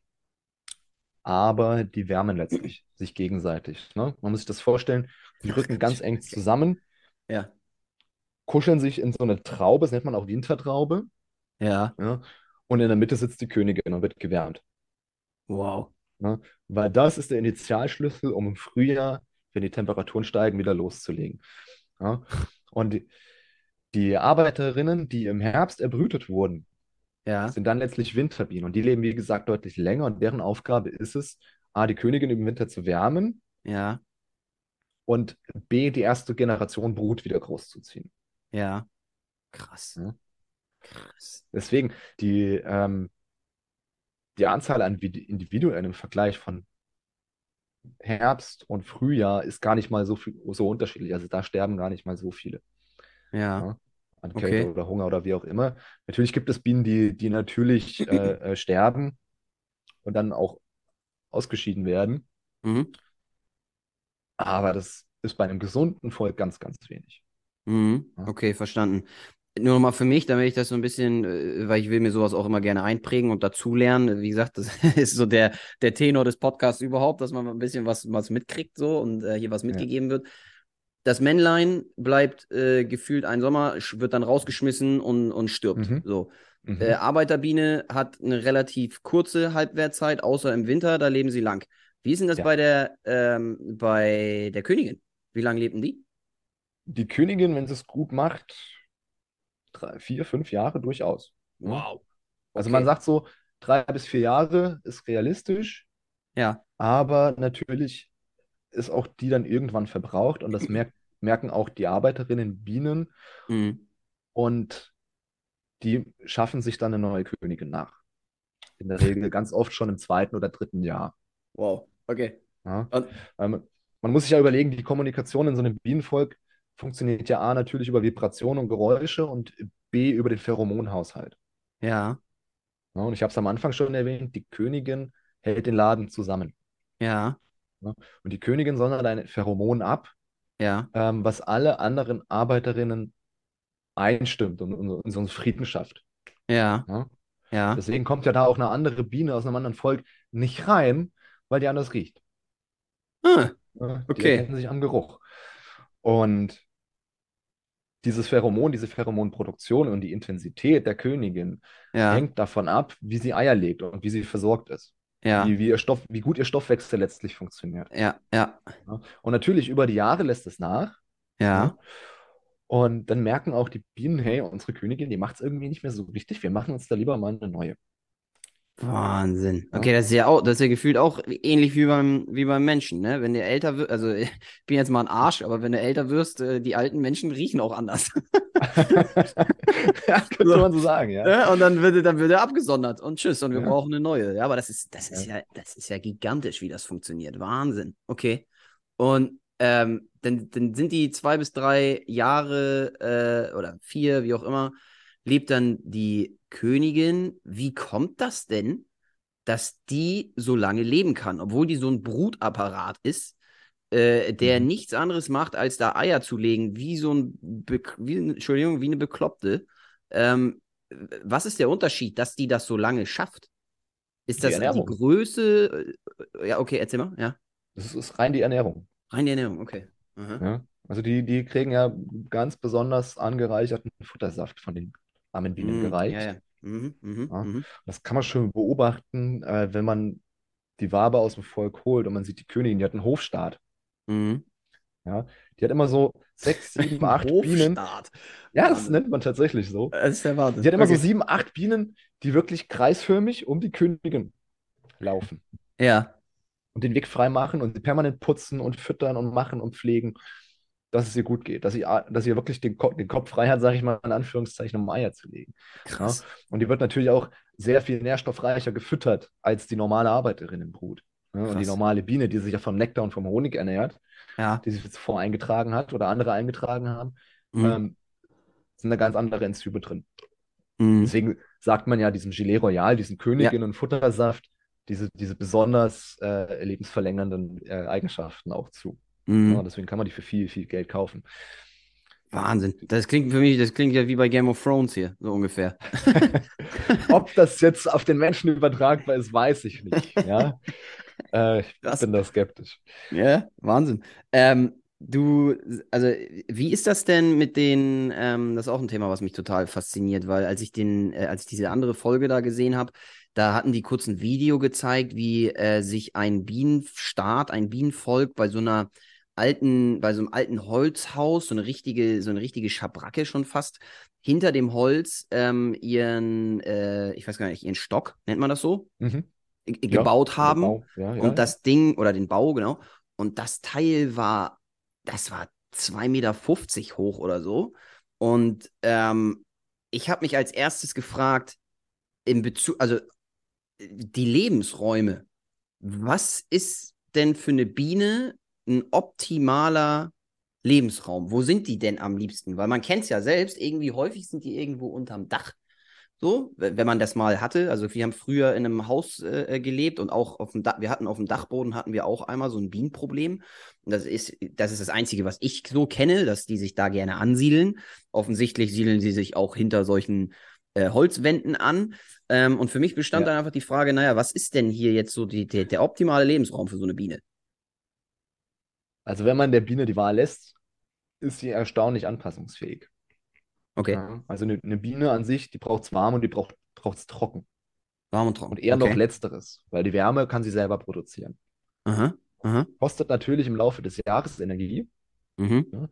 aber die wärmen letztlich sich gegenseitig. Ne? Man muss sich das vorstellen, die rücken ganz eng zusammen, Ja, kuscheln sich in so eine Traube, das nennt man auch Wintertraube, ja, ja? Und in der Mitte sitzt die Königin und wird gewärmt. wow. Ne? Weil das ist der Initialschlüssel, um im Frühjahr, wenn die Temperaturen steigen, wieder loszulegen. Ja? Und die, die Arbeiterinnen, die im Herbst erbrütet wurden, Ja, sind dann letztlich Winterbienen. Und die leben, wie gesagt, deutlich länger. Und deren Aufgabe ist es, A, die Königin im Winter zu wärmen ja, und B, die erste Generation Brut wieder großzuziehen. ja. Krass, Ja? krass. Deswegen, die, ähm, die Anzahl an Vid- Individuen im Vergleich von Herbst und Frühjahr ist gar nicht mal so viel, so unterschiedlich. Also da sterben gar nicht mal so viele. Ja, Ja? An Kälte okay. oder Hunger oder wie auch immer. Natürlich gibt es Bienen, die, die natürlich äh, äh, sterben und dann auch ausgeschieden werden. Mhm. Aber das ist bei einem gesunden Volk ganz, ganz wenig. Mhm. Ja? Okay, verstanden. Nur nochmal für mich, damit ich das so ein bisschen, äh, weil ich will mir sowas auch immer gerne einprägen und dazulernen. Wie gesagt, das ist so der, der Tenor des Podcasts überhaupt, dass man mal ein bisschen was, was mitkriegt so und äh, hier was Ja. mitgegeben wird. Das Männlein bleibt äh, gefühlt ein Sommer, sch- wird dann rausgeschmissen und, und stirbt. Mhm. So. Äh, Mhm. Arbeiterbiene hat eine relativ kurze Halbwertzeit, außer im Winter, da leben sie lang. Wie ist denn das Ja. bei der, ähm, bei der Königin? Wie lange lebten die? Die Königin, wenn sie es gut macht, drei, vier, fünf Jahre durchaus. Ja? Wow. Also man Okay. sagt so, drei bis vier Jahre ist realistisch, Ja. aber natürlich ist auch die dann irgendwann verbraucht und das merk merken auch die Arbeiterinnen Bienen Mhm. und die schaffen sich dann eine neue Königin nach. In der Regel ganz oft schon im zweiten oder dritten Jahr. Wow. Okay. Ja? Und, Ähm, man muss sich ja überlegen, die Kommunikation in so einem Bienenvolk funktioniert ja A natürlich über Vibrationen und Geräusche und B über den Pheromonhaushalt. ja. Ja, und ich habe es am Anfang schon erwähnt, die Königin hält den Laden zusammen. Ja. Ja? Und die Königin sondert ein Pheromon ab, Ja. ähm, was alle anderen Arbeiterinnen einstimmt und, und, und so einen Frieden schafft. Ja. Ja? Ja. Deswegen kommt ja da auch eine andere Biene aus einem anderen Volk nicht rein, weil die anders riecht. Ah, Ja? Die okay. erkennen sich am Geruch. Und dieses Pheromon, diese Pheromonproduktion und die Intensität der Königin Ja. hängt davon ab, wie sie Eier legt und wie sie versorgt ist. Ja. Wie, wie, ihr Stoff, wie gut ihr Stoffwechsel letztlich funktioniert. Ja. Ja. Ja? Und natürlich über die Jahre lässt es nach. Ja? Ja. Und dann merken auch die Bienen, hey, unsere Königin, die macht es irgendwie nicht mehr so richtig. Wir machen uns da lieber mal eine neue. Wahnsinn. Okay, Ja? das ist ja auch, das ist ja gefühlt auch ähnlich wie beim, wie beim Menschen, ne? Wenn du älter wirst, also ich bin jetzt mal ein Arsch, aber wenn du älter wirst, äh, die alten Menschen riechen auch anders. Ja, könnte So, man so sagen, ja. ne? Und dann wird, er- dann wird er abgesondert und tschüss und wir Ja, brauchen eine neue. Ja, aber das ist, das ist ja. ja, das ist ja gigantisch, wie das funktioniert. Wahnsinn. Okay. Und ähm, dann, dann sind die zwei bis drei Jahre äh, oder vier, wie auch immer, lebt dann die Königin. Wie kommt das denn, dass die so lange leben kann, obwohl die so ein Brutapparat ist, äh, der Mhm. nichts anderes macht, als da Eier zu legen, wie so ein, Be wie, Entschuldigung, wie eine Bekloppte. Ähm, was ist der Unterschied, dass die das so lange schafft? Ist Die das die Ernährung. Größe? Äh, Ja, okay, erzähl mal. Ja, Das ist, ist rein die Ernährung. rein die Ernährung, okay. Aha. Ja? Also die, die kriegen ja ganz besonders angereicherten Futtersaft von den armen Bienen Mm, ja, gereicht. ja. Mhm, mhm, Ja? mhm, Das kann man schon beobachten, äh, wenn man die Wabe aus dem Volk holt und man sieht die Königin, die hat einen Hofstaat. mhm. Ja? Die hat immer so sechs, sieben, Ein acht Bienen. Hofstaat. Ja, das Wahnsinn. nennt man tatsächlich so. Das ist der Die Wahnsinn. hat immer so Okay. sieben, acht Bienen, die wirklich kreisförmig um die Königin laufen. Ja, und den Weg frei machen und sie permanent putzen und füttern und machen und pflegen, dass es ihr gut geht, dass sie, dass sie wirklich den, Ko den Kopf frei hat, sage ich mal in Anführungszeichen, um Eier zu legen. Ja? Krass. Und die wird natürlich auch sehr viel nährstoffreicher gefüttert als die normale Arbeiterin im Brut. Ja? Und die Krass. normale Biene, die sich ja vom Nektar und vom Honig ernährt, Ja. die sich zuvor eingetragen hat oder andere eingetragen haben, Mhm. ähm, sind da ganz andere Enzyme drin. Mhm. Deswegen sagt man ja diesem Gilet Royal, diesen Ja. Königinnen-Futtersaft, diese, diese besonders äh, lebensverlängernden äh, Eigenschaften auch zu. Ja, Mhm. deswegen kann man die für viel, viel Geld kaufen. Wahnsinn. Das klingt für mich, das klingt ja wie bei Game of Thrones hier, so ungefähr. Ob das jetzt auf den Menschen übertragbar ist, weiß ich nicht. Ja, äh, ich Krass. bin da skeptisch. Ja, Wahnsinn. Ähm, du, also, wie ist das denn mit den, ähm, das ist auch ein Thema, was mich total fasziniert, weil als ich den, äh, als ich diese andere Folge da gesehen habe, da hatten die kurz ein Video gezeigt, wie äh, sich ein Bienenstaat, ein Bienenvolk bei so einer alten, bei so einem alten Holzhaus, so eine richtige, so eine richtige Schabracke schon fast, hinter dem Holz ähm, ihren, äh, ich weiß gar nicht, ihren Stock, nennt man das so? Mhm. G- Ja, gebaut der haben Bau. Ja, ja, und ja. das Ding oder den Bau, genau. Und das Teil war, das war zwei Meter fünfzig hoch oder so. Und ähm, ich habe mich als erstes gefragt, in Bezug, also äh, die Lebensräume, was ist denn für eine Biene ein optimaler Lebensraum? Wo sind die denn am liebsten? Weil man kennt es ja selbst, irgendwie häufig sind die irgendwo unterm Dach. So, wenn man das mal hatte. Also wir haben früher in einem Haus äh, gelebt und auch auf dem Dach, wir hatten auf dem Dachboden hatten wir auch einmal so ein Bienenproblem. Und das ist, das ist das Einzige, was ich so kenne, dass die sich da gerne ansiedeln. Offensichtlich siedeln sie sich auch hinter solchen äh, Holzwänden an. Ähm, und für mich bestand Ja. dann einfach die Frage, naja, was ist denn hier jetzt so die, der, der optimale Lebensraum für so eine Biene? Also wenn man der Biene die Wahl lässt, ist sie erstaunlich anpassungsfähig. Okay, Ja. Also eine, eine Biene an sich, die braucht es warm und die braucht es trocken. warm und Und trocken. eher noch Okay. letzteres, weil die Wärme kann sie selber produzieren. Aha, aha, Kostet natürlich im Laufe des Jahres Energie, mhm, ja,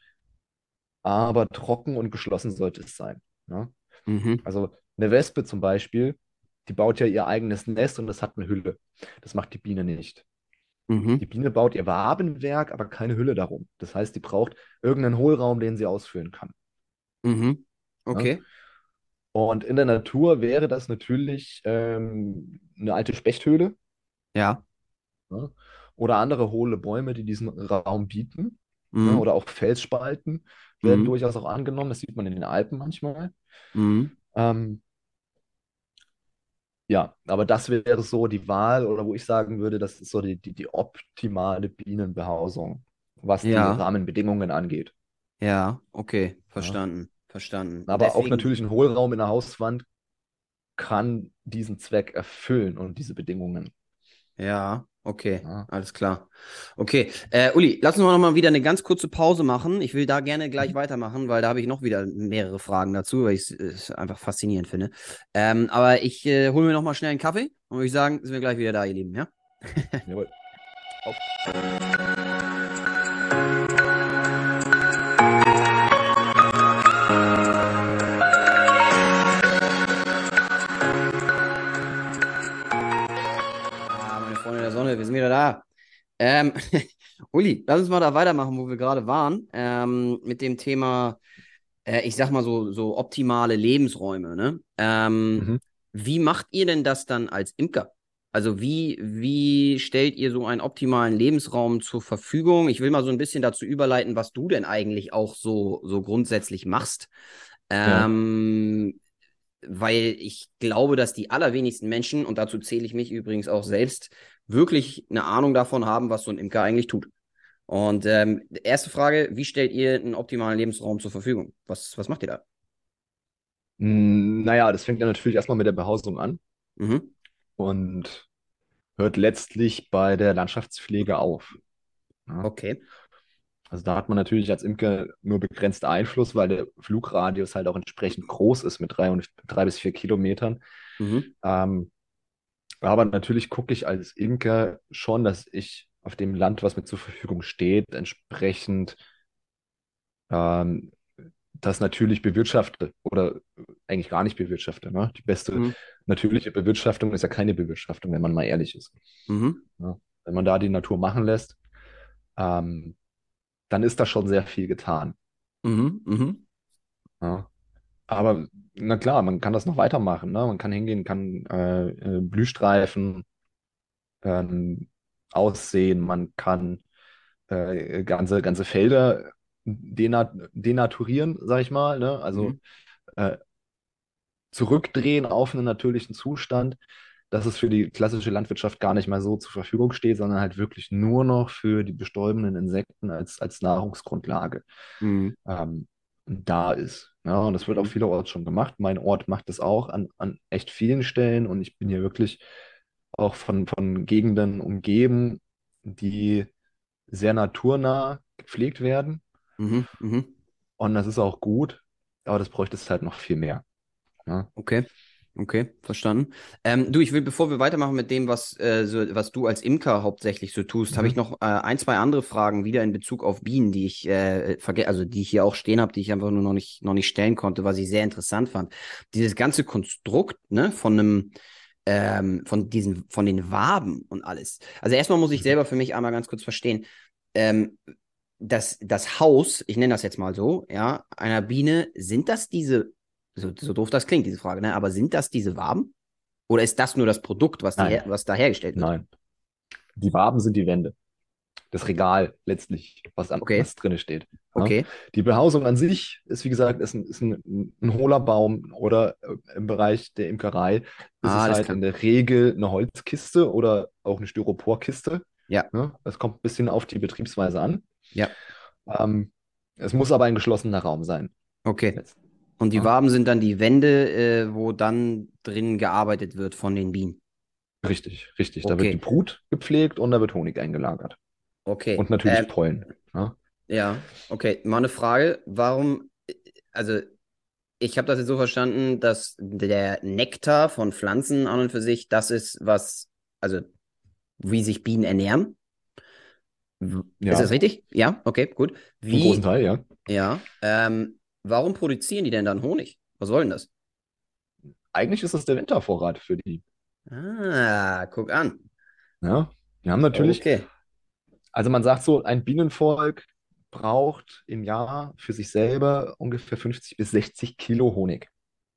aber trocken und geschlossen sollte es sein. Ja. mhm, Also eine Wespe zum Beispiel, die baut ja ihr eigenes Nest und das hat eine Hülle. Das macht die Biene nicht. Die mhm, Biene baut ihr Wabenwerk, aber keine Hülle darum. Das heißt, die braucht irgendeinen Hohlraum, den sie ausfüllen kann. mhm. Ja. Okay. Und in der Natur wäre das natürlich ähm, eine alte Spechthöhle, Ja. ja, oder andere hohle Bäume, die diesen Raum bieten. Ja, Mhm, oder auch Felsspalten werden mhm, durchaus auch angenommen. Das sieht man in den Alpen manchmal. mhm. Ähm, ja, aber das wäre so die Wahl, oder wo ich sagen würde, das ist so die, die, die optimale Bienenbehausung, was die Ja, Rahmenbedingungen angeht. ja, okay, Ja. verstanden, verstanden. Und Aber auch deswegen, natürlich ein Hohlraum in der Hauswand kann diesen Zweck erfüllen und diese Bedingungen. ja, okay, Ja. alles klar. Okay, äh, Uli, lass uns mal noch mal wieder eine ganz kurze Pause machen. Ich will da gerne gleich Mhm. weitermachen, weil da habe ich noch wieder mehrere Fragen dazu, weil ich es einfach faszinierend finde. Ähm, aber ich äh, hole mir noch mal schnell einen Kaffee und würde ich sagen, sind wir gleich wieder da, ihr Lieben, ja? Jawohl. Auf. Ah, meine Freunde der Sonne, wir sind wieder da. Ähm, Uli, lass uns mal da weitermachen, wo wir gerade waren, ähm, mit dem Thema äh, ich sag mal so, so optimale Lebensräume, ne? Ähm, Mhm. wie macht ihr denn das dann als Imker? Also wie, wie stellt ihr so einen optimalen Lebensraum zur Verfügung? Ich will mal so ein bisschen dazu überleiten, was du denn eigentlich auch so, so grundsätzlich machst. Ja. Ähm, weil ich glaube, dass die allerwenigsten Menschen, und dazu zähle ich mich übrigens auch selbst, wirklich eine Ahnung davon haben, was so ein Imker eigentlich tut. Und ähm, erste Frage, wie stellt ihr einen optimalen Lebensraum zur Verfügung? Was, was macht ihr da? Mm, Naja, das fängt ja natürlich erstmal mit der Behausung an Mhm. und hört letztlich bei der Landschaftspflege auf. Ja. Okay. Also da hat man natürlich als Imker nur begrenzt Einfluss, weil der Flugradius halt auch entsprechend groß ist mit drei, und, drei bis vier Kilometern. Mhm. Ähm, aber natürlich gucke ich als Imker schon, dass ich auf dem Land, was mir zur Verfügung steht, entsprechend ähm, das natürlich bewirtschafte oder eigentlich gar nicht bewirtschafte. Ne? Die beste Mhm. natürliche Bewirtschaftung ist ja keine Bewirtschaftung, wenn man mal ehrlich ist. Mhm. Ja? wenn man da die Natur machen lässt, ähm, dann ist da schon sehr viel getan. Mhm, mhm, Ja. Aber na klar, man kann das noch weitermachen. Ne? Man kann hingehen, kann äh, äh, Blühstreifen ähm, aussehen, man kann äh, ganze, ganze Felder denat denaturieren, sag ich mal. Ne? Also mhm, äh, zurückdrehen auf einen natürlichen Zustand, dass es für die klassische Landwirtschaft gar nicht mehr so zur Verfügung steht, sondern halt wirklich nur noch für die bestäubenden Insekten als, als Nahrungsgrundlage mhm, ähm, da ist. Ja, und das wird auch mhm, vielerorts schon gemacht. Mein Ort macht das auch an, an echt vielen Stellen und ich bin hier wirklich auch von, von Gegenden umgeben, die sehr naturnah gepflegt werden. mhm, mhm. Und das ist auch gut, aber das bräuchte es halt noch viel mehr. Ja. Okay, okay, verstanden. Ähm, du, ich will, bevor wir weitermachen mit dem, was, äh, so, was du als Imker hauptsächlich so tust, habe ich Mhm. noch äh, ein, zwei andere Fragen wieder in Bezug auf Bienen, die ich äh, verge also die ich hier auch stehen habe, die ich einfach nur noch nicht, noch nicht stellen konnte, was ich sehr interessant fand. Dieses ganze Konstrukt, ne, von einem ähm, von diesen, von den Waben und alles. Also erstmal muss ich Mhm. selber für mich einmal ganz kurz verstehen, ähm, das, das Haus, ich nenne das jetzt mal so, ja, einer Biene, sind das diese, so, so doof das klingt, diese Frage, ne, aber sind das diese Waben? Oder ist das nur das Produkt, was, die, her- Nein, was da hergestellt wird? nein. Die Waben sind die Wände. Das Regal letztlich, was, an, Okay, was drinne steht. Ja. okay. Die Behausung an sich ist, wie gesagt, ist ein, ist ein, ein hohler Baum oder äh, im Bereich der Imkerei ist Ah, es alles halt klar. in der Regel eine Holzkiste oder auch eine Styroporkiste. Ja, Ne? Das kommt ein bisschen auf die Betriebsweise an. ja, Ähm, Es muss aber ein geschlossener Raum sein. okay. Jetzt, Und die ja. Waben sind dann die Wände, äh, wo dann drin gearbeitet wird von den Bienen. Richtig, richtig. Da wird die Okay, Brut gepflegt und da wird Honig eingelagert. Und okay. natürlich Ähm, Pollen. Ja. ja, okay. Mal eine Frage. Warum, äh, also ich habe das jetzt so verstanden, dass der Nektar von Pflanzen an und für sich das ist, was, also wie sich Bienen ernähren. W- Ist das Ja, richtig? Ja, okay, gut. zum großen Wie, Teil, ja. ja, ähm, warum produzieren die denn dann Honig? Was soll denn das? Eigentlich ist es der Wintervorrat für die. Ah, guck an. Ja. Die haben natürlich, Okay. also man sagt so, ein Bienenvolk braucht im Jahr für sich selber ungefähr fünfzig bis sechzig Kilo Honig.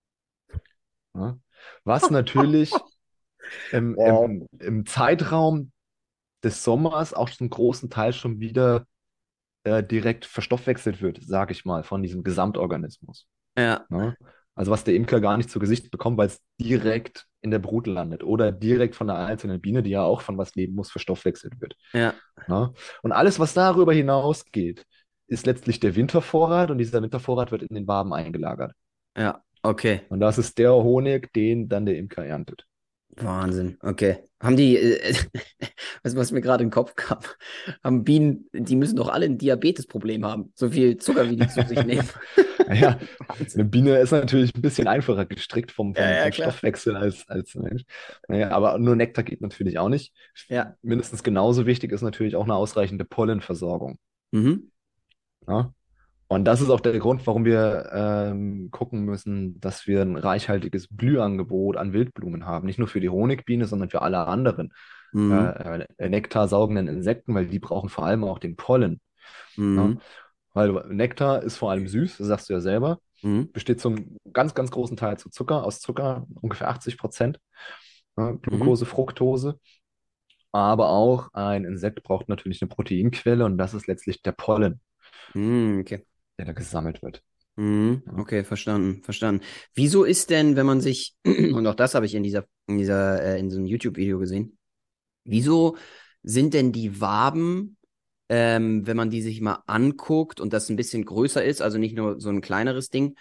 Ja. Was natürlich im, Wow. im, im Zeitraum des Sommers auch zum großen Teil schon wieder äh, direkt verstoffwechselt wird, sage ich mal, von diesem Gesamtorganismus. Ja, Ne? Also was der Imker gar nicht zu Gesicht bekommt, weil es direkt in der Brut landet oder direkt von der einzelnen Biene, die ja auch von was leben muss, verstoffwechselt wird. ja, Ne? Und alles, was darüber hinausgeht, ist letztlich der Wintervorrat und dieser Wintervorrat wird in den Waben eingelagert. ja, okay. Und das ist der Honig, den dann der Imker erntet. Wahnsinn, okay. Haben die, äh, was, was mir gerade in den Kopf kam, haben Bienen, die müssen doch alle ein Diabetesproblem haben, so viel Zucker, wie die zu sich nehmen. Naja, eine Wahnsinn. Biene ist natürlich ein bisschen einfacher gestrickt vom, Ja, vom, ja, vom klar. Stoffwechsel als, als ein Mensch. Naja, aber nur Nektar geht natürlich auch nicht. Ja. Mindestens genauso wichtig ist natürlich auch eine ausreichende Pollenversorgung. Mhm. Ja? Und das ist auch der Grund, warum wir ähm, gucken müssen, dass wir ein reichhaltiges Blühangebot an Wildblumen haben. Nicht nur für die Honigbiene, sondern für alle anderen Mhm. äh, äh, nektarsaugenden Insekten, weil die brauchen vor allem auch den Pollen. Ja? Mhm. Weil Nektar ist vor allem süß, das sagst du ja selber, Mhm. besteht zum ganz, ganz großen Teil zu Zucker, aus Zucker, ungefähr achtzig Prozent, ja, Mhm. Glucose, Fructose. Aber auch ein Insekt braucht natürlich eine Proteinquelle und das ist letztlich der Pollen, Mhm. Okay. der da gesammelt wird. Mhm. Ja. Okay, verstanden, verstanden. Wieso ist denn, wenn man sich, und auch das habe ich in dieser, in dieser, äh, in so einem YouTube-Video gesehen, wieso sind denn die Waben, ähm, wenn man die sich mal anguckt und das ein bisschen größer ist, also nicht nur so ein kleineres Ding,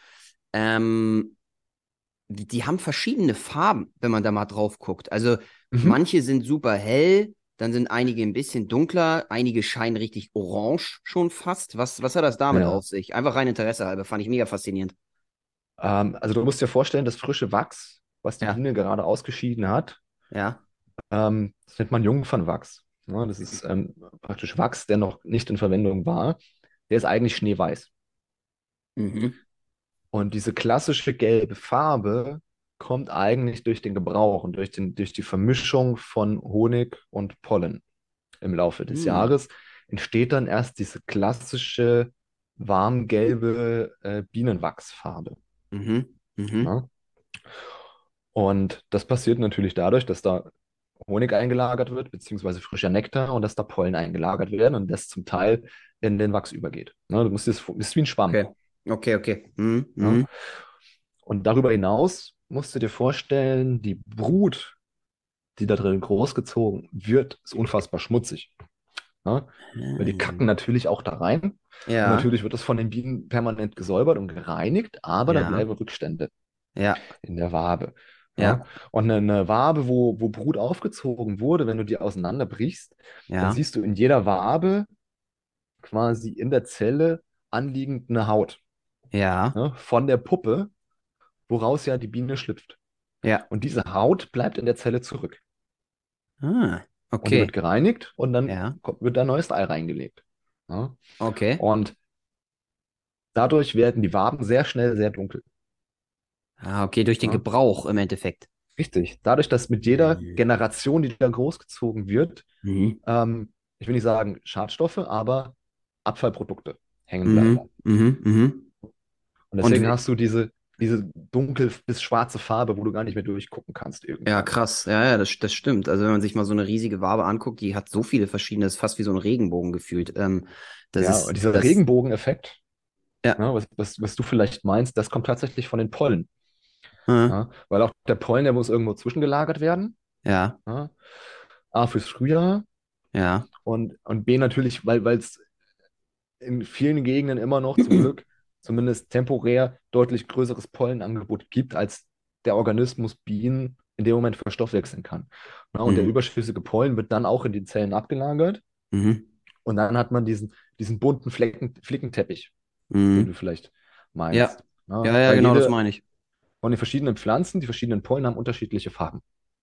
ähm, die, die haben verschiedene Farben, wenn man da mal drauf guckt. Also Mhm. manche sind super hell, dann sind einige ein bisschen dunkler, einige scheinen richtig orange schon fast. Was, was hat das damit Ja. auf sich? Einfach rein Interesse halber, fand ich mega faszinierend. Ähm, also du musst dir vorstellen, das frische Wachs, was die Ja, Biene gerade ausgeschieden hat, ja. ähm, das nennt man Jungfernwachs. Ja, das ist ähm, praktisch Wachs, der noch nicht in Verwendung war. Der ist eigentlich schneeweiß. Mhm. Und diese klassische gelbe Farbe kommt eigentlich durch den Gebrauch und durch den, durch die Vermischung von Honig und Pollen. im Laufe des Hm. Jahres, entsteht dann erst diese klassische warmgelbe äh, Bienenwachsfarbe. Mhm. Mhm. Ne? Und das passiert natürlich dadurch, dass da Honig eingelagert wird, beziehungsweise frischer Nektar und dass da Pollen eingelagert werden und das zum Teil in den Wachs übergeht. Ne? Du musst das, das ist wie ein Schwamm. Okay. Okay, okay. Mhm. Ne? Mhm. Und darüber hinaus musst du dir vorstellen, die Brut, die da drin großgezogen wird, ist unfassbar schmutzig. Ne? Weil die kacken Hm. natürlich auch da rein. Und Ja, natürlich wird das von den Bienen permanent gesäubert und gereinigt, aber da ja, bleiben Rückstände ja, in der Wabe. Ja? ja, Und eine, eine Wabe, wo, wo Brut aufgezogen wurde, wenn du die auseinanderbrichst, dann ja, siehst du in jeder Wabe quasi in der Zelle anliegend eine Haut, ja, ne? Von der Puppe, woraus ja die Biene schlüpft. ja. Und diese Haut bleibt in der Zelle zurück. Ah, Und die wird okay. gereinigt und dann Ja, kommt, wird da neues Ei reingelegt. Ja? okay. Und dadurch werden die Waben sehr schnell sehr dunkel. Ah, okay, durch den Ja? Gebrauch im Endeffekt. Richtig. Dadurch, dass mit jeder Mhm. Generation, die da großgezogen wird, Mhm. ähm, ich will nicht sagen Schadstoffe, aber Abfallprodukte hängen bleiben. Mhm. Mhm. Mhm. Und Und deswegen wie- hast du diese, diese dunkel bis schwarze Farbe, wo du gar nicht mehr durchgucken kannst ja, irgendwann. krass. Ja, ja, das, das stimmt. Also wenn man sich mal so eine riesige Wabe anguckt, die hat so viele verschiedene, das ist fast wie so ein Regenbogen gefühlt. Ähm, das Ja, ist, und dieser das, Regenbogeneffekt, ja. ja, was, was, was du vielleicht meinst, das kommt tatsächlich von den Pollen. Hm. Ja, weil auch der Pollen, der muss irgendwo zwischengelagert werden. Ja, Ja, A fürs Frühjahr ja. und, und B natürlich, weil weil es in vielen Gegenden immer noch zum Glück zumindest temporär deutlich größeres Pollenangebot gibt, als der Organismus Bienen in dem Moment verstoffwechseln kann. Ja, und der Mhm. überschüssige Pollen wird dann auch in die Zellen abgelagert Mhm. und dann hat man diesen, diesen bunten Flecken, Flickenteppich, den du Mhm. vielleicht Ja. meinst. Ja, Ja, ja, weil genau, das jede meine ich. von den verschiedenen Pflanzen, die verschiedenen Pollen haben unterschiedliche Farben.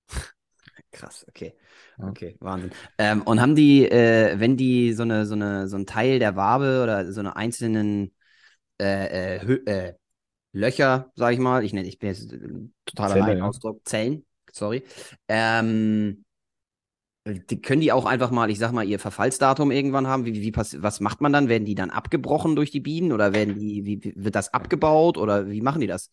Krass, okay. Ja. Okay, Wahnsinn. Ähm, und haben die, äh, wenn die so eine, so eine, so ein Teil der Wabe oder so eine einzelnen äh, äh, Hö- äh, Löcher, sag ich mal, ich nenne, ich bin jetzt äh, totaler Zelle, Laien ja. Ausdruck, Zellen, sorry. Ähm, die, können die auch einfach mal, ich sag mal, ihr Verfallsdatum irgendwann haben? Wie, wie pass was macht man dann? Werden die dann abgebrochen durch die Bienen oder werden die, wie, wie- wird das abgebaut oder wie machen die das?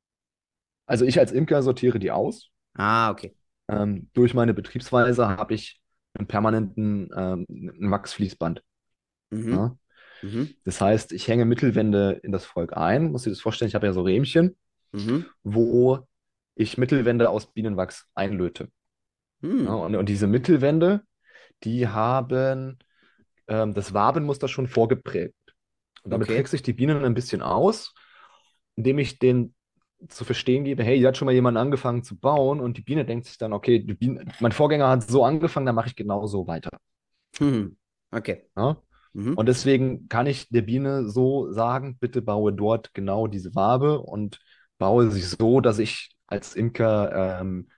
Also ich als Imker sortiere die aus. Ah, okay. Ähm, durch meine Betriebsweise habe ich einen permanenten ähm, ein Wachsfließband. Mhm. Ja? Mhm. Das heißt, ich hänge Mittelwände in das Volk ein. Muss dir das vorstellen, ich habe ja so Rähmchen, Mhm. wo ich Mittelwände aus Bienenwachs einlöte. Ja? Mhm. Und, und diese Mittelwände, die haben ähm, das Wabenmuster schon vorgeprägt. Und damit Okay. trickse ich die Bienen ein bisschen aus, indem ich denen zu verstehen gebe, hey, hier hat schon mal jemand angefangen zu bauen und die Biene denkt sich dann, okay, die Biene, mein Vorgänger hat so angefangen, dann mache ich genauso weiter. Mhm. Okay. Ja? Mhm. Und deswegen kann ich der Biene so sagen, bitte baue dort genau diese Wabe und baue sie so, dass ich als Imker ähm,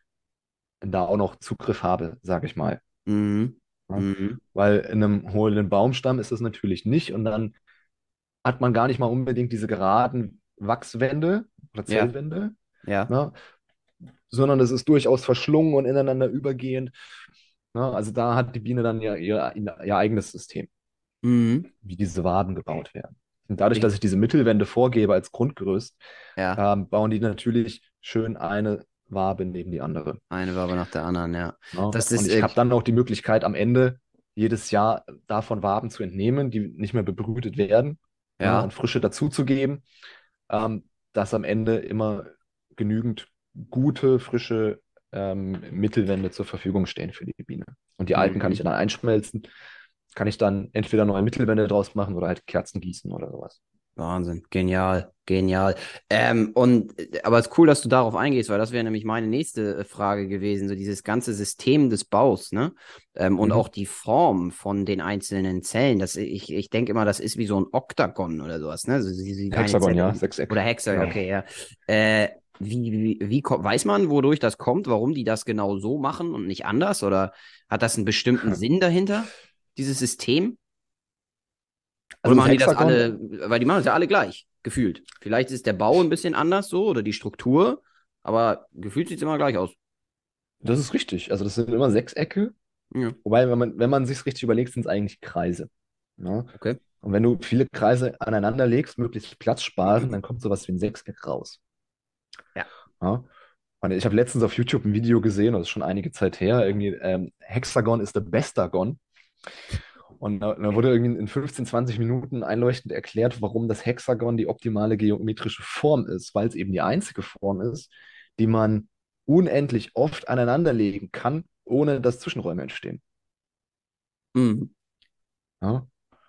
da auch noch Zugriff habe, sage ich mal. Mhm. Ja? Mhm. Weil in einem hohlen Baumstamm ist das natürlich nicht und dann hat man gar nicht mal unbedingt diese geraden Wachswände oder Ja. Zellwände, Ja. ne? Sondern es ist durchaus verschlungen und ineinander übergehend. Ne? Also da hat die Biene dann ja ihr, ihr eigenes System, Mhm. wie diese Waben gebaut werden. Und dadurch, dass Richtig. ich diese Mittelwände vorgebe als Grundgerüst, Ja. ähm, bauen die natürlich schön eine Wabe neben die andere. Eine Wabe nach der anderen, ja. Ne? Das Und ist, ich äh, habe dann auch die Möglichkeit, am Ende jedes Jahr davon Waben zu entnehmen, die nicht mehr bebrütet werden, ne? Und ja. frische dazuzugeben, ähm, dass am Ende immer genügend gute, frische ähm, Mittelwände zur Verfügung stehen für die Biene. Und die alten kann ich Mhm. dann einschmelzen, kann ich dann entweder neue Mittelwände draus machen oder halt Kerzen gießen oder sowas. Wahnsinn, genial, genial. Ähm, und äh, aber es ist cool, dass du darauf eingehst, weil das wäre nämlich meine nächste äh, Frage gewesen, so dieses ganze System des Baus, ne? Ähm, und auch Mhm. die Form von den einzelnen Zellen. Das, ich, ich denke immer, das ist wie so ein Oktagon oder sowas, ne? So, wie, wie eine Hexagon, Zelle. ja, In, oder Sechseck. Hexagon, Ja. okay, ja. Äh, wie, wie, wie ko- weiß man, wodurch das kommt, warum die das genau so machen und nicht anders? Oder hat das einen bestimmten Sinn dahinter, dieses System? Oder Also das machen die das Hexagon, alle, weil die machen das ja alle gleich, gefühlt. Vielleicht ist der Bau ein bisschen anders so oder die Struktur, aber gefühlt sieht es immer gleich aus. das ist richtig. Also das sind immer Sechsecke. Ja, Wobei, wenn man, wenn man sich richtig überlegt, sind es eigentlich Kreise. Ja? okay. Und wenn du viele Kreise aneinander legst, möglichst Platz sparen, dann kommt sowas wie ein Sechseck raus. Ja. Ja? Und ich habe letztens auf YouTube ein Video gesehen, das ist schon einige Zeit her, irgendwie ähm, Hexagon ist der Bestagon. Und da, da wurde irgendwie in fünfzehn, zwanzig Minuten einleuchtend erklärt, warum das Hexagon die optimale geometrische Form ist, weil es eben die einzige Form ist, die man unendlich oft aneinanderlegen kann, ohne dass Zwischenräume entstehen. Mhm. Ja?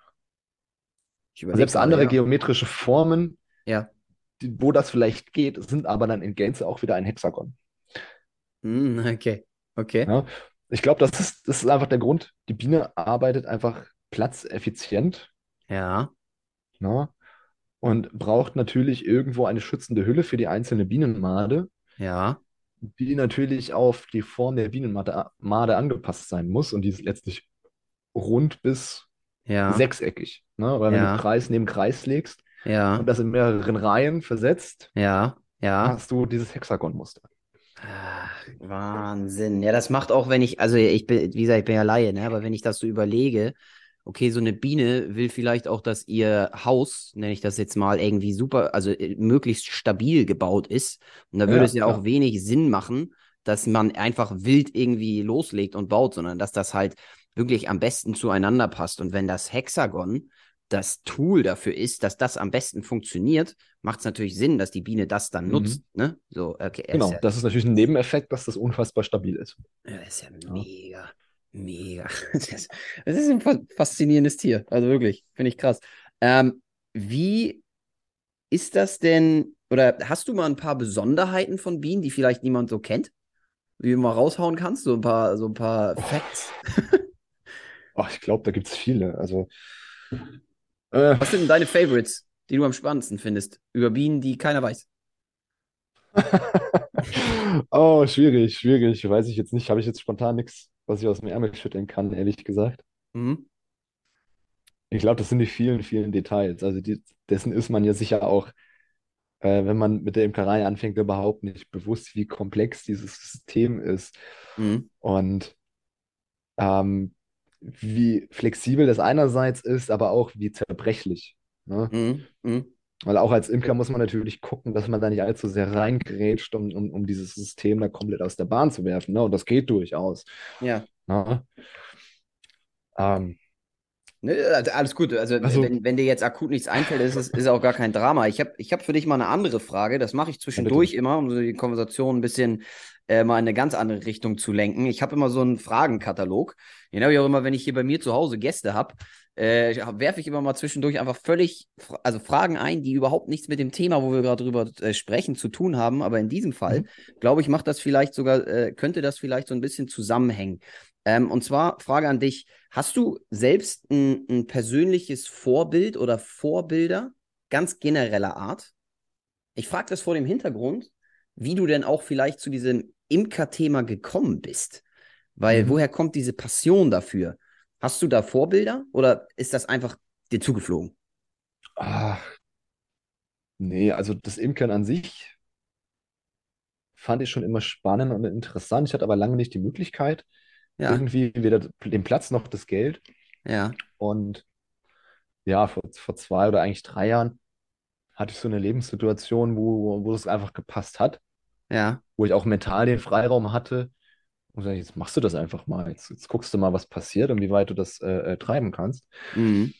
Ich überlege Selbst gerade, andere ja. geometrische Formen, Ja. die, wo das vielleicht geht, sind aber dann in Gänze auch wieder ein Hexagon. Mhm, okay. Okay. Ja? Ich glaube, das ist, das ist einfach der Grund. Die Biene arbeitet einfach platzeffizient, Ja. ne? Und braucht natürlich irgendwo eine schützende Hülle für die einzelne Bienenmade, Ja. die natürlich auf die Form der Bienenmade Made angepasst sein muss. Und die ist letztlich rund bis Ja. sechseckig. Ne? Weil wenn du Ja. Kreis neben Kreis legst und Ja. das in mehreren Reihen versetzt, Ja. Ja. hast du dieses Hexagonmuster. Ach, Wahnsinn. Ja, das macht auch, wenn ich, also ich bin, wie gesagt, ich bin ja Laie, ne? Aber wenn ich das so überlege, okay, so eine Biene will vielleicht auch, dass ihr Haus, nenne ich das jetzt mal, irgendwie super, also äh, möglichst stabil gebaut ist. Und da Ja, würde es ja, ja auch klar. wenig Sinn machen, dass man einfach wild irgendwie loslegt und baut, sondern dass das halt wirklich am besten zueinander passt. Und wenn das Hexagon das Tool dafür ist, dass das am besten funktioniert, macht es natürlich Sinn, dass die Biene das dann Mhm. nutzt, ne? So, okay, er ist Genau, ja, das ist natürlich ein Nebeneffekt, dass das unfassbar stabil ist. ja, das ist ja Ja. mega, mega. Das ist, das ist ein fa- faszinierendes Tier. Also wirklich, finde ich krass. Ähm, wie ist das denn, oder hast du mal ein paar Besonderheiten von Bienen, die vielleicht niemand so kennt? Wie du mal raushauen kannst? So ein paar, so ein paar Facts. Oh, oh, ich glaube, da gibt es viele. Also, äh, Was sind denn deine Favorites, die du am spannendsten findest? Über Bienen, die keiner weiß. oh, schwierig, schwierig. Weiß ich jetzt nicht. Habe ich jetzt spontan nichts, was ich aus dem Ärmel schütteln kann, ehrlich gesagt. Mhm. Ich glaube, das sind die vielen, vielen Details. Also die, dessen ist man ja sicher auch, äh, wenn man mit der Imkerei anfängt, überhaupt nicht bewusst, wie komplex dieses System ist Mhm. und ähm, wie flexibel das einerseits ist, aber auch wie zerbrechlich. Ne? Mhm. Mhm. Weil auch als Imker muss man natürlich gucken, dass man da nicht allzu sehr reingrätscht, um, um, um dieses System da komplett aus der Bahn zu werfen. Ne? Und das geht durchaus. Ja. Ne? Ähm, Ne, also alles gut. Also, also, wenn, wenn dir jetzt akut nichts einfällt, ist es ist auch gar kein Drama. Ich habe ich hab für dich mal eine andere Frage. Das mache ich ja, bitte. zwischendurch immer, um so die Konversation ein bisschen äh, mal in eine ganz andere Richtung zu lenken. Ich habe immer so einen Fragenkatalog. Den habe ich auch immer, wenn ich hier bei mir zu Hause Gäste habe, äh, werfe ich immer mal zwischendurch einfach völlig, fra- also Fragen ein, die überhaupt nichts mit dem Thema, wo wir gerade drüber äh, sprechen, zu tun haben. Aber in diesem Fall, Mhm. glaube ich, macht das vielleicht sogar, äh, könnte das vielleicht so ein bisschen zusammenhängen. Ähm, und zwar Frage an dich. Hast du selbst ein, ein persönliches Vorbild oder Vorbilder ganz genereller Art? Ich frage das vor dem Hintergrund, wie du denn auch vielleicht zu diesem Imker-Thema gekommen bist. Weil Mhm. woher kommt diese Passion dafür? Hast du da Vorbilder oder ist das einfach dir zugeflogen? Ach, nee, also das Imkern an sich fand ich schon immer spannend und interessant. Ich hatte aber lange nicht die Möglichkeit, Ja, irgendwie weder den Platz noch das Geld. ja, Und ja, vor, vor zwei oder eigentlich drei Jahren hatte ich so eine Lebenssituation, wo, wo es einfach gepasst hat, ja. wo ich auch mental den Freiraum hatte. Und sag ich, jetzt machst du das einfach mal. Jetzt, jetzt guckst du mal, was passiert und wie weit du das äh, äh, treiben kannst. Mhm.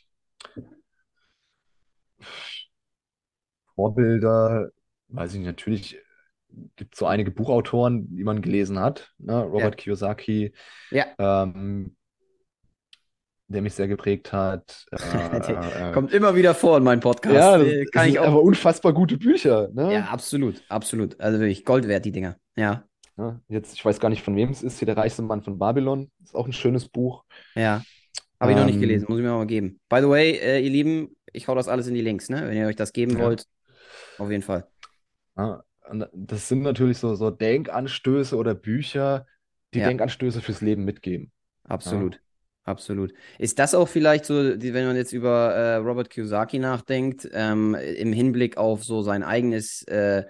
Vorbilder, weiß ich nicht, natürlich gibt es so einige Buchautoren, die man gelesen hat. Ne? Ja, Robert Kiyosaki, ja. ähm, der mich sehr geprägt hat. Äh, äh, äh, Kommt immer wieder vor in meinem Podcast. ja, das, Äh, das Kann ich sind auch. aber unfassbar gute Bücher. Ja, Ne? absolut, absolut. Also wirklich Gold wert, die Dinger. Ja, Ja, jetzt, ich weiß gar nicht, von wem es ist. Hier der reichste Mann von Babylon. Ist auch ein schönes Buch. ja. Habe ich noch nicht gelesen, Ähm, muss ich mir mal geben. By the way, äh, ihr Lieben, ich hau das alles in die Links, ne? Wenn ihr euch das geben ja, wollt, auf jeden Fall. ja, und das sind natürlich so, so Denkanstöße oder Bücher, die Ja, Denkanstöße fürs Leben mitgeben. Ja. absolut. Absolut. Ist das auch vielleicht so, die, wenn man jetzt über äh, Robert Kiyosaki nachdenkt, ähm, im Hinblick auf so sein eigenes äh,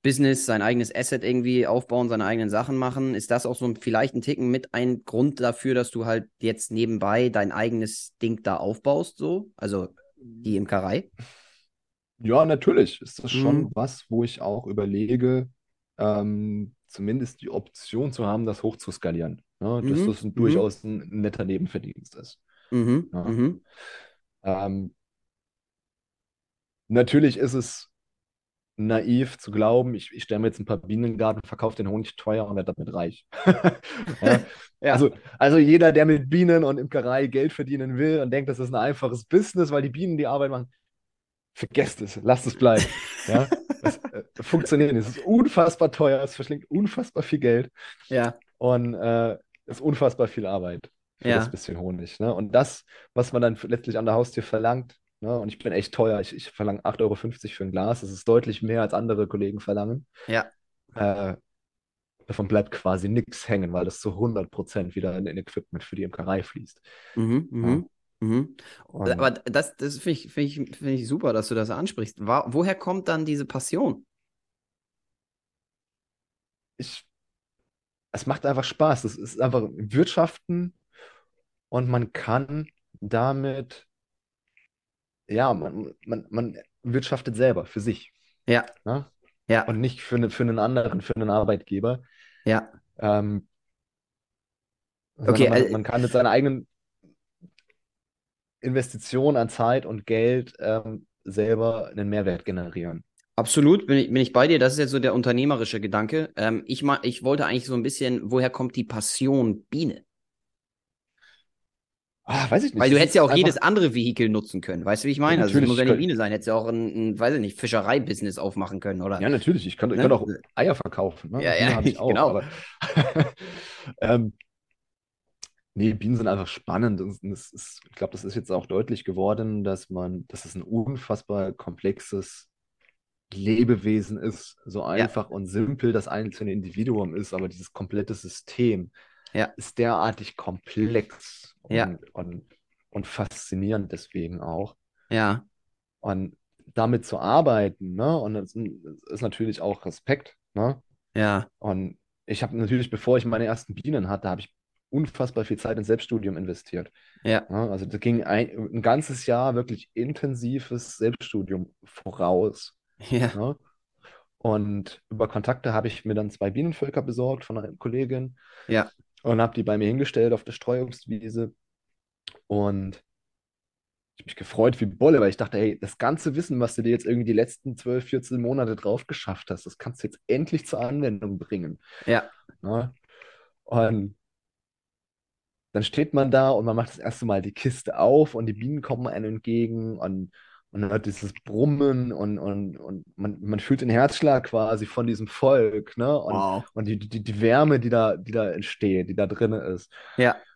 Business, sein eigenes Asset irgendwie aufbauen, seine eigenen Sachen machen. Ist das auch so ein, vielleicht ein Ticken mit ein Grund dafür, dass du halt jetzt nebenbei dein eigenes Ding da aufbaust, so? Also die Imkerei? Ja, natürlich ist das schon Mhm. was, wo ich auch überlege, ähm, zumindest die Option zu haben, das hochzuskalieren. Ne? Dass Mhm. das ein, Mhm. durchaus ein netter Nebenverdienst ist. Mhm. Ja? Mhm. Ähm, natürlich ist es naiv zu glauben, ich, ich stelle mir jetzt ein paar Bienen in den Garten, verkaufe den Honig teuer und werde damit reich. Ja? Ja. Also, also jeder, der mit Bienen und Imkerei Geld verdienen will und denkt, das ist ein einfaches Business, weil die Bienen die Arbeit machen, vergesst es, lasst es bleiben. Ja? Es äh, funktioniert nicht. Es ist unfassbar teuer, es verschlingt unfassbar viel Geld Ja. und äh, es ist unfassbar viel Arbeit für das Ja. bisschen Honig. Ne? Und das, was man dann letztlich an der Haustür verlangt, ne? Und ich bin echt teuer, ich, ich verlange acht Euro fünfzig für ein Glas, das ist deutlich mehr, als andere Kollegen verlangen. Ja. Äh, Davon bleibt quasi nichts hängen, weil das zu hundert Prozent wieder in, in Equipment für die Imkerei fließt. Mhm. Ja? Mhm. Mhm. Aber Und das, das finde ich, find ich, find ich super, dass du das ansprichst. Wa- Woher kommt dann diese Passion? ich, es macht einfach Spaß. Es ist einfach Wirtschaften und man kann damit, ja, man, man, man wirtschaftet selber für sich, Ja. ne? Ja. Und nicht für, ne, für einen anderen, für einen Arbeitgeber, Ja. ähm, Okay, sondern man, äh, man kann mit seiner eigenen Investition an Zeit und Geld ähm, selber einen Mehrwert generieren. absolut, bin ich, bin ich bei dir. Das ist jetzt so der unternehmerische Gedanke. Ähm, ich, ma- ich wollte eigentlich so ein bisschen, woher kommt die Passion Biene? Ah, weiß ich Weil nicht, du es hättest ja ist auch jedes einfach, andere Vehikel nutzen können. Weißt du, wie ich ja, meine? Also es muss natürlich, ja ich nicht könnte, Biene sein. Hättest ja auch ein, ein weiß ich nicht, Fischerei-Business aufmachen können, oder? ja, natürlich, ich könnte, ich könnte Ne? auch Eier verkaufen, ne? Ja, Hühner ja, habe ich auch, genau. aber ähm, nee, Bienen sind einfach spannend und es ist, ich glaube, das ist jetzt auch deutlich geworden, dass man, dass es ein unfassbar komplexes Lebewesen ist, so Ja, einfach und simpel das einzelne Individuum ist, aber dieses komplette System ja, ist derartig komplex ja, und, und, und faszinierend deswegen auch. ja, Und damit zu arbeiten, ne? Und das ist natürlich auch Respekt, ne? ja, Und ich habe natürlich, bevor ich meine ersten Bienen hatte, habe ich unfassbar viel Zeit ins Selbststudium investiert. ja, Ja, also da ging ein, ein ganzes Jahr wirklich intensives Selbststudium voraus. ja, Ne? Und über Kontakte habe ich mir dann zwei Bienenvölker besorgt von einer Kollegin ja, und habe die bei mir hingestellt auf der Streuobstwiese. Und ich habe mich gefreut wie Bolle, weil ich dachte, hey, das ganze Wissen, was du dir jetzt irgendwie die letzten zwölf, vierzehn Monate drauf geschafft hast, das kannst du jetzt endlich zur Anwendung bringen. ja, Ne? Und dann steht man da und man macht das erste Mal die Kiste auf und die Bienen kommen einem entgegen und, und man hört dieses Brummen und, und, und man, man fühlt den Herzschlag quasi von diesem Volk, ne? Und, wow. und die, die, die Wärme, die da, die da entsteht, die da drin ist. Ja.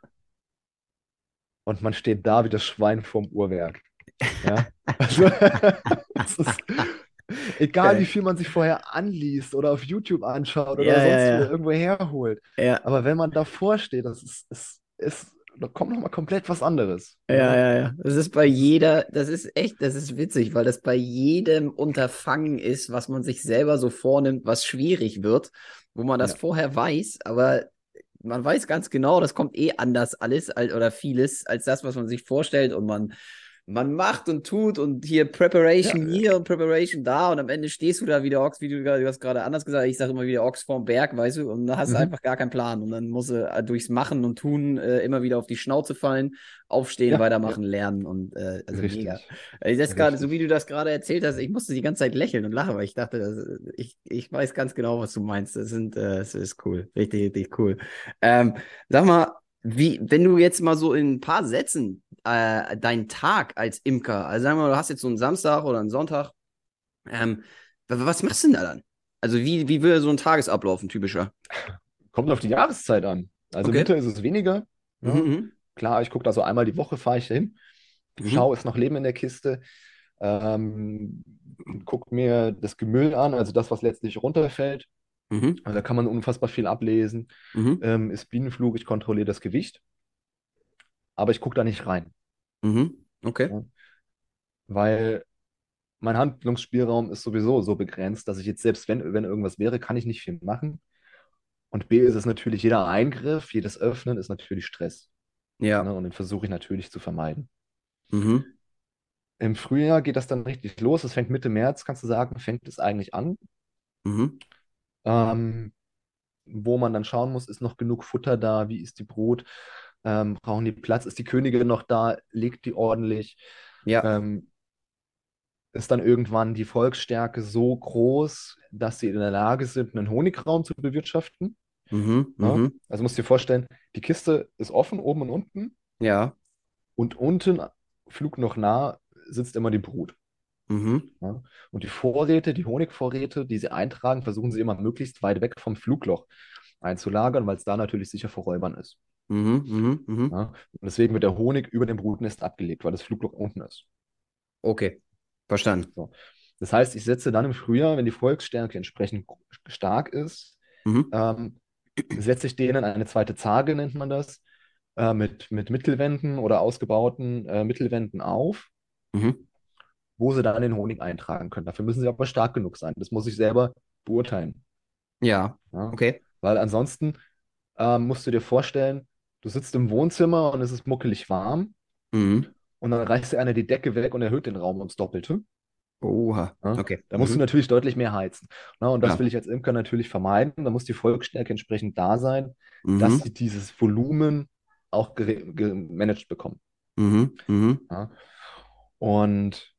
Und man steht da wie das Schwein vorm Uhrwerk. Ja. Also, es ist, egal wie Geil. viel man sich vorher anliest oder auf YouTube anschaut oder Ja, ja, sonst wo ja. irgendwo herholt. Ja, Aber wenn man davor steht, das ist, ist, ist, da kommt nochmal komplett was anderes. ja, Ja? ja, ja. Das ist bei Das ist, jeder, das ist echt, das ist witzig, weil das bei jedem Unterfangen ist, was man sich selber so vornimmt, was schwierig wird, wo man das ja. vorher weiß, aber man weiß ganz genau, das kommt eh anders alles al- oder vieles als das, was man sich vorstellt und man, man macht und tut und hier Ja, Preparation ja, hier und Preparation da und am Ende stehst du da wie der Ochs, wie du, gerade- du hast gerade anders gesagt, ich sage immer wie der Ochs vorm Berg, weißt du, und da hast du mhm. einfach gar keinen Plan und dann musst du äh, durchs Machen und Tun äh, immer wieder auf die Schnauze fallen, aufstehen, Ja, ja, weitermachen, lernen und äh, also mega. richtig, Äh, Das gerade, so wie richtig. du das gerade erzählt hast, ich musste die ganze Zeit lächeln und lachen, weil ich dachte, das, ich, ich weiß ganz genau, was du meinst. Das sind, äh, das ist cool, richtig, richtig cool. Ähm, Sag mal, wie, wenn du jetzt mal so in ein paar Sätzen äh, deinen Tag als Imker, also sagen wir mal, du hast jetzt so einen Samstag oder einen Sonntag, ähm, wa- was machst du denn da dann? Also wie, wie würde so ein Tagesablauf, ein typischer? Kommt auf die Jahreszeit an. Also im Okay. Winter ist es weniger. Ja. Mhm, Klar, ich gucke da so einmal die Woche, fahre ich hin, mhm, schaue, ist noch Leben in der Kiste, ähm, gucke mir das Gemüll an, also das, was letztlich runterfällt. mhm, Also da kann man unfassbar viel ablesen. mhm, Ähm, ist Bienenflug, ich kontrolliere das Gewicht, aber ich gucke da nicht rein. mhm, mhm. Okay. Ja. Weil mein Handlungsspielraum ist sowieso so begrenzt, dass ich jetzt selbst, wenn, wenn irgendwas wäre, kann ich nicht viel machen. Und B ist es natürlich, jeder Eingriff, jedes Öffnen ist natürlich Stress. Ja. Ne? Und den versuche ich natürlich zu vermeiden. Mhm. Im Frühjahr geht das dann richtig los. Es fängt Mitte März, kannst du sagen, fängt es eigentlich an. Mhm. Ähm, Wo man dann schauen muss, ist noch genug Futter da? Wie ist die Brut? Ähm, brauchen die Platz? Ist die Königin noch da? Legt die ordentlich? Ja. Ähm, Ist dann irgendwann die Volksstärke so groß, dass sie in der Lage sind, einen Honigraum zu bewirtschaften? Mhm. Ja? Mhm. Also musst du dir vorstellen, die Kiste ist offen, oben und unten, Ja. und unten, Flug noch nah, sitzt immer die Brut. Mhm. Ja? Und die Vorräte, die Honigvorräte, die sie eintragen, versuchen sie immer möglichst weit weg vom Flugloch einzulagern, weil es da natürlich sicher vor Räubern ist. Mhm. Mhm. Mhm. Ja? Und deswegen wird der Honig über dem Brutnest abgelegt, weil das Flugloch unten ist. Okay. Verstanden. So. Das heißt, ich setze dann im Frühjahr, wenn die Volksstärke entsprechend stark ist, Mhm. ähm, setze ich denen eine zweite Zarge, nennt man das, äh, mit, mit Mittelwänden oder ausgebauten äh, Mittelwänden auf, Mhm. wo sie dann den Honig eintragen können. Dafür müssen sie aber stark genug sein. Das muss ich selber beurteilen. Ja. Ja? Okay. Weil ansonsten ähm, musst du dir vorstellen, du sitzt im Wohnzimmer und es ist muckelig warm, Mhm. und dann reißt dir einer die Decke weg und erhöht den Raum ums Doppelte. Oha. Ja? Okay. Da musst du Mhm. natürlich deutlich mehr heizen. Na, und das will Klar. ich als Imker natürlich vermeiden. Da muss die Volksstärke entsprechend da sein, dass Mhm. sie dieses Volumen auch gere- gemanagt bekommen. Mhm. Mhm. Ja? Und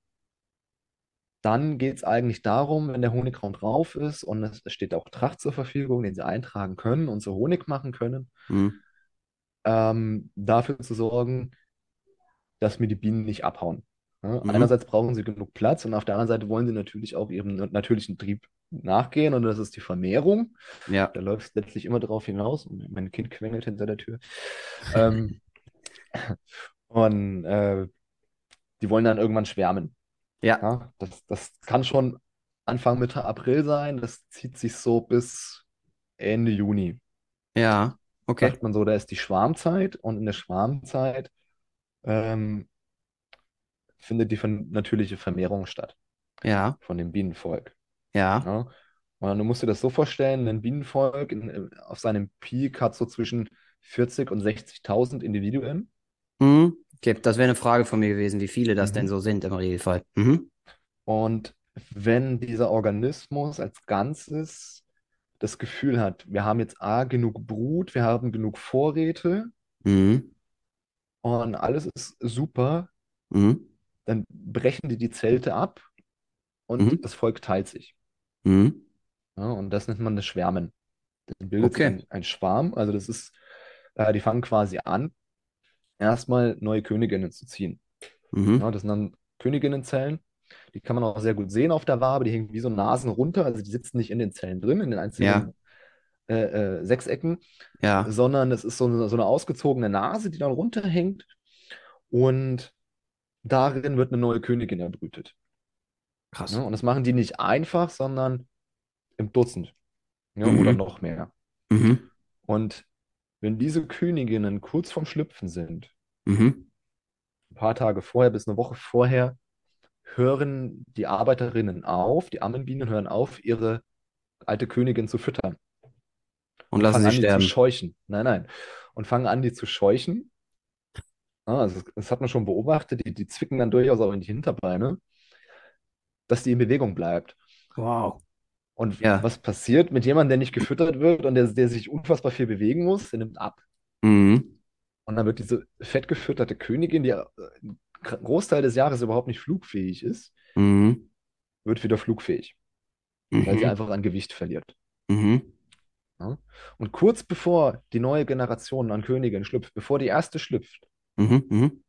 dann geht es eigentlich darum, wenn der Honigraum drauf ist und es es steht auch Tracht zur Verfügung, den sie eintragen können und so Honig machen können, Mhm. ähm, dafür zu sorgen, dass mir die Bienen nicht abhauen. Ja, Mhm. einerseits brauchen sie genug Platz, und auf der anderen Seite wollen sie natürlich auch ihrem natürlichen Trieb nachgehen, und das ist die Vermehrung. Ja. Da läuft es letztlich immer darauf hinaus. Und mein Kind quengelt hinter der Tür. Ähm, und äh, die wollen dann irgendwann schwärmen. Ja. Ja, das, das kann schon Anfang Mitte April sein. Das zieht sich so bis Ende Juni. Ja. Okay. Sagt man so, da ist die Schwarmzeit, und in der Schwarmzeit ähm, findet die ver natürliche Vermehrung statt Ja. von dem Bienenvolk. Ja. Ja? Und du musst dir das so vorstellen, ein Bienenvolk in, äh, auf seinem Peak hat so zwischen vierzig und sechzigtausend Individuen. Mhm. Okay. Das wäre eine Frage von mir gewesen, wie viele das denn Mhm. so sind im Regelfall. Mhm. Und wenn dieser Organismus als Ganzes das Gefühl hat, wir haben jetzt A, genug Brut, wir haben genug Vorräte Mhm. und alles ist super, Mhm. dann brechen die die Zelte ab und Mhm. das Volk teilt sich. Mhm. Ja, und das nennt man das Schwärmen. Dann bildet sich Okay. ein, ein Schwarm, also das ist, äh, die fangen quasi an, erstmal neue Königinnen zu ziehen. Ja, Mhm. das sind dann Königinnenzellen. Die kann man auch sehr gut sehen auf der Wabe. Die hängen wie so Nasen runter. Also die sitzen nicht in den Zellen drin, in den Ja. einzelnen äh, äh, Sechsecken, Ja. sondern es ist so eine, so eine ausgezogene Nase, die dann runterhängt. Und darin wird eine neue Königin erbrütet. Ja, Krass. und das machen die nicht einfach, sondern im Dutzend, ja, oder Mhm. noch mehr. Mhm. Und wenn diese Königinnen kurz vorm Schlüpfen sind, Mhm. ein paar Tage vorher bis eine Woche vorher, hören die Arbeiterinnen auf, die Ammenbienen hören auf, ihre alte Königin zu füttern, Und und lassen fangen sie an, die zu sterben. scheuchen. Nein, nein. Und fangen an, die zu scheuchen. Ja, also das, das hat man schon beobachtet, die, die zwicken dann durchaus auch in die Hinterbeine, dass die in Bewegung bleibt. Wow. Und Ja. was passiert mit jemandem, der nicht gefüttert wird und der, der sich unfassbar viel bewegen muss? Der nimmt ab. Mhm. Und dann wird diese fettgefütterte Königin, die äh, einen Großteil des Jahres überhaupt nicht flugfähig ist, Mhm. wird wieder flugfähig, weil sie Mhm. einfach an Gewicht verliert. Mhm. Ja? Und kurz bevor die neue Generation an Königinnen schlüpft, bevor die erste schlüpft, Mhm. Mhm.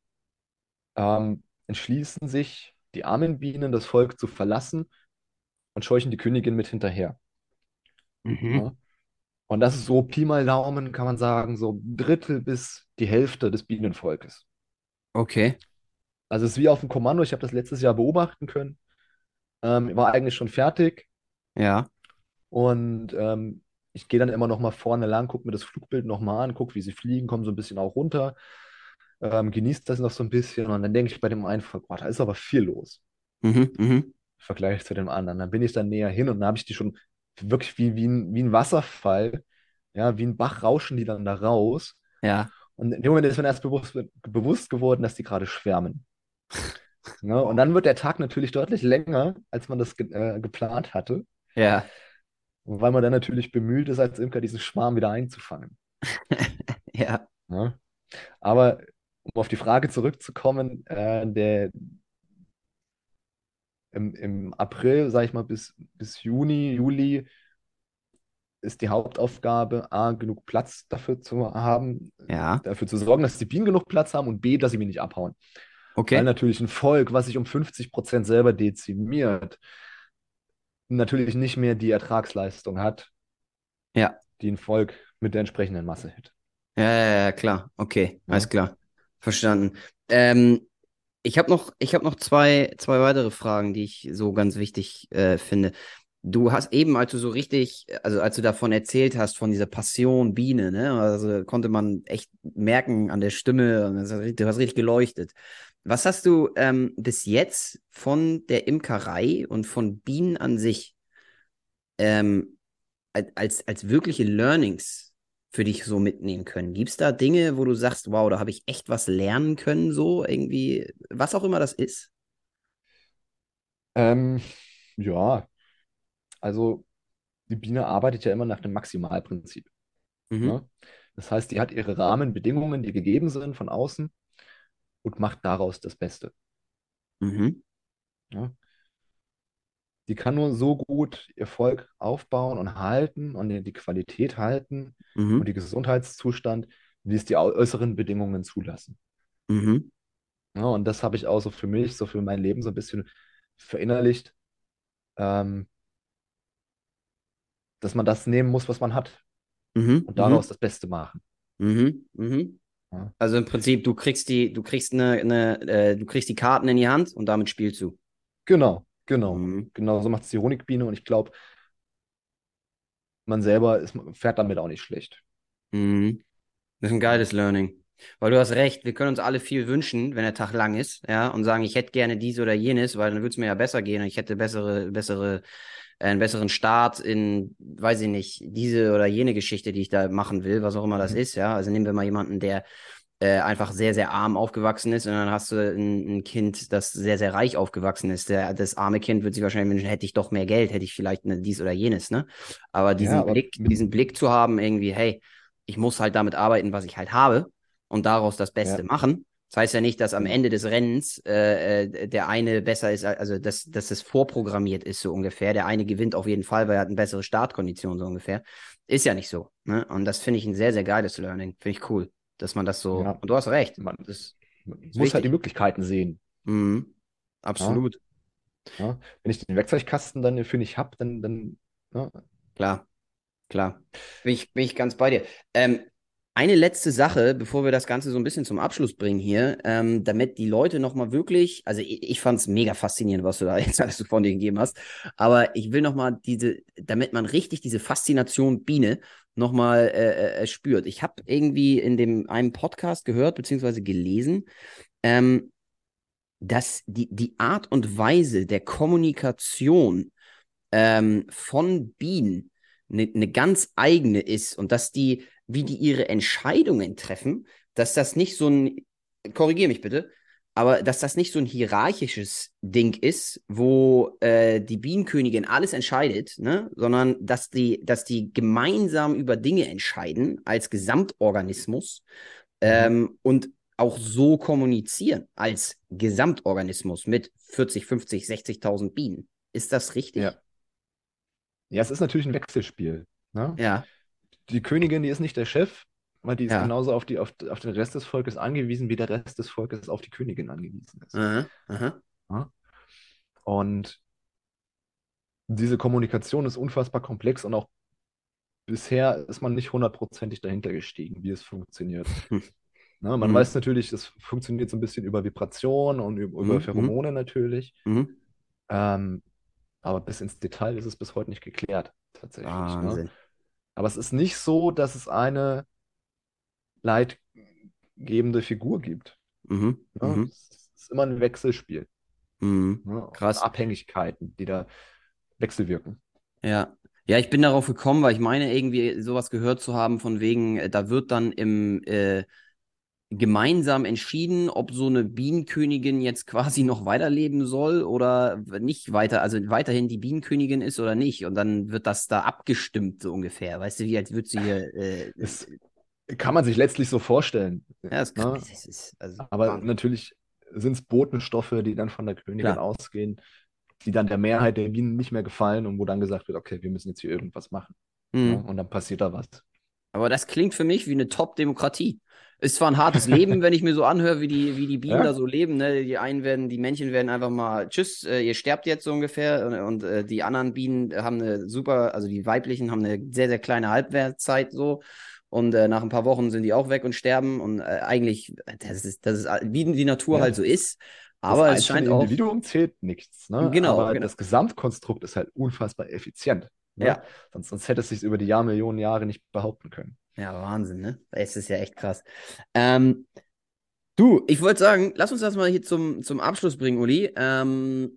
ähm, entschließen sich die armen Bienen, das Volk zu verlassen, und scheuchen die Königin mit hinterher. Mhm. Ja? Und das ist so Pi mal Daumen, kann man sagen, so ein Drittel bis die Hälfte des Bienenvolkes. Okay. Also es ist wie auf dem Kommando, ich habe das letztes Jahr beobachten können, ähm, war eigentlich schon fertig, Ja. und ähm, ich gehe dann immer noch mal vorne lang, gucke mir das Flugbild noch mal an, gucke, wie sie fliegen, komme so ein bisschen auch runter, ähm, genießt das noch so ein bisschen, und dann denke ich bei dem einen Volk, boah, da ist aber viel los. Mhm. Mhm. Vergleich zu dem anderen. Dann bin ich dann näher hin und dann habe ich die schon wirklich wie, wie ein, wie ein Wasserfall, ja, wie ein Bach rauschen die dann da raus. Ja. Und in dem Moment ist mir erst bewusst, bewusst geworden, dass die gerade schwärmen. Ne? Und Boah. dann wird der Tag natürlich deutlich länger, als man das ge äh, geplant hatte, Ja. weil man dann natürlich bemüht ist, als Imker diesen Schwarm wieder einzufangen. Ja. Ne? Aber um auf die Frage zurückzukommen, äh, der, im, im April, sage ich mal, bis, bis Juni, Juli ist die Hauptaufgabe, A, genug Platz dafür zu haben, Ja. dafür zu sorgen, dass die Bienen genug Platz haben und B, dass sie mich nicht abhauen. Weil Okay. natürlich ein Volk, was sich um fünfzig Prozent selber dezimiert, natürlich nicht mehr die Ertragsleistung hat, Ja. die ein Volk mit der entsprechenden Masse hätte. Ja, ja, ja, klar. Okay. Alles Ja? klar. Verstanden. Ähm, Ich habe noch, ich hab noch zwei, zwei weitere Fragen, die ich so ganz wichtig äh, finde. Du hast eben, als du so richtig, also als du davon erzählt hast, von dieser Passion Biene, ne, also konnte man echt merken an der Stimme, und das hat richtig- du hast richtig geleuchtet. Was hast du ähm, bis jetzt von der Imkerei und von Bienen an sich ähm, als, als wirkliche Learnings für dich so mitnehmen können? Gibt es da Dinge, wo du sagst, wow, da habe ich echt was lernen können, so irgendwie, was auch immer das ist? Ähm, ja, also die Biene arbeitet ja immer nach dem Maximalprinzip. Mhm, Ne? Das heißt, die hat ihre Rahmenbedingungen, die gegeben sind von außen und macht daraus das Beste. mhm, Ja? Die kann nur so gut ihr Volk aufbauen und halten und die die Qualität halten und mhm, die Gesundheitszustand, wie es die au- äußeren Bedingungen zulassen. mhm, Ja, und das habe ich auch so für mich, so für mein Leben so ein bisschen verinnerlicht, ähm, dass man das nehmen muss, was man hat mhm, und daraus mhm, das Beste machen. mhm, mhm. Ja. Also im Prinzip, du kriegst die, du kriegst eine, eine äh, du kriegst die Karten in die Hand und damit spielst du. Genau, genau. Mhm. Genau so macht es die Honigbiene und ich glaube, man selber ist, fährt damit auch nicht schlecht. Mhm. Das ist ein Ja. geiles Learning. Weil du hast recht, wir können uns alle viel wünschen, wenn der Tag lang ist, ja, und sagen, ich hätte gerne dies oder jenes, weil dann würde es mir ja besser gehen und ich hätte bessere, bessere, äh, einen besseren Start in, weiß ich nicht, diese oder jene Geschichte, die ich da machen will, was auch immer das Mhm. ist, ja. Also nehmen wir mal jemanden, der äh, einfach sehr, sehr arm aufgewachsen ist und dann hast du ein, ein Kind, das sehr, sehr reich aufgewachsen ist. Der, das arme Kind wird sich wahrscheinlich wünschen, hätte ich doch mehr Geld, hätte ich vielleicht eine, dies oder jenes, ne? Aber Ja, diesen aber Blick, mit, diesen Blick zu haben, irgendwie, hey, ich muss halt damit arbeiten, was ich halt habe und daraus das Beste ja, machen. Das heißt ja nicht, dass am genau. Ende des Rennens äh, äh, der eine besser ist, also dass, dass es vorprogrammiert ist, so ungefähr. Der eine gewinnt auf jeden Fall, weil er hat eine bessere Startkondition, so ungefähr. Ist ja nicht so. Ne? Und das finde ich ein sehr, sehr geiles Learning. Finde ich cool, dass man das so. Ja, Und du hast recht. man, Das man ist muss halt die wichtig. Möglichkeiten sehen. Mhm. Ja? Absolut. Ja? Wenn ich den Werkzeugkasten dann für nicht habe, dann, dann ja, Klar, klar. Bin ich, bin ich ganz bei dir. Ähm, eine letzte Sache, bevor wir das Ganze so ein bisschen zum Abschluss bringen hier, ähm, damit die Leute nochmal wirklich, also ich, ich fand es mega faszinierend, was du da jetzt alles so von dir gegeben hast, aber ich will nochmal diese, damit man richtig diese Faszination Biene nochmal äh, äh, spürt. Ich habe irgendwie in dem einem Podcast gehört, beziehungsweise gelesen, ähm, dass die, die Art und Weise der Kommunikation ähm, von Bienen eine ne ganz eigene ist und dass die, wie die ihre Entscheidungen treffen, dass das nicht so ein, korrigiere mich bitte, aber dass das nicht so ein hierarchisches Ding ist, wo äh, die Bienenkönigin alles entscheidet, ne? Sondern dass die, dass die gemeinsam über Dinge entscheiden als Gesamtorganismus mhm. ähm, und auch so kommunizieren als Gesamtorganismus mit vierzig, fünfzig, sechzigtausend Bienen. Ist das richtig? Ja. Ja, es ist natürlich ein Wechselspiel. Ne? Ja, Die Königin, die ist nicht der Chef, weil die ist ja. genauso auf die, auf, auf den Rest des Volkes angewiesen, wie der Rest des Volkes auf die Königin angewiesen ist. Aha, aha. Ja? Und diese Kommunikation ist unfassbar komplex und auch bisher ist man nicht hundertprozentig dahinter gestiegen, wie es funktioniert. Hm. Ne? Man Mhm. weiß natürlich, es funktioniert so ein bisschen über Vibration und über, über Mhm. Mhm. Pheromone natürlich. Mhm. Ähm, aber bis ins Detail ist es bis heute nicht geklärt, tatsächlich. Ne? Wahnsinn. Aber es ist nicht so, dass es eine leitgebende Figur gibt. Mhm. Ne? Mhm. Es ist immer ein Wechselspiel. Mhm. Ne? Und Krass. Abhängigkeiten, die da wechselwirken. Ja. Ja, ich bin darauf gekommen, weil ich meine, irgendwie sowas gehört zu haben, von wegen, äh, da wird dann im äh, gemeinsam entschieden, ob so eine Bienenkönigin jetzt quasi noch weiterleben soll oder nicht weiter, also weiterhin die Bienenkönigin ist oder nicht. Und dann wird das da abgestimmt, so ungefähr. Weißt du, wie als würde sie hier, äh, Das kann man sich letztlich so vorstellen. ja, das, Ne? das ist, also, Aber Wahnsinn. natürlich sind es Botenstoffe, die dann von der Königin Klar. ausgehen, die dann der Mehrheit der Bienen nicht mehr gefallen und wo dann gesagt wird, okay, wir müssen jetzt hier irgendwas machen. Ne? Mhm. Und dann passiert da was. Aber das klingt für mich wie eine Top-Demokratie. Ist zwar ein hartes Leben, wenn ich mir so anhöre, wie die, wie die Bienen da Ja, so leben. Ne? Die einen werden, die Männchen werden einfach mal, tschüss, äh, ihr sterbt jetzt so ungefähr. Und, und äh, die anderen Bienen haben eine super, also die weiblichen haben eine sehr, sehr kleine Halbwertszeit so. Und äh, nach ein paar Wochen sind die auch weg und sterben. Und äh, eigentlich, das ist, das ist, wie die Natur ja, halt so das, ist. das Aber es scheint einzelne auch, Individuum zählt nichts. Ne? genau, Aber genau. das Gesamtkonstrukt ist halt unfassbar effizient. Ne? Ja. Sonst, sonst hätte es sich über die Jahrmillionen Jahre nicht behaupten können. Ja, Wahnsinn, ne? Es ist ja echt krass. Ähm, Du, ich wollte sagen, lass uns das mal hier zum, zum Abschluss bringen, Uli. Ähm,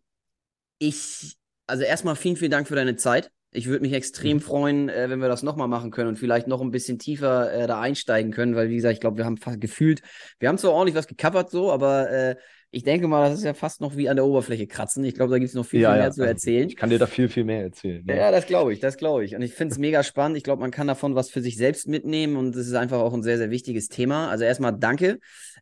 ich, also erstmal vielen, vielen Dank für deine Zeit. Ich würde mich extrem Mhm. freuen, äh, wenn wir das nochmal machen können und vielleicht noch ein bisschen tiefer äh, da einsteigen können, weil, wie gesagt, ich glaube, wir haben fast gefühlt, wir haben zwar ordentlich was gecovert so, aber äh, ich denke mal, das ist ja fast noch wie an der Oberfläche kratzen. Ich glaube, da gibt es noch viel, viel Ja, mehr ja, zu also ich erzählen. kann dir da viel, viel mehr erzählen. Ne? Ja, das glaube ich, das glaube ich. Und ich finde es mega spannend. Ich glaube, man kann davon was für sich selbst mitnehmen und es ist einfach auch ein sehr, sehr wichtiges Thema. Also erstmal danke.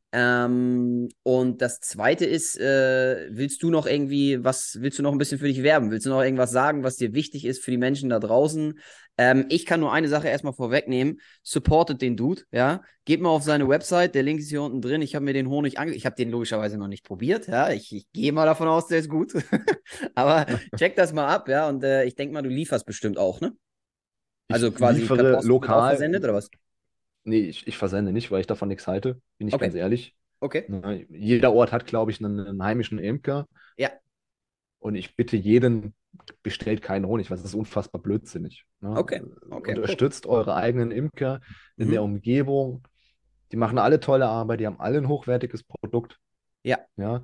Ähm, und das Zweite ist, äh, willst du noch irgendwie was, willst du noch ein bisschen für dich werben? Willst du noch irgendwas sagen, was dir wichtig ist für die Menschen da draußen? Ähm, ich kann nur eine Sache erstmal vorwegnehmen. Supportet den Dude, ja. Geht mal auf seine Website, der Link ist hier unten drin. Ich habe mir den Honig ange... Ich habe den logischerweise noch nicht probiert, ja. Ich, ich gehe mal davon aus, der ist gut. Aber check das mal ab, ja. Und äh, ich denke mal, du lieferst bestimmt auch, ne? Ich Also quasi per liefere Post wird auch lokal, versendet, oder was? nee, ich, ich versende nicht, weil ich davon nichts halte, bin ich ganz Okay, ehrlich. okay. Ne, jeder Ort hat, glaube ich, einen, einen heimischen Imker Ja, und ich bitte jeden, bestellt keinen Honig, weil das ist unfassbar blödsinnig. Ne? okay, okay, cool. Unterstützt eure eigenen Imker in der Mhm. Umgebung. Die machen alle tolle Arbeit, die haben alle ein hochwertiges Produkt. Ja, Ja?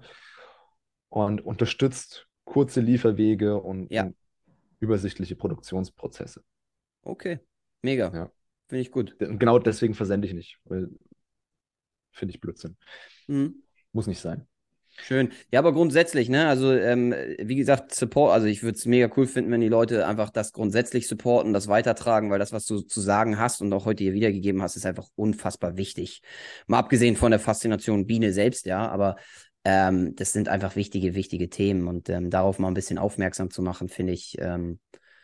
Und unterstützt kurze Lieferwege und, ja, und übersichtliche Produktionsprozesse. okay. Mega. Ja. Finde ich gut. Und genau deswegen versende ich nicht, weil finde ich Blödsinn. Mhm. Muss nicht sein. Schön. Ja, aber grundsätzlich, ne? Also, ähm, wie gesagt, Support, also ich würde es mega cool finden, wenn die Leute einfach das grundsätzlich supporten, das weitertragen, weil das, was du zu sagen hast und auch heute hier wiedergegeben hast, ist einfach unfassbar wichtig. Mal abgesehen von der Faszination Biene selbst, ja, aber ähm, das sind einfach wichtige, wichtige Themen und ähm, darauf mal ein bisschen aufmerksam zu machen, finde ich, ähm,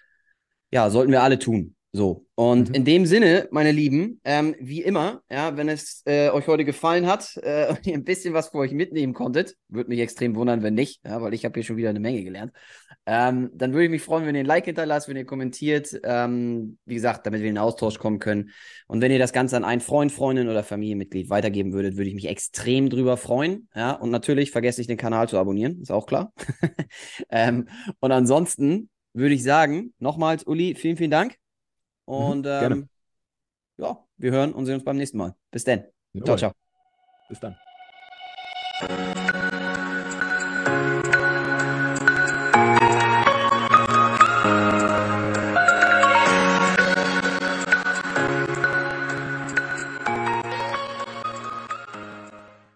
ja, sollten wir alle tun. So. Und Mhm. in dem Sinne, meine Lieben, ähm, wie immer, ja, wenn es äh, euch heute gefallen hat äh, und ihr ein bisschen was für euch mitnehmen konntet, würde mich extrem wundern, wenn nicht, ja, weil ich habe hier schon wieder eine Menge gelernt. Ähm, dann würde ich mich freuen, wenn ihr ein Like hinterlasst, wenn ihr kommentiert, ähm, wie gesagt, damit wir in den Austausch kommen können. Und wenn ihr das Ganze an einen Freund, Freundin oder Familienmitglied weitergeben würdet, würde ich mich extrem drüber freuen. Ja, und natürlich vergesst nicht, den Kanal zu abonnieren, ist auch klar. ähm, und ansonsten würde ich sagen, nochmals, Uli, vielen, vielen Dank. Mhm. Und Gerne. ähm, ja, wir hören und sehen uns beim nächsten Mal. Bis dann. Ciao, Jawohl. ciao. Bis dann.